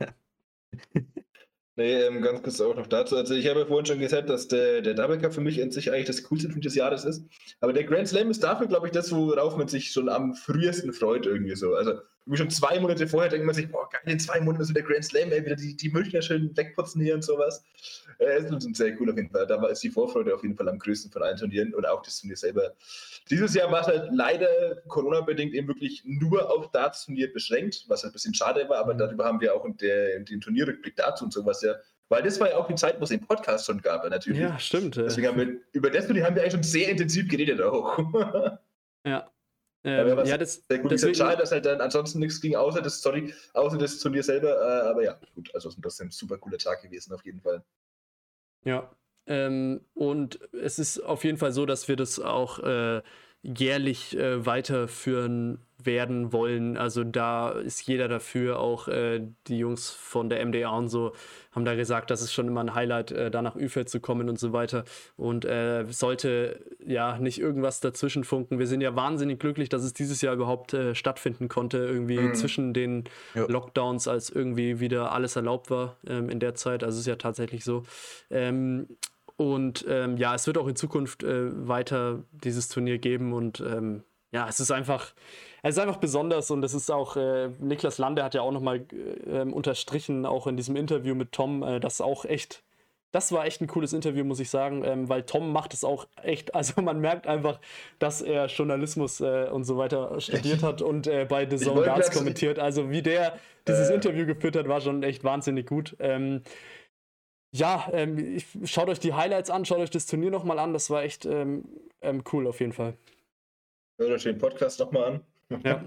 Nee, ähm, ganz kurz auch noch dazu. Also ich habe ja vorhin schon gesagt, dass der, der Double Cup für mich in sich eigentlich das coolste Turnier des Jahres ist. Aber der Grand Slam ist dafür, glaube ich, das, worauf man sich schon am frühesten freut irgendwie so. Also irgendwie schon zwei Monate vorher denkt man sich, boah, geil, in zwei Monaten ist wieder Grand Slam, ey, wieder die, die Münchner schön wegputzen hier und sowas. Äh, ist schon sehr cool auf jeden Fall. Da war, ist die Vorfreude auf jeden Fall am größten von allen Turnieren und auch das Turnier selber. Dieses Jahr war es halt leider Corona-bedingt eben wirklich nur auf Darts-Turnier beschränkt, was halt ein bisschen schade war, aber darüber haben wir auch in, der, in den Turnierrückblick dazu und sowas ja, weil das war ja auch die Zeit, wo es den Podcast schon gab, natürlich. Ja, stimmt. Äh. Deswegen haben wir, über das Turnier haben wir eigentlich schon sehr intensiv geredet auch. Ja. Ähm, Ähm, ja, das, sehr gut. deswegen, Ist halt schade, dass halt dann ansonsten nichts ging, außer das, sorry, außer das Turnier selber, äh, aber ja, gut, also das ist ein super cooler Tag gewesen, auf jeden Fall. Ja. Ähm, und es ist auf jeden Fall so, dass wir das auch äh, jährlich äh, weiterführen werden wollen. Also da ist jeder dafür, auch äh, die Jungs von der M D A und so haben da gesagt, das ist schon immer ein Highlight, äh, da nach Ü-Feld zu kommen und so weiter. Und äh, sollte ja nicht irgendwas dazwischen funken. Wir sind ja wahnsinnig glücklich, dass es dieses Jahr überhaupt äh, stattfinden konnte, irgendwie Mhm. zwischen den Ja. Lockdowns, als irgendwie wieder alles erlaubt war ähm, in der Zeit. Also es ist ja tatsächlich so. Ähm, und ähm, ja, es wird auch in Zukunft äh, weiter dieses Turnier geben und ähm, ja, es ist einfach, es ist einfach besonders und es ist auch, äh, Niklas Lande hat ja auch nochmal äh, unterstrichen, auch in diesem Interview mit Tom, äh, das auch echt, das war echt ein cooles Interview, muss ich sagen, ähm, weil Tom macht es auch echt, also man merkt einfach, dass er Journalismus äh, und so weiter studiert hat und äh, bei The Zone wollte Darts grad- kommentiert, also wie der dieses Äh. Interview geführt hat, war schon echt wahnsinnig gut. Ähm, ja, ähm, ich, schaut euch die Highlights an, schaut euch das Turnier nochmal an, das war echt ähm, ähm, cool auf jeden Fall. Hört euch den Podcast nochmal an. Ja.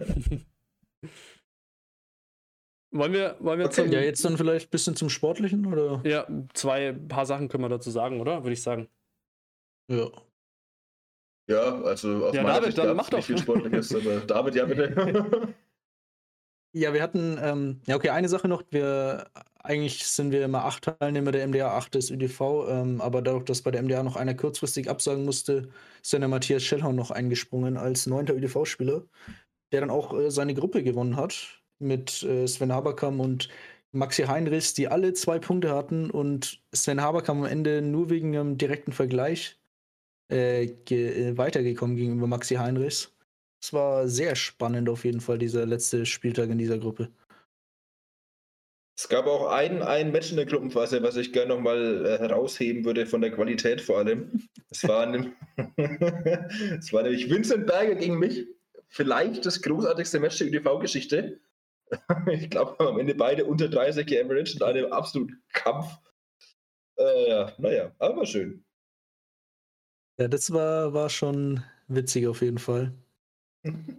wollen wir, wollen wir Okay, zum. Ja, jetzt dann vielleicht ein bisschen zum Sportlichen, oder? Ja, zwei paar Sachen können wir dazu sagen, oder? Würde ich sagen. Ja. Ja, also aus Ja, meiner David, Sicht dann gab's mach nicht doch. viel Sportliches, aber David, ja bitte. Ja, wir hatten, ähm, ja, okay, eine Sache noch. Wir, eigentlich sind wir immer acht Teilnehmer der M D A, acht des Ö D V, ähm, aber dadurch, dass bei der M D A noch einer kurzfristig absagen musste, ist dann der Matthias Schellhorn noch eingesprungen als neunter Ö D V-Spieler, der dann auch äh, seine Gruppe gewonnen hat mit äh, Sven Haberkamp und Maxi Heinrichs, die alle zwei Punkte hatten und Sven Haberkamp am Ende nur wegen einem direkten Vergleich äh, ge- äh, weitergekommen gegenüber Maxi Heinrichs. Es war sehr spannend auf jeden Fall, dieser letzte Spieltag in dieser Gruppe. Es gab auch ein, ein Match in der Gruppenphase, was ich gerne nochmal äh, herausheben würde, von der Qualität vor allem. Es war, nehm- es war nämlich Vincent Berger gegen mich. Vielleicht das großartigste Match der Ö D V-Geschichte. Ich glaube, am Ende beide unter dreißig geaveraged und einem absoluten Kampf. Äh, ja, naja, aber schön. Ja, das war, war schon witzig auf jeden Fall.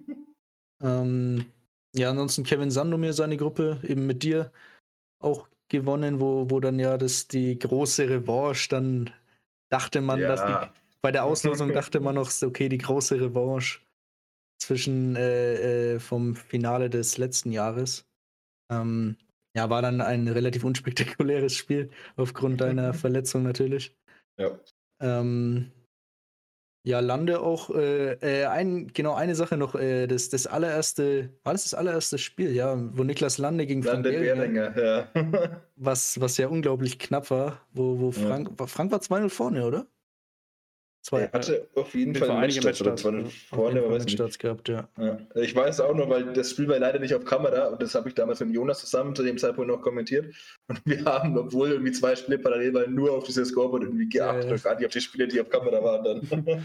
Ähm, ja, ansonsten Kevin Sandomir, seine Gruppe, eben mit dir, auch gewonnen, wo, wo dann ja das die große Revanche, dann dachte man, dass die, Ja. bei der Auslosung dachte man noch, so, okay, die große Revanche zwischen äh, äh, vom Finale des letzten Jahres. Ähm, ja, war dann ein relativ unspektakuläres Spiel, aufgrund deiner Verletzung natürlich. Ja. Ähm, ja, Lande auch, äh, äh, ein, genau, eine Sache noch, äh, das, das allererste, war das das allererste Spiel, ja, wo Niklas Lande gegen Frank Lande Behringer, Behringer, ja. was, was ja unglaublich knapp war, wo, wo Ja. Frank, war, Frank war zwei null vorne, oder? Zwei, Er hatte auf jeden Auf jeden Fall Fall einen einige Matchstarts oder Matchstarts, zwar ja. nicht auf vorne, jeden aber Fall weiß Matchstarts nicht. gehabt, ja. Ja. Ich weiß auch noch, weil das Spiel war leider nicht auf Kamera und das habe ich damals mit Jonas zusammen zu dem Zeitpunkt noch kommentiert. Und wir haben, obwohl irgendwie zwei Spiele parallel waren, nur auf dieses Scoreboard irgendwie geachtet Ja. und gar nicht auf die Spiele, die auf Kamera waren dann.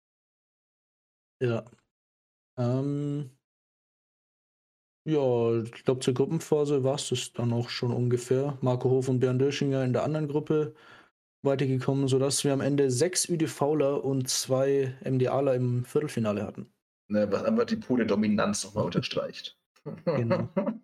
Ja. Ähm, ja, ich glaube, zur Gruppenphase war es das dann auch schon ungefähr. Marco Hof und Bernd Döschinger in der anderen Gruppe weitergekommen, sodass wir am Ende sechs ÜDVler und zwei MDAler im Viertelfinale hatten. Ne, was einfach die pure Dominanz nochmal unterstreicht. Genau.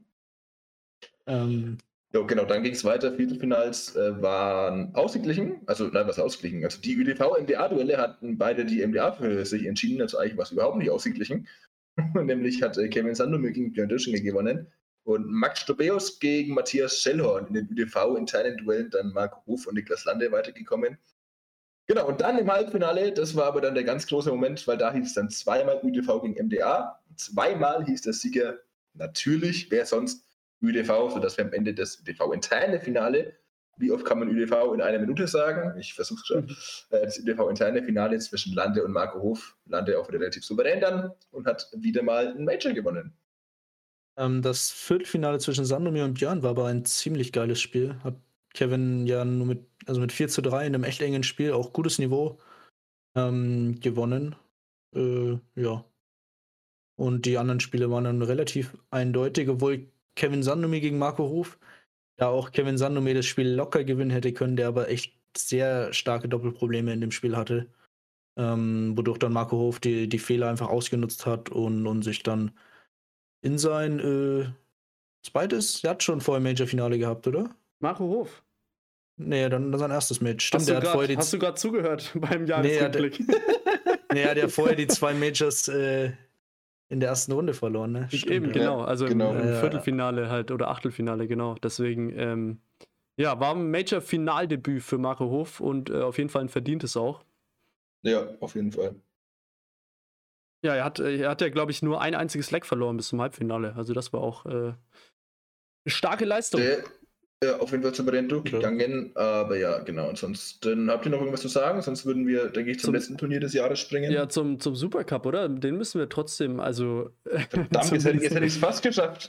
ähm, Ja, genau, dann ging es weiter. Viertelfinals äh, waren ausgeglichen, also nein, was ausgeglichen? Also die ÜDV-M D A-Duelle hatten beide die M D A für sich entschieden, also eigentlich war es überhaupt nicht ausgeglichen. Nämlich hat äh, Kevin Sandomir gegen Björn Döschinger gewonnen und Max Stobeus gegen Matthias Schellhorn in den ÜDV-internen Duellen, dann Marco Hof und Niklas Lande weitergekommen. Genau, und dann im Halbfinale, das war aber dann der ganz große Moment, weil da hieß es dann zweimal ÜDV gegen M D A, zweimal hieß der Sieger natürlich, wer sonst, ÜDV, sodass wir am Ende das ÜDV-interne Finale, wie oft kann man ÜDV in einer Minute sagen? Ich versuche es schon. Mhm. Das ÜDV-interne Finale zwischen Lande und Marco Hof. Lande auch relativ souverän dann und hat wieder mal ein Major gewonnen. ähm, das Viertelfinale zwischen Sandomir und Björn war aber ein ziemlich geiles Spiel. Hat Kevin ja nur mit, also mit vier zu drei in einem echt engen Spiel, auch gutes Niveau, ähm, gewonnen. Äh, ja. Und die anderen Spiele waren dann relativ eindeutig, obwohl Kevin Sandomir gegen Marco Hof, da auch Kevin Sandomir das Spiel locker gewinnen hätte können, der aber echt sehr starke Doppelprobleme in dem Spiel hatte. Ähm, wodurch dann Marco Hof die, die Fehler einfach ausgenutzt hat und, und sich dann in sein äh, zweites, er hat schon vorher Major-Finale gehabt, oder? Marco Hof. Nee, dann, dann sein erstes Match. Stimmt, Hast der du hat vorher die. Hast du gerade zugehört beim Nee, er hat- Jahresrückblick? Nee, er hat ja vorher die zwei Majors äh, in der ersten Runde verloren, ne? Ich Stimmt, eben, ja. genau. Also genau. im, im Ja. Viertelfinale halt oder Achtelfinale, genau. Deswegen, ähm, ja, war ein Major-Finaldebüt für Marco Hof und äh, auf jeden Fall ein verdientes auch. Ja, auf jeden Fall. Ja, er hat, er hat ja, glaube ich, nur ein einziges Leck verloren bis zum Halbfinale. Also das war auch äh, eine starke Leistung. Der, ja, auf jeden Fall souverän durchgegangen. Ja. Aber ja, genau. Ansonsten habt ihr noch irgendwas zu sagen? Sonst würden wir, denke ich, zum, zum letzten Turnier des Jahres springen. Ja, zum, zum Supercup, oder? Den müssen wir trotzdem, also. Verdammt, jetzt hätte, hätte ich es fast geschafft.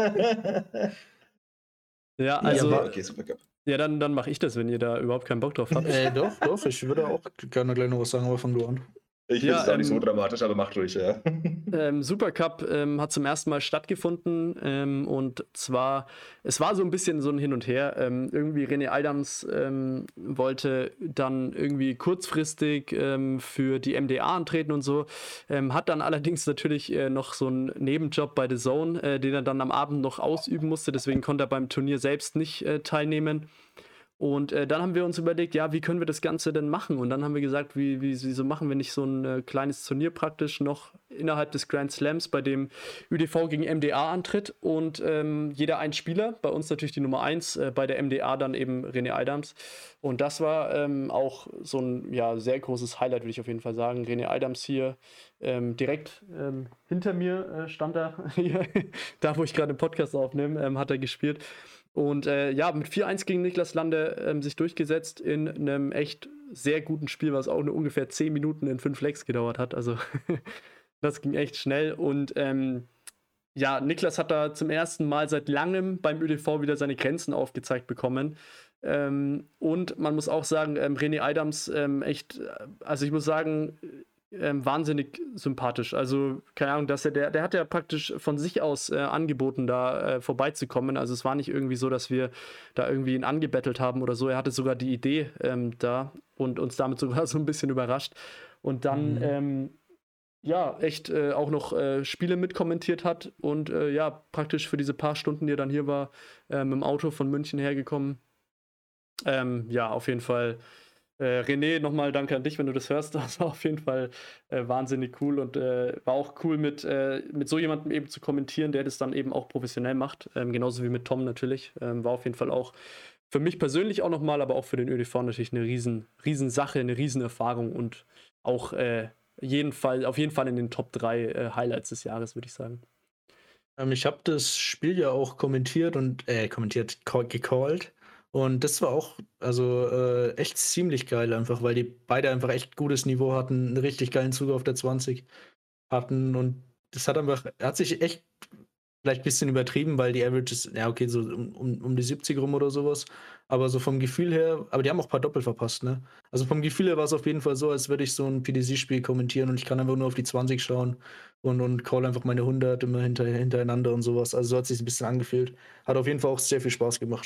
Ja, also. Ja, okay, Supercup. Ja, dann, dann mache ich das, wenn ihr da überhaupt keinen Bock drauf habt. Äh, doch, doch, ich würde auch gerne gleich noch was sagen, aber fang du an. Ich Ja, finde es auch ähm, nicht so dramatisch, aber macht ruhig, ja. Ähm, Supercup ähm, hat zum ersten Mal stattgefunden ähm, und zwar, es war so ein bisschen so ein Hin und Her. Ähm, irgendwie René Adams ähm, wollte dann irgendwie kurzfristig ähm, für die M D A antreten und so, ähm, hat dann allerdings natürlich äh, noch so einen Nebenjob bei The Zone, äh, den er dann am Abend noch ausüben musste, deswegen konnte er beim Turnier selbst nicht äh, teilnehmen. Und äh, dann haben wir uns überlegt, ja, wie können wir das Ganze denn machen? Und dann haben wir gesagt, wie, wie, wieso machen wir nicht so ein äh, kleines Turnier praktisch noch innerhalb des Grand Slams, bei dem ÜDV gegen M D A antritt und ähm, jeder ein Spieler, bei uns natürlich die Nummer eins, äh, bei der M D A dann eben René Adams. Und das war ähm, auch so ein ja, sehr großes Highlight, würde ich auf jeden Fall sagen. René Adams hier ähm, direkt ähm, hinter mir äh, stand er, hier, da wo ich gerade den Podcast aufnehme, ähm, hat er gespielt. Und äh, ja, mit vier eins gegen Niklas Lande ähm, sich durchgesetzt in einem echt sehr guten Spiel, was auch nur ungefähr zehn Minuten in fünf Legs gedauert hat. Also das ging echt schnell. Und ähm, ja, Niklas hat da zum ersten Mal seit langem beim ÜDV wieder seine Grenzen aufgezeigt bekommen. Ähm, und man muss auch sagen, ähm, René Adams ähm, echt, also ich muss sagen, Ähm, wahnsinnig sympathisch. Also, keine Ahnung, dass er, der, der hat ja praktisch von sich aus äh, angeboten, da äh, vorbeizukommen. Also es war nicht irgendwie so, dass wir da irgendwie ihn angebettelt haben oder so. Er hatte sogar die Idee ähm, da und uns damit sogar so ein bisschen überrascht. Und dann, Mhm. ähm, ja, echt äh, auch noch äh, Spiele mitkommentiert hat und äh, ja, praktisch für diese paar Stunden, die er dann hier war, äh, mit dem Auto von München hergekommen. Ähm, ja, auf jeden Fall. Äh, René, nochmal danke an dich, wenn du das hörst. Das war auf jeden Fall äh, wahnsinnig cool und äh, war auch cool, mit, äh, mit so jemandem eben zu kommentieren, der das dann eben auch professionell macht. Ähm, genauso wie mit Tom natürlich. Ähm, war auf jeden Fall auch für mich persönlich auch nochmal, aber auch für den Ö D V natürlich eine riesen, riesen Sache, eine riesen Erfahrung und auch äh, jeden Fall, auf jeden Fall in den Top drei äh, Highlights des Jahres, würde ich sagen. Ähm, ich habe das Spiel ja auch kommentiert und, äh, kommentiert, call, gecallt. Und das war auch, also äh, echt ziemlich geil einfach, weil die beide einfach echt gutes Niveau hatten, einen richtig geilen Zug auf der zwanzig hatten und das hat einfach, hat sich echt vielleicht ein bisschen übertrieben, weil die Average ist, ja okay, so um, um, um die siebzig rum oder sowas, aber so vom Gefühl her, aber die haben auch ein paar Doppel verpasst, ne? Also vom Gefühl her war es auf jeden Fall so, als würde ich so ein P D C-Spiel kommentieren und ich kann einfach nur auf die zwanzig schauen und, und call einfach meine hundert immer hinter, hintereinander und sowas. Also so hat es sich ein bisschen angefühlt. Hat auf jeden Fall auch sehr viel Spaß gemacht.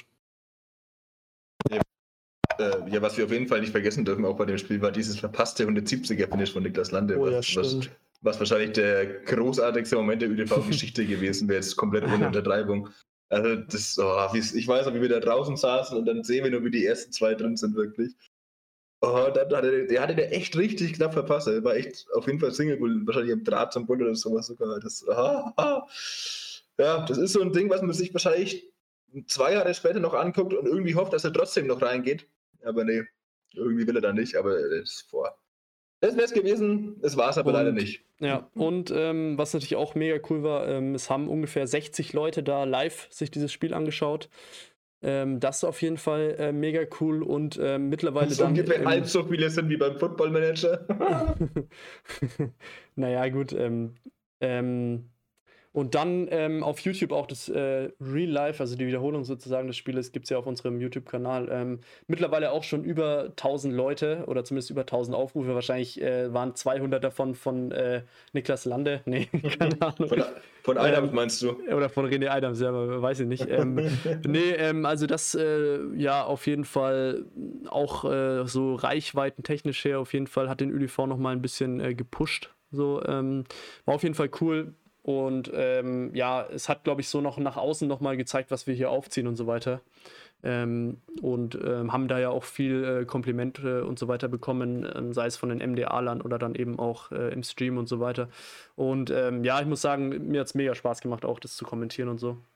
Äh, ja, was wir auf jeden Fall nicht vergessen dürfen, auch bei dem Spiel, war dieses verpasste hundertsiebziger-Finish von Niklas Lande. Oh ja, was, was, stimmt. was wahrscheinlich der großartigste Moment der Ö D V-Geschichte gewesen wäre, jetzt komplett ohne Untertreibung. Also, das, oh, ich weiß noch, wie wir da draußen saßen und dann sehen wir nur, wie die ersten zwei drin sind, wirklich. Oh, dann hat er, der hatte der echt richtig knapp verpasst. Er war echt auf jeden Fall Single Bull, wahrscheinlich am Draht zum Bull oder sowas sogar. Das, ah, ah. Ja, das ist so ein Ding, was man sich wahrscheinlich zwei Jahre später noch anguckt und irgendwie hofft, dass er trotzdem noch reingeht. Aber nee, irgendwie will er da nicht, aber das, boah. Das wäre es gewesen, es war es aber Und, leider nicht. Ja, und ähm, was natürlich auch mega cool war, ähm, es haben ungefähr sechzig Leute da live sich dieses Spiel angeschaut. Ähm, das ist auf jeden Fall äh, mega cool und äh, mittlerweile so dann... ungefähr ähm, halb so viele sind wie beim Football Manager. naja, gut. Ähm, ähm, und dann ähm, auf YouTube auch das äh, Real Life, also die Wiederholung sozusagen des Spieles, gibt es ja auf unserem YouTube-Kanal. Ähm, mittlerweile auch schon über tausend Leute oder zumindest über tausend Aufrufe. Wahrscheinlich äh, waren zweihundert davon von äh, Niklas Lande. Nee, keine Ahnung. Von, von Adams Ähm, meinst du? Oder von René Adams, ja, weiß ich nicht. Ähm, nee, ähm, also das, äh, ja, auf jeden Fall auch äh, so reichweitentechnisch her, auf jeden Fall hat den Ö D V nochmal ein bisschen äh, gepusht. So, ähm, war auf jeden Fall cool. Und ähm, ja, es hat, glaube ich, so noch nach außen nochmal gezeigt, was wir hier aufziehen und so weiter. Ähm, und ähm, haben da ja auch viel äh, Komplimente und so weiter bekommen, ähm, sei es von den M D A-Lern oder dann eben auch äh, im Stream und so weiter. Und ähm, ja, ich muss sagen, mir hat es mega Spaß gemacht, auch das zu kommentieren und so.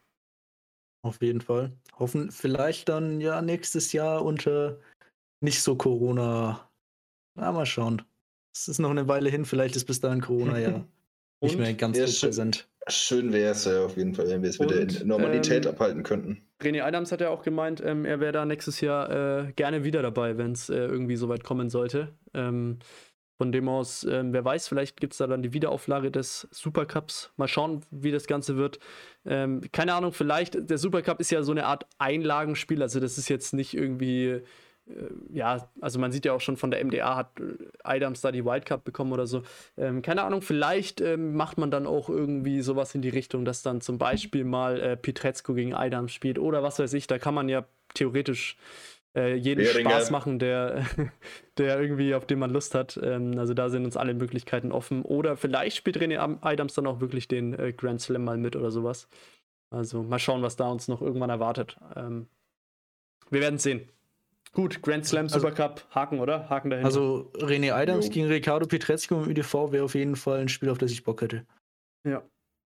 Auf jeden Fall. Hoffen, vielleicht dann ja nächstes Jahr unter nicht so Corona. Na, mal schauen. Es ist noch eine Weile hin, vielleicht ist bis dahin Corona ja nicht mehr ganz Ja, so schön, präsent. schön wäre es ja auf jeden Fall, wenn wir es wieder Und, in Normalität ähm, abhalten könnten. René Adams hat ja auch gemeint, ähm, er wäre da nächstes Jahr äh, gerne wieder dabei, wenn es äh, irgendwie so weit kommen sollte. Ähm, von dem aus, ähm, wer weiß, vielleicht gibt es da dann die Wiederauflage des Supercups. Mal schauen, wie das Ganze wird. Ähm, keine Ahnung, vielleicht, der Supercup ist ja so eine Art Einlagenspiel, also das ist jetzt nicht irgendwie, äh, ja, also man sieht ja auch schon von der M D A hat äh, Adams da die Wildcard bekommen oder so. Ähm, keine Ahnung, vielleicht ähm, macht man dann auch irgendwie sowas in die Richtung, dass dann zum Beispiel mal äh, Pietrezco gegen Adams spielt oder was weiß ich, da kann man ja theoretisch äh, jeden Behringer. Spaß machen, der, der irgendwie, auf den man Lust hat. Ähm, also da sind uns alle Möglichkeiten offen. Oder vielleicht spielt René Adams dann auch wirklich den äh, Grand Slam mal mit oder sowas. Also mal schauen, was da uns noch irgendwann erwartet. Ähm, wir werden sehen. Gut, Grand Slam, Also- Supercup, Haken, oder? Haken dahinter. Also René Adams Jo. gegen Ricardo Pietrezco im Ö D V wäre auf jeden Fall ein Spiel, auf das ich Bock hätte. ja.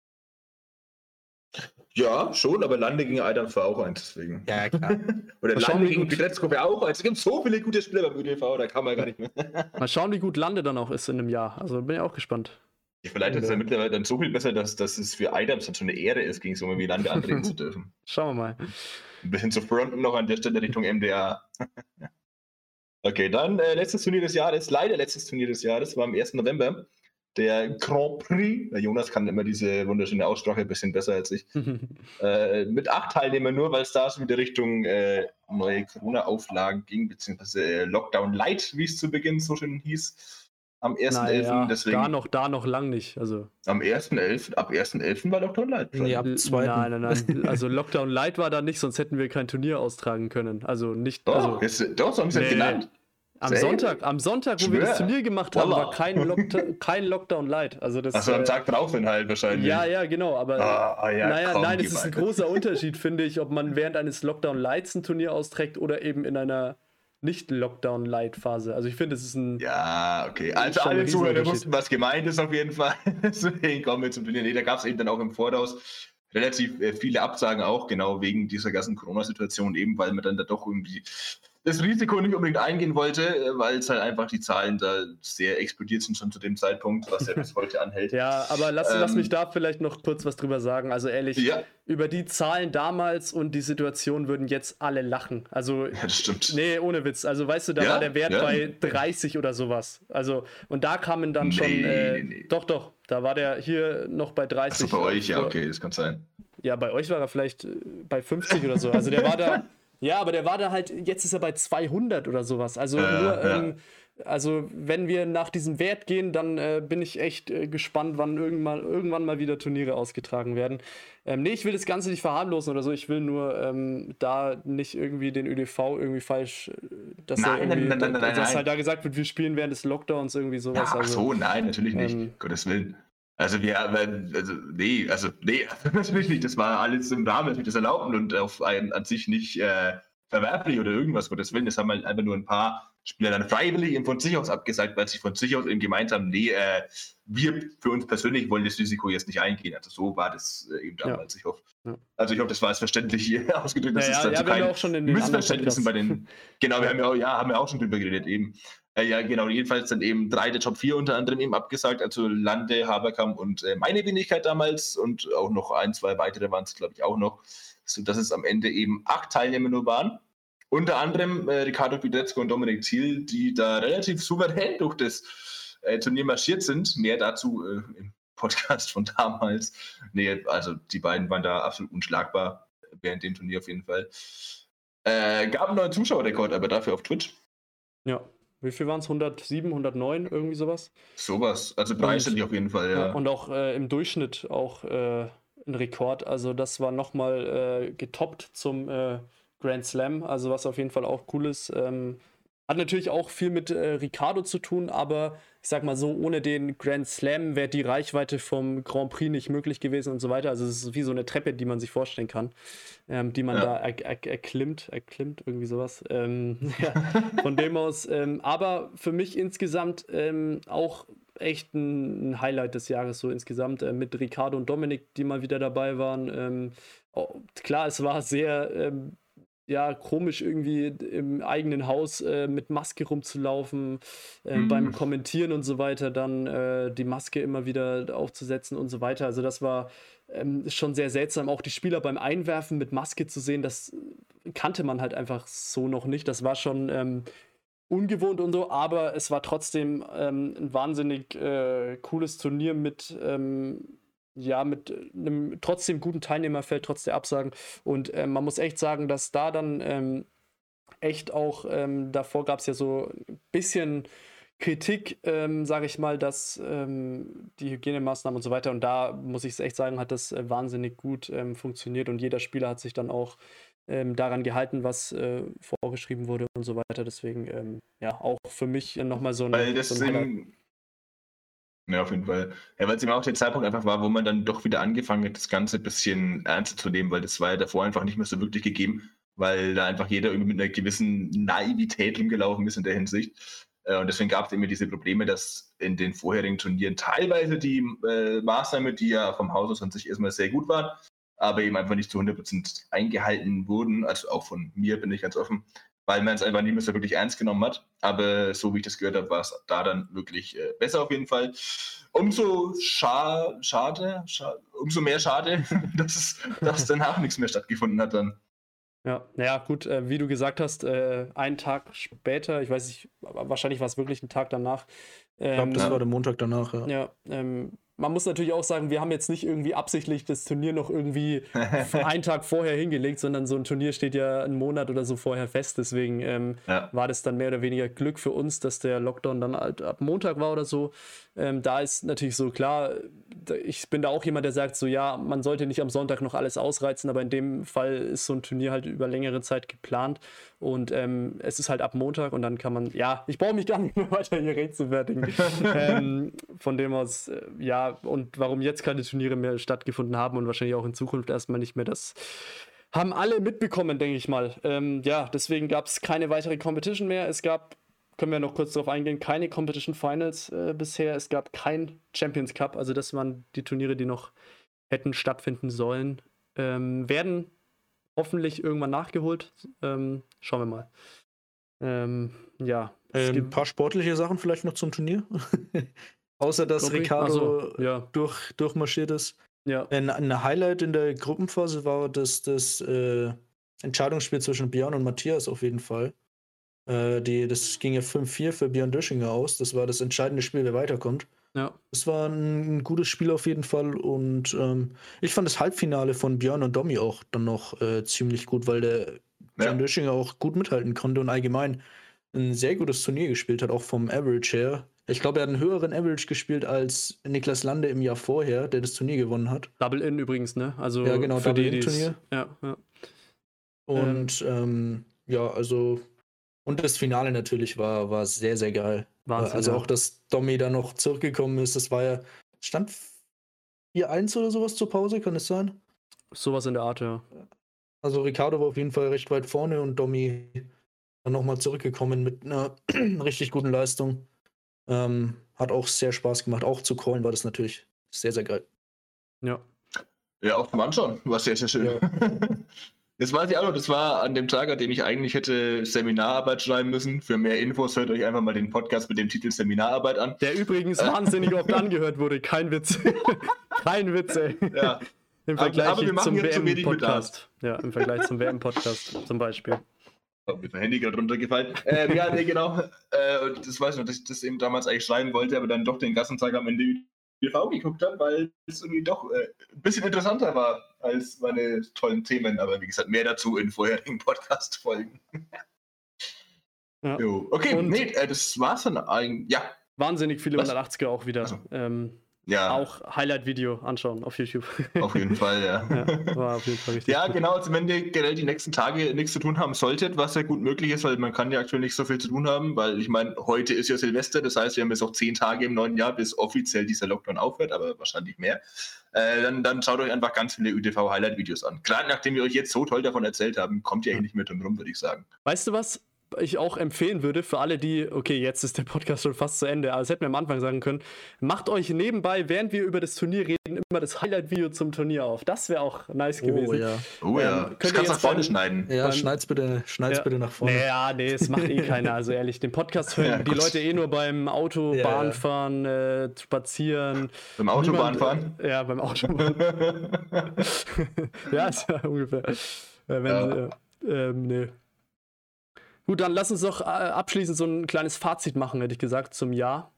Ja, schon, aber Lande gegen Adams war auch eins, deswegen. Ja, klar. Oder Mal schauen, Lande wie gegen gut- Pietrezco wäre auch eins. Es gibt so viele gute Spieler beim Ö D V, da kann man gar nicht mehr. Mal schauen, wie gut Lande dann auch ist in einem Jahr. Also bin ich auch gespannt. Vielleicht ist es ja mittlerweile dann so viel besser, dass, dass es für Adams dann schon eine Ehre ist, gegen so einen wie Lande antreten zu dürfen. Schauen wir mal. Ein bisschen zu fronten noch an der Stelle Richtung M D A. Okay, dann äh, letztes Turnier des Jahres, leider letztes Turnier des Jahres, war am ersten November. Der Grand Prix, der Jonas kann immer diese wunderschöne Aussprache ein bisschen besser als ich, äh, mit acht Teilnehmern nur, weil es da schon wieder Richtung äh, neue Corona-Auflagen ging, beziehungsweise äh, Lockdown Light, wie es zu Beginn so schön hieß, am ersten elften Naja, Deswegen da noch, da noch lang nicht. Also, am ersten elften ab ersten elften war Lockdown Light. Nee, ab L- zweiten. Nein, nein, nein. Also Lockdown Light war da nicht, sonst hätten wir kein Turnier austragen können. Also nicht. Doch, also, jetzt, doch, so haben sie es Nee, genannt. Am Sonntag, am Sonntag, wo Schwör. wir das Turnier gemacht haben, Wallah. war kein, Lockdown, kein Lockdown Light. Also das, Achso, am äh, Tag drauf dann halt wahrscheinlich. Ja, ja, genau, aber Ah, ja, naja, komm, nein, geh es ist ein weiter. großer Unterschied, finde ich, ob man während eines Lockdown Lights ein Turnier austrägt oder eben in einer nicht-Lockdown Light Phase. Also ich finde, es ist ein Ja, okay. Also Schon ein alle Zuhörer Riesenunterschied. wussten, was gemeint ist auf jeden Fall. Deswegen kommen wir zum Turnier. Nee, da gab es eben dann auch im Voraus relativ äh, viele Absagen auch, genau wegen dieser ganzen Corona-Situation, eben weil man dann da doch irgendwie das Risiko nicht unbedingt eingehen wollte, äh, weil es halt einfach die Zahlen da sehr explodiert sind schon zu dem Zeitpunkt, was ja bis heute anhält. Ja, aber lass, Ähm, lass mich da vielleicht noch kurz was drüber sagen. Also ehrlich, Ja. über die Zahlen damals und die Situation würden jetzt alle lachen. Also, Ja, das stimmt. nee, ohne Witz. Also, weißt du, da Ja, war der Wert ja. bei dreißig oder sowas. Also, und da kamen dann Nee, schon, äh, nee, nee. doch, doch, da war der hier noch bei Achso, dreißig. bei euch, ja, Vor- okay, das kann sein. Ja, bei euch war er vielleicht äh, bei fünfzig oder so. Also, der war da, ja, aber der war da halt, jetzt ist er bei zweihundert oder sowas. Also, Ja, nur, ja. ähm, also wenn wir nach diesem Wert gehen, dann äh, bin ich echt äh, gespannt, wann irgendwann, irgendwann mal wieder Turniere ausgetragen werden. Ähm, nee, ich will das Ganze nicht verharmlosen oder so. Ich will nur ähm, da nicht irgendwie den Ö D V irgendwie falsch, äh, dass, er Nein, irgendwie, nein, nein, nein, nein, dass nein. halt da gesagt wird, wir spielen während des Lockdowns irgendwie Ja, sowas. ach also, so, nein, natürlich nicht. ähm, Gottes Willen. Also wir, also nee, also nee, natürlich nicht. Das war alles im Rahmen natürlich des Erlaubten und auf einen an sich nicht äh, verwerflich oder irgendwas, Gottes Willen. Das haben halt einfach nur ein paar Spieler dann freiwillig eben von sich aus abgesagt, weil sie von sich aus eben gemeint haben, nee, äh, wir für uns persönlich wollen das Risiko jetzt nicht eingehen. Also so war das äh, eben damals, ich hoffe. Ja. Also ich hoffe, das war als verständlich ausgedrückt. Das Ja, ist ja, dazu ja, wir haben ja kein auch schon in den anderen Missverständnissen bei Podcasts. den. Genau, wir haben ja auch, ja, haben ja auch schon drüber geredet eben. Äh, ja, genau, jedenfalls dann eben drei der Top vier unter anderem eben abgesagt, also Lande, Haberkamp und äh, meine Wenigkeit damals und auch noch ein, zwei weitere waren es, glaube ich, auch noch, sodass es am Ende eben acht Teilnehmer nur waren. Unter anderem äh, Ricardo Pietrezco und Dominik Thiel, die da relativ souverän durch das äh, Turnier marschiert sind. Mehr dazu äh, im Podcast von damals. Nee, also die beiden waren da absolut unschlagbar während dem Turnier auf jeden Fall. Äh, gab einen neuen Zuschauerrekord, aber dafür auf Twitch. ja. Wie viel waren es? hundertsieben, hundertneun, irgendwie sowas? Sowas, also dreistellig auf jeden Fall, ja. Ja, und auch äh, im Durchschnitt auch äh, ein Rekord. Also das war nochmal äh, getoppt zum äh, Grand Slam. Also was auf jeden Fall auch cool ist. Ähm, hat natürlich auch viel mit äh, Ricardo zu tun, aber ich sag mal so, ohne den Grand Slam wäre die Reichweite vom Grand Prix nicht möglich gewesen und so weiter. Also es ist wie so eine Treppe, die man sich vorstellen kann, ähm, die man Ja. da er, er, erklimmt, erklimmt, irgendwie sowas. Ähm, ja, von dem aus. Ähm, aber für mich insgesamt ähm, auch echt ein, ein Highlight des Jahres, so insgesamt äh, mit Ricardo und Dominik, die mal wieder dabei waren. Ähm, oh, klar, es war sehr ähm, ja, komisch irgendwie im eigenen Haus äh, mit Maske rumzulaufen, äh, Mhm. beim Kommentieren und so weiter, dann äh, die Maske immer wieder aufzusetzen und so weiter. Also das war ähm, schon sehr seltsam. Auch die Spieler beim Einwerfen mit Maske zu sehen, das kannte man halt einfach so noch nicht. Das war schon ähm, ungewohnt und so, aber es war trotzdem ähm, ein wahnsinnig äh, cooles Turnier mit ähm, ja, mit einem trotzdem guten Teilnehmerfeld, trotz der Absagen. Und ähm, man muss echt sagen, dass da dann ähm, echt auch, ähm, davor gab es ja so ein bisschen Kritik, ähm, sage ich mal, dass ähm, die Hygienemaßnahmen und so weiter, und da muss ich es echt sagen, hat das äh, wahnsinnig gut ähm, funktioniert und jeder Spieler hat sich dann auch ähm, daran gehalten, was äh, vorgeschrieben wurde und so weiter. Deswegen, ähm, ja, auch für mich nochmal so ein, Weil das so ein Highlight. im, ja, auf jeden Fall. Ja, weil es eben auch der Zeitpunkt einfach war, wo man dann doch wieder angefangen hat, das Ganze ein bisschen ernster zu nehmen, weil das war ja davor einfach nicht mehr so wirklich gegeben, weil da einfach jeder irgendwie mit einer gewissen Naivität rumgelaufen ist in der Hinsicht. Äh, Und deswegen gab es immer diese Probleme, dass in den vorherigen Turnieren teilweise die äh, Maßnahmen, die ja vom Haus aus an sich erstmal sehr gut waren, aber eben einfach nicht zu hundert Prozent eingehalten wurden. Also auch von mir bin ich ganz offen, weil man es einfach nicht mehr so wirklich ernst genommen hat. Aber so wie ich das gehört habe, war es da dann wirklich äh, besser auf jeden Fall. Umso scha schade, scha umso mehr schade, dass, es, dass danach nichts mehr stattgefunden hat dann. Ja, naja, gut, äh, wie du gesagt hast, äh, einen Tag später, ich weiß nicht, aber wahrscheinlich war es wirklich ein Tag danach. Ich glaube, Ähm, das Ja. war der Montag danach, ja. ja, ähm, man muss natürlich auch sagen, wir haben jetzt nicht irgendwie absichtlich das Turnier noch irgendwie einen Tag vorher hingelegt, sondern so ein Turnier steht ja einen Monat oder so vorher fest. Deswegen ähm, ja. war das dann mehr oder weniger Glück für uns, dass der Lockdown dann halt ab Montag war oder so. Ähm, da ist natürlich so klar, ich bin da auch jemand, der sagt so, ja, man sollte nicht am Sonntag noch alles ausreizen, aber in dem Fall ist so ein Turnier halt über längere Zeit geplant und ähm, es ist halt ab Montag und dann kann man, ja, ich brauche mich gar nicht mehr weiter hier rechtfertigen. ähm, von dem aus, äh, ja, und warum jetzt keine Turniere mehr stattgefunden haben und wahrscheinlich auch in Zukunft erstmal nicht mehr, das haben alle mitbekommen, denke ich mal. Ähm, ja, deswegen gab es keine weitere Competition mehr. Es gab, können wir noch kurz darauf eingehen, keine Competition Finals äh, bisher. Es gab kein Champions Cup, also das waren die Turniere, die noch hätten stattfinden sollen. Ähm, werden hoffentlich irgendwann nachgeholt. Ähm, schauen wir mal. Ähm, ja. Ein ähm, paar sportliche Sachen vielleicht noch zum Turnier. Außer dass Gruppe? Ricardo so, ja. durch, durchmarschiert ist. Ja. Ein, ein Highlight in der Gruppenphase war das, das äh, Entscheidungsspiel zwischen Björn und Matthias auf jeden Fall. Äh, die, das ging ja fünf vier für Björn Döschinger aus. Das war das entscheidende Spiel, wer weiterkommt. Ja. Das war ein, ein gutes Spiel auf jeden Fall. Und ähm, ich fand das Halbfinale von Björn und Domi auch dann noch äh, ziemlich gut, weil der ja. Björn Döschinger auch gut mithalten konnte und allgemein ein sehr gutes Turnier gespielt hat, auch vom Average her. Ich glaube, er hat einen höheren Average gespielt als Niklas Lande im Jahr vorher, der das Turnier gewonnen hat. Double-In übrigens, ne? Also ja, genau, für Double-In-Turnier. Ja, ja. Und ähm. Ähm, ja, also und das Finale natürlich war, war sehr, sehr geil. Wahnsinn, also ja. auch, dass Domi da noch zurückgekommen ist, das war ja, stand vier eins oder sowas zur Pause, kann es sein? Sowas in der Art, ja. Also Ricardo war auf jeden Fall recht weit vorne und Domi dann nochmal zurückgekommen mit einer richtig guten Leistung. Ähm, hat auch sehr Spaß gemacht. Auch zu callen war das natürlich sehr, sehr geil. Ja. Ja, auch zum Anschauen war sehr, sehr schön. Ja. Das weiß ich auch noch, das war an dem Tag, an dem ich eigentlich hätte Seminararbeit schreiben müssen. Für mehr Infos hört euch einfach mal den Podcast mit dem Titel Seminararbeit an. Der übrigens äh. wahnsinnig oft angehört wurde. Kein Witz. Kein Witz, ey. Ja. Im Vergleich aber, aber wir zum W M-Podcast. Ja, im Vergleich zum W M-Podcast zum Beispiel. Oh, mir ist mein Handy gerade runtergefallen. Ähm, ja, nee, genau. Äh, das weiß ich noch, dass ich das eben damals eigentlich schreiben wollte, aber dann doch den ganzen Tag am Ende T V geguckt habe, weil es irgendwie doch äh, ein bisschen interessanter war als meine tollen Themen. Aber wie gesagt, mehr dazu in vorherigen Podcast-Folgen. Ja. Jo. Okay, und nee, äh, das war's dann eigentlich. Ja. Wahnsinnig viele hundertachtziger auch wieder. Also. Ähm, Ja. Auch Highlight-Video anschauen auf YouTube. Auf jeden Fall, ja. ja war auf jeden Fall richtig. Ja, gut. genau, also wenn ihr generell die nächsten Tage nichts zu tun haben solltet, was ja gut möglich ist, weil man kann ja aktuell nicht so viel zu tun haben, weil ich meine, heute ist ja Silvester, das heißt, wir haben jetzt auch zehn Tage im neuen Jahr, bis offiziell dieser Lockdown aufhört, aber wahrscheinlich mehr. Äh, dann, dann schaut euch einfach ganz viele Ü D V-Highlight-Videos an. Gerade nachdem wir euch jetzt so toll davon erzählt haben, kommt ihr eigentlich nicht mehr drum rum, würde ich sagen. Weißt du was? Ich auch empfehlen würde für alle, die, okay, jetzt ist der Podcast schon fast zu Ende, aber das hätten wir am Anfang sagen können, macht euch nebenbei, während wir über das Turnier reden, immer das Highlight-Video zum Turnier auf. Das wäre auch nice oh, gewesen. Ja. Oh ja, ähm, könnt kannst du nach vorne schneiden. Ja, schneid's bitte, schneid's ja. bitte nach vorne. Naja, nee, es macht eh keiner, also ehrlich, den Podcast hören ja, die Leute eh nur beim Autobahnfahren, ja. äh, spazieren. Beim Autobahnfahren? Äh, ja, beim Autobahnfahren. ja, ist ja ungefähr. Äh, wenn ja. Sie, äh, ähm, nee. Gut, dann lass uns doch äh, abschließend so ein kleines Fazit machen, hätte ich gesagt, zum Jahr.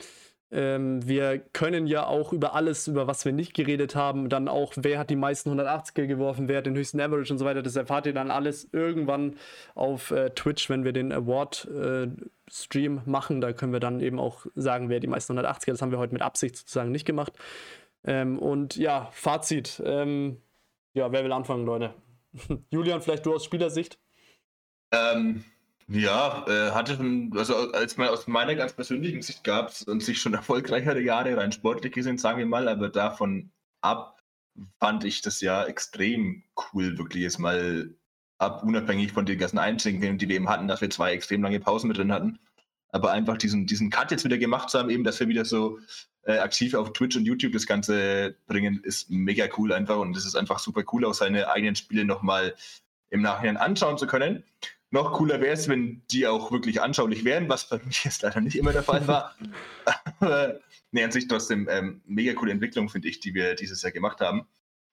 Ähm, wir können ja auch über alles, über was wir nicht geredet haben, dann auch, wer hat die meisten hundertachtziger geworfen, wer hat den höchsten Average und so weiter, das erfahrt ihr dann alles irgendwann auf äh, Twitch, wenn wir den Award-Stream äh, machen. Da können wir dann eben auch sagen, wer die meisten hundertachtziger, das haben wir heute mit Absicht sozusagen nicht gemacht. Ähm, und ja, Fazit. Ähm, ja, wer will anfangen, Leute? Julian, vielleicht du aus Spielersicht? Ähm... Ja, äh, hatte schon, also als man aus meiner ganz persönlichen Sicht gab es und sich schon erfolgreichere Jahre rein sportlich gesehen, sagen wir mal, aber davon ab fand ich das Jahr extrem cool, wirklich jetzt mal ab, unabhängig von den ganzen Einschränkungen, die wir eben hatten, dass wir zwei extrem lange Pausen mit drin hatten, aber einfach diesen, diesen Cut jetzt wieder gemacht zu haben, eben, dass wir wieder so äh, aktiv auf Twitch und YouTube das Ganze bringen, ist mega cool einfach und es ist einfach super cool, auch seine eigenen Spiele nochmal im Nachhinein anschauen zu können. Noch cooler wäre es, wenn die auch wirklich anschaulich wären, was bei mir jetzt leider nicht immer der Fall war. Aber nee, an sich trotzdem ähm, mega coole Entwicklung, finde ich, die wir dieses Jahr gemacht haben.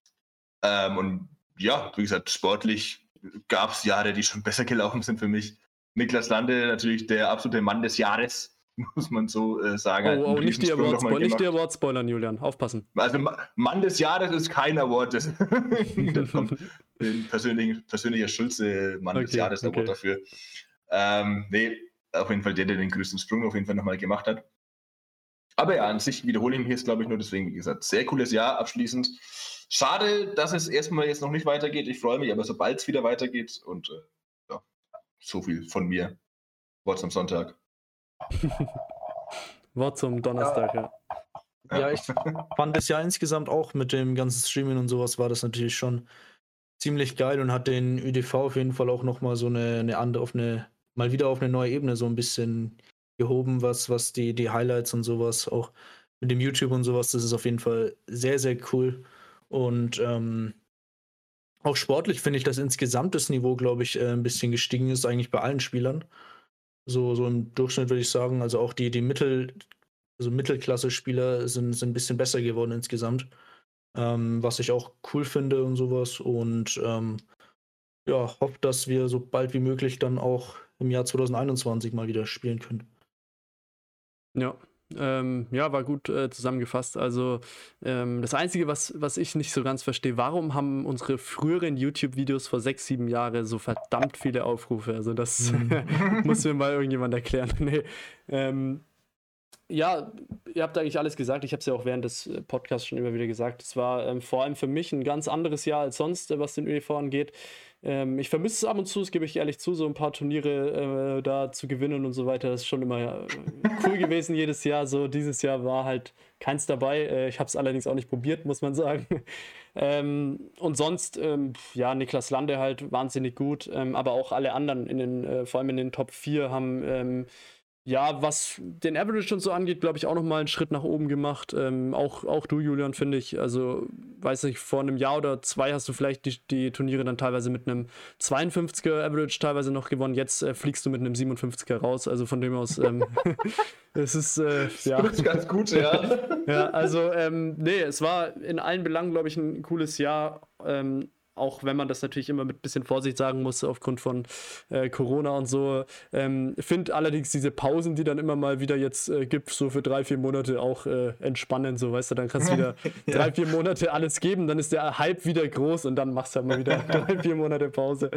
Ähm, und ja, wie gesagt, sportlich gab es Jahre, die schon besser gelaufen sind für mich. Niklas Lande, natürlich der absolute Mann des Jahres. muss man so äh, sagen. Oh, oh nicht, die Award spoil- nicht die Award spoilern, Julian, aufpassen. Also Mann des Jahres ist kein Award. Das kommt ein persönlicher, persönlicher Schulze Mann okay, des Jahres Award okay. dafür. Ähm, nee, auf jeden Fall der, der den größten Sprung auf jeden Fall nochmal gemacht hat. Aber ja, an sich wiederhole ich mich jetzt, glaube ich, nur deswegen, wie gesagt, sehr cooles Jahr abschließend. Schade, dass es erstmal jetzt noch nicht weitergeht. Ich freue mich, aber sobald es wieder weitergeht und äh, ja, so viel von mir. Wort zum Sonntag. Wort zum Donnerstag, ja. Ja, ja ich fand das Jahr insgesamt auch mit dem ganzen Streaming und sowas war das natürlich schon ziemlich geil und hat den Ü D V auf jeden Fall auch nochmal so eine, eine andere, auf eine, mal wieder auf eine neue Ebene so ein bisschen gehoben, was, was die, die Highlights und sowas, auch mit dem YouTube und sowas, das ist auf jeden Fall sehr, sehr cool. Und ähm, auch sportlich finde ich, dass insgesamt das Niveau, glaube ich, äh, ein bisschen gestiegen ist, eigentlich bei allen Spielern. So, so im Durchschnitt würde ich sagen, also auch die, die Mittel, also Mittelklasse-Spieler sind, sind ein bisschen besser geworden insgesamt. Ähm, was ich auch cool finde und sowas. Und ähm, ja, hoffe, dass wir so bald wie möglich dann auch im Jahr zwanzig einundzwanzig mal wieder spielen können. Ja, ähm, ja, war gut äh, zusammengefasst. Also ähm, das Einzige, was, was ich nicht so ganz verstehe, warum haben unsere früheren YouTube-Videos vor sechs, sieben Jahren so verdammt viele Aufrufe? Also das mhm. muss mir mal irgendjemand erklären. Nee, ähm, ja, ihr habt eigentlich alles gesagt. Ich habe es ja auch während des Podcasts schon immer wieder gesagt. Es war ähm, vor allem für mich ein ganz anderes Jahr als sonst, was den Ü D V angeht. Ähm, ich vermisse es ab und zu, das gebe ich ehrlich zu, so ein paar Turniere äh, da zu gewinnen und so weiter. Das ist schon immer äh, cool gewesen jedes Jahr. So dieses Jahr war halt keins dabei. Äh, ich habe es allerdings auch nicht probiert, muss man sagen. ähm, und sonst, ähm, ja, Niklas Lande halt wahnsinnig gut. Ähm, aber auch alle anderen, in den, äh, vor allem in den Top vier, haben ähm, ja, was den Average und so angeht, glaube ich, auch nochmal einen Schritt nach oben gemacht. Ähm, auch, auch du, Julian, finde ich. Also, weiß nicht, vor einem Jahr oder zwei hast du vielleicht die, die Turniere dann teilweise mit einem zweiundfünfziger Average teilweise noch gewonnen. Jetzt äh, fliegst du mit einem siebenundfünfziger raus. Also von dem aus, ähm, es ist, äh, ja. Das ist ganz gut, ja. Ja, also, ähm, nee, es war in allen Belangen, glaube ich, ein cooles Jahr. Ähm, Auch wenn man das natürlich immer mit ein bisschen Vorsicht sagen muss, aufgrund von äh, Corona und so. Ähm, finde allerdings diese Pausen, die dann immer mal wieder jetzt äh, gibt, so für drei, vier Monate auch äh, entspannend, so, weißt du, dann kannst du wieder ja. drei, vier Monate alles geben, dann ist der Hype wieder groß und dann machst du halt mal wieder drei, vier Monate Pause.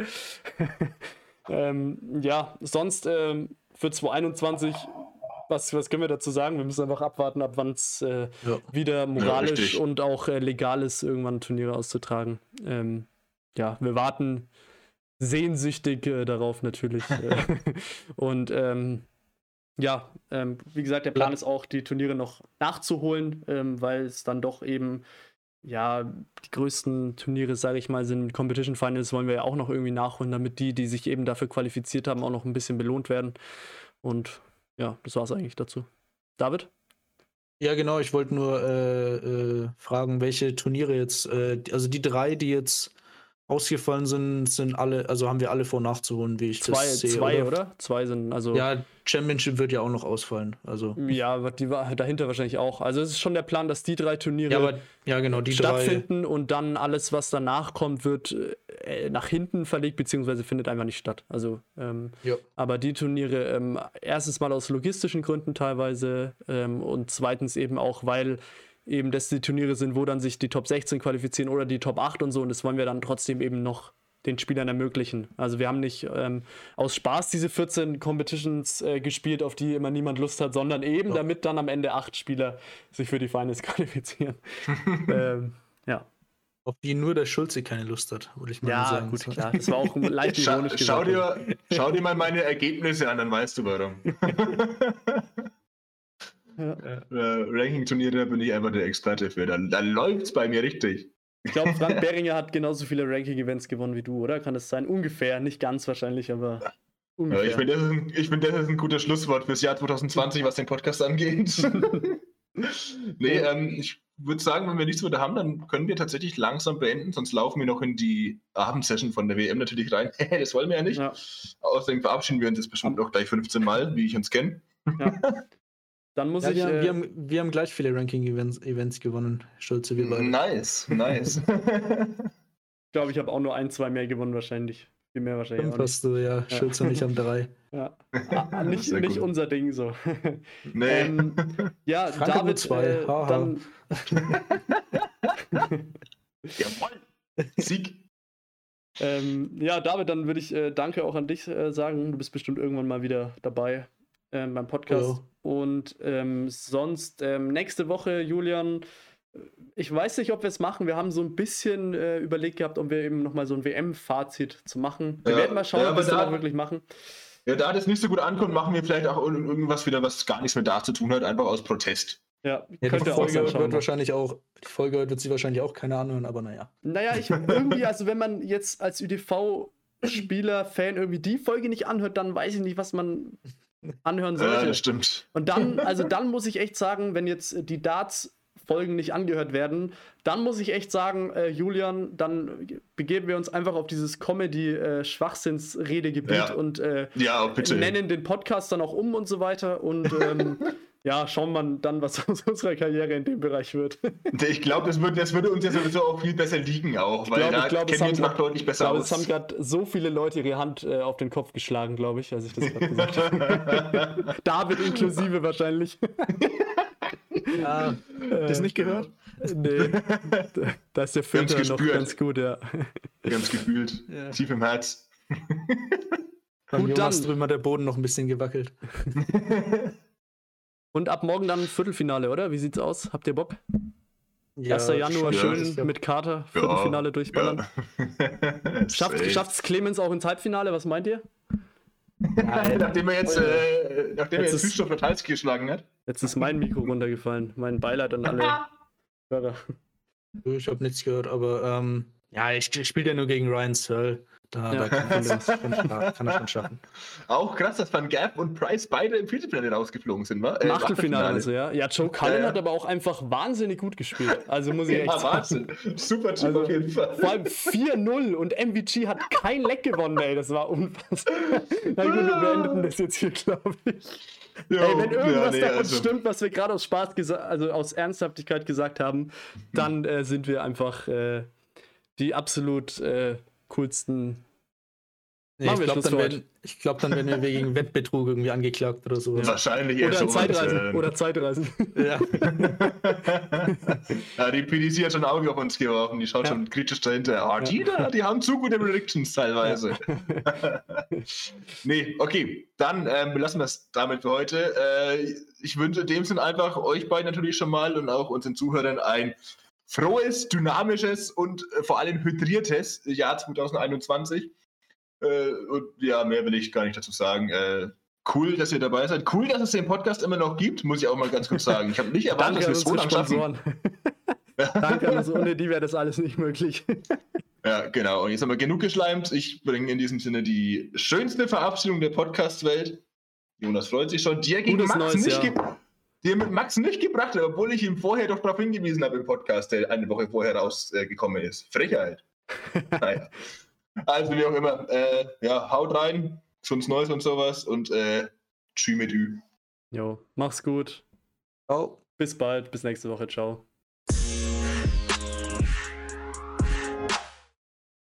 ähm, ja, sonst ähm, für zwanzig einundzwanzig, was, was können wir dazu sagen? Wir müssen einfach abwarten, ab wann es äh, ja. wieder moralisch ja, und auch äh, legal ist, irgendwann Turniere auszutragen. Ähm, ja, wir warten sehnsüchtig äh, darauf natürlich. Und ähm, ja, ähm, wie gesagt, der Plan ist auch, die Turniere noch nachzuholen, ähm, weil es dann doch eben, ja, die größten Turniere, sage ich mal, sind Competition Finals, wollen wir ja auch noch irgendwie nachholen, damit die, die sich eben dafür qualifiziert haben, auch noch ein bisschen belohnt werden. Und ja, das war es eigentlich dazu. David? Ja, genau, ich wollte nur äh, äh, fragen, welche Turniere jetzt, äh, also die drei, die jetzt ausgefallen sind, sind alle, also haben wir alle vor nachzuholen, wie ich zwei, das sehe. Zwei, oder? oder? Zwei sind, also. Ja, Championship wird ja auch noch ausfallen. Also. Ja, die war dahinter wahrscheinlich auch. Also es ist schon der Plan, dass die drei Turniere ja, aber, ja, genau, die stattfinden drei. Und dann alles, was danach kommt, wird äh, nach hinten verlegt, beziehungsweise findet einfach nicht statt. Also, ähm, ja. aber die Turniere, ähm, erstens mal aus logistischen Gründen teilweise ähm, und zweitens eben auch, weil eben das die Turniere sind, wo dann sich die Top sechzehn qualifizieren oder die Top acht und so, und das wollen wir dann trotzdem eben noch den Spielern ermöglichen. Also wir haben nicht ähm, aus Spaß diese vierzehn Competitions äh, gespielt, auf die immer niemand Lust hat, sondern eben ja. damit dann am Ende acht Spieler sich für die Finals qualifizieren. ähm, ja. Auf die nur der Schulze keine Lust hat, würde ich mal ja, sagen. Ja, gut, klar. Das war auch leicht ironisch Scha- schau, dir, schau dir mal meine Ergebnisse an, dann weißt du warum. Ja. Äh, Ranking-Turniere bin ich einfach der Experte für. Da, da läuft's bei mir richtig. Ich glaube, Frank Behringer hat genauso viele Ranking-Events gewonnen wie du, oder? Kann das sein? Ungefähr, nicht ganz wahrscheinlich, aber ungefähr. Ja, ich finde, das, ist ein, ich find, das ist ein guter Schlusswort fürs Jahr zwanzig zwanzig, was den Podcast angeht. Nee, ähm, ich würde sagen, wenn wir nichts weiter haben, dann können wir tatsächlich langsam beenden, sonst laufen wir noch in die Abendsession von der W M natürlich rein. Das wollen wir ja nicht. Ja. Außerdem verabschieden wir uns jetzt bestimmt noch gleich fünfzehn Mal, wie ich uns kenne. Ja. Dann muss ja, ich. Wir, äh, wir, haben, wir haben gleich viele Ranking-Events Events gewonnen, Schulze, wir beide. Nice, nice. Ich glaube, ich habe auch nur ein, zwei mehr gewonnen wahrscheinlich. Viel mehr wahrscheinlich. Fünf hast du, ja. Schulze und ich haben drei. Ja, ah, nicht, nicht unser Ding so. Nee. ähm, ja, Frank David, zwei. äh, Haha. dann Jawohl. Sieg. ähm, ja, David, dann würde ich äh, danke auch an dich äh, sagen. Du bist bestimmt irgendwann mal wieder dabei ähm, beim Podcast. Ja. Und ähm, sonst ähm, nächste Woche, Julian, äh, ich weiß nicht, ob wir es machen. Wir haben so ein bisschen äh, überlegt gehabt, ob wir eben nochmal so ein W M-Fazit zu machen. Wir Ja. werden mal schauen, Ja, ob wir es aber dann da- auch wirklich machen. Ja, da das nicht so gut ankommt, machen wir vielleicht auch ir- irgendwas wieder, was gar nichts mit da zu tun hat, einfach aus Protest. Ja, Ja, die könnt ihr auch Folge sein, wird schauen wir mal. wahrscheinlich auch, die Folge heute wird sich wahrscheinlich auch keiner anhören, aber naja. Naja, ich irgendwie, also wenn man jetzt als Ü D V-Spieler, Fan irgendwie die Folge nicht anhört, dann weiß ich nicht, was man anhören Ja, sollte. das stimmt. Und dann, also dann muss ich echt sagen, wenn jetzt die Darts-Folgen nicht angehört werden, dann muss ich echt sagen, äh, Julian, dann begeben wir uns einfach auf dieses Comedy-Schwachsinns-Redegebiet Ja. und äh, Ja, bitte. nennen den Podcast dann auch um und so weiter und ähm, ja, schauen wir dann, was aus unserer Karriere in dem Bereich wird. Ich glaube, das würde, das würde uns ja sowieso auch viel besser liegen, auch, weil glaub- da ich glaub, es kennen wir uns haben- noch deutlich Ich besser glaube, aus. es haben gerade so viele Leute ihre Hand äh, auf den Kopf geschlagen, glaube ich, als ich das gerade gesagt habe. David inklusive wahrscheinlich. Ja, das nicht gehört? Nee, da ist der Filter noch gespürt. ganz gut, ja. Ganz gefühlt, Ja. tief im Herz. Beim Gut, Jonas dann. drüben hat der Boden noch ein bisschen gewackelt. Und ab morgen dann Viertelfinale, oder? Wie sieht's aus? Habt ihr Bock? Ja, erster Januar schon, schön ja. mit Kater, Viertelfinale durchballern. Ja. Schafft Safe. schafft's Clemens auch ins Halbfinale? Was meint ihr? Nachdem er jetzt, äh, nachdem er Jetzt jetzt ist- Christoph Ratalski geschlagen hat. Jetzt ist mein Mikro runtergefallen. Mein Beileid an alle Hörer. Ich habe nichts gehört, aber ähm, ja, ich, ich spiele ja nur gegen Ryan Searle. Da, Ja. da kann, er schon, scha- kann er schon schaffen. Auch krass, dass Van Gap und Price beide im Viertelfinale rausgeflogen sind, wa? Äh, Im Achtelfinale, also, ja. Ja, Joe Cullen Ja, ja. hat aber auch einfach wahnsinnig gut gespielt. Also muss ich echt Ja, sagen. Wahnsinn. Super Typ Also, auf jeden Fall. Vor allem vier null und M V G hat kein Leck gewonnen, ey. Das war unfassbar. Na gut, wir beendeten das jetzt hier, glaube ich. Jo, Ey, wenn irgendwas ja, nee, davon also- stimmt, was wir gerade aus Spaß gesagt, also aus Ernsthaftigkeit gesagt haben, dann äh, sind wir einfach äh, die absolut äh, coolsten. Nee, Machen ich wir glaube, Schluss dann, für werden- ich glaub, dann werden wir wegen Wettbetrug irgendwie angeklagt oder sowas. Wahrscheinlich eher Oder schon. Zeitreisen. äh, Oder Zeitreisen. Ja. ja, die P D C hat schon ein Auge auf uns geworfen. Die schaut Ja. schon kritisch dahinter. Ah, die da, die haben zu gute Predictions teilweise. Nee, okay. Dann ähm, belassen wir es damit für heute. Äh, ich wünsche in dem Sinn einfach euch beiden natürlich schon mal und auch unseren Zuhörern ein frohes, dynamisches und äh, vor allem hydriertes Jahr zwanzig einundzwanzig. Äh, und ja, mehr will ich gar nicht dazu sagen. Äh, cool, dass ihr dabei seid. Cool, dass es den Podcast immer noch gibt, muss ich auch mal ganz kurz sagen. Ich habe nicht erwartet, Danke an dass wir es so unsere lange schaffen. Sponsoren. Danke an uns. Ohne die wäre das alles nicht möglich. Ja, genau. Und jetzt haben wir genug geschleimt. Ich bringe in diesem Sinne die schönste Verabschiedung der Podcast-Welt. Jonas freut sich schon. Die er gegen Gutes Max neues nicht Jahr. ge- die er mit Max nicht gebracht hat, obwohl ich ihm vorher doch darauf hingewiesen habe im Podcast, der eine Woche vorher rausgekommen äh, ist. Frechheit. Naja. Also wie auch immer. Äh, ja, haut rein. Schönes Neues und sowas. Und äh, tschü mit Ü. Jo, mach's gut. Oh. Bis bald. Bis nächste Woche. Ciao.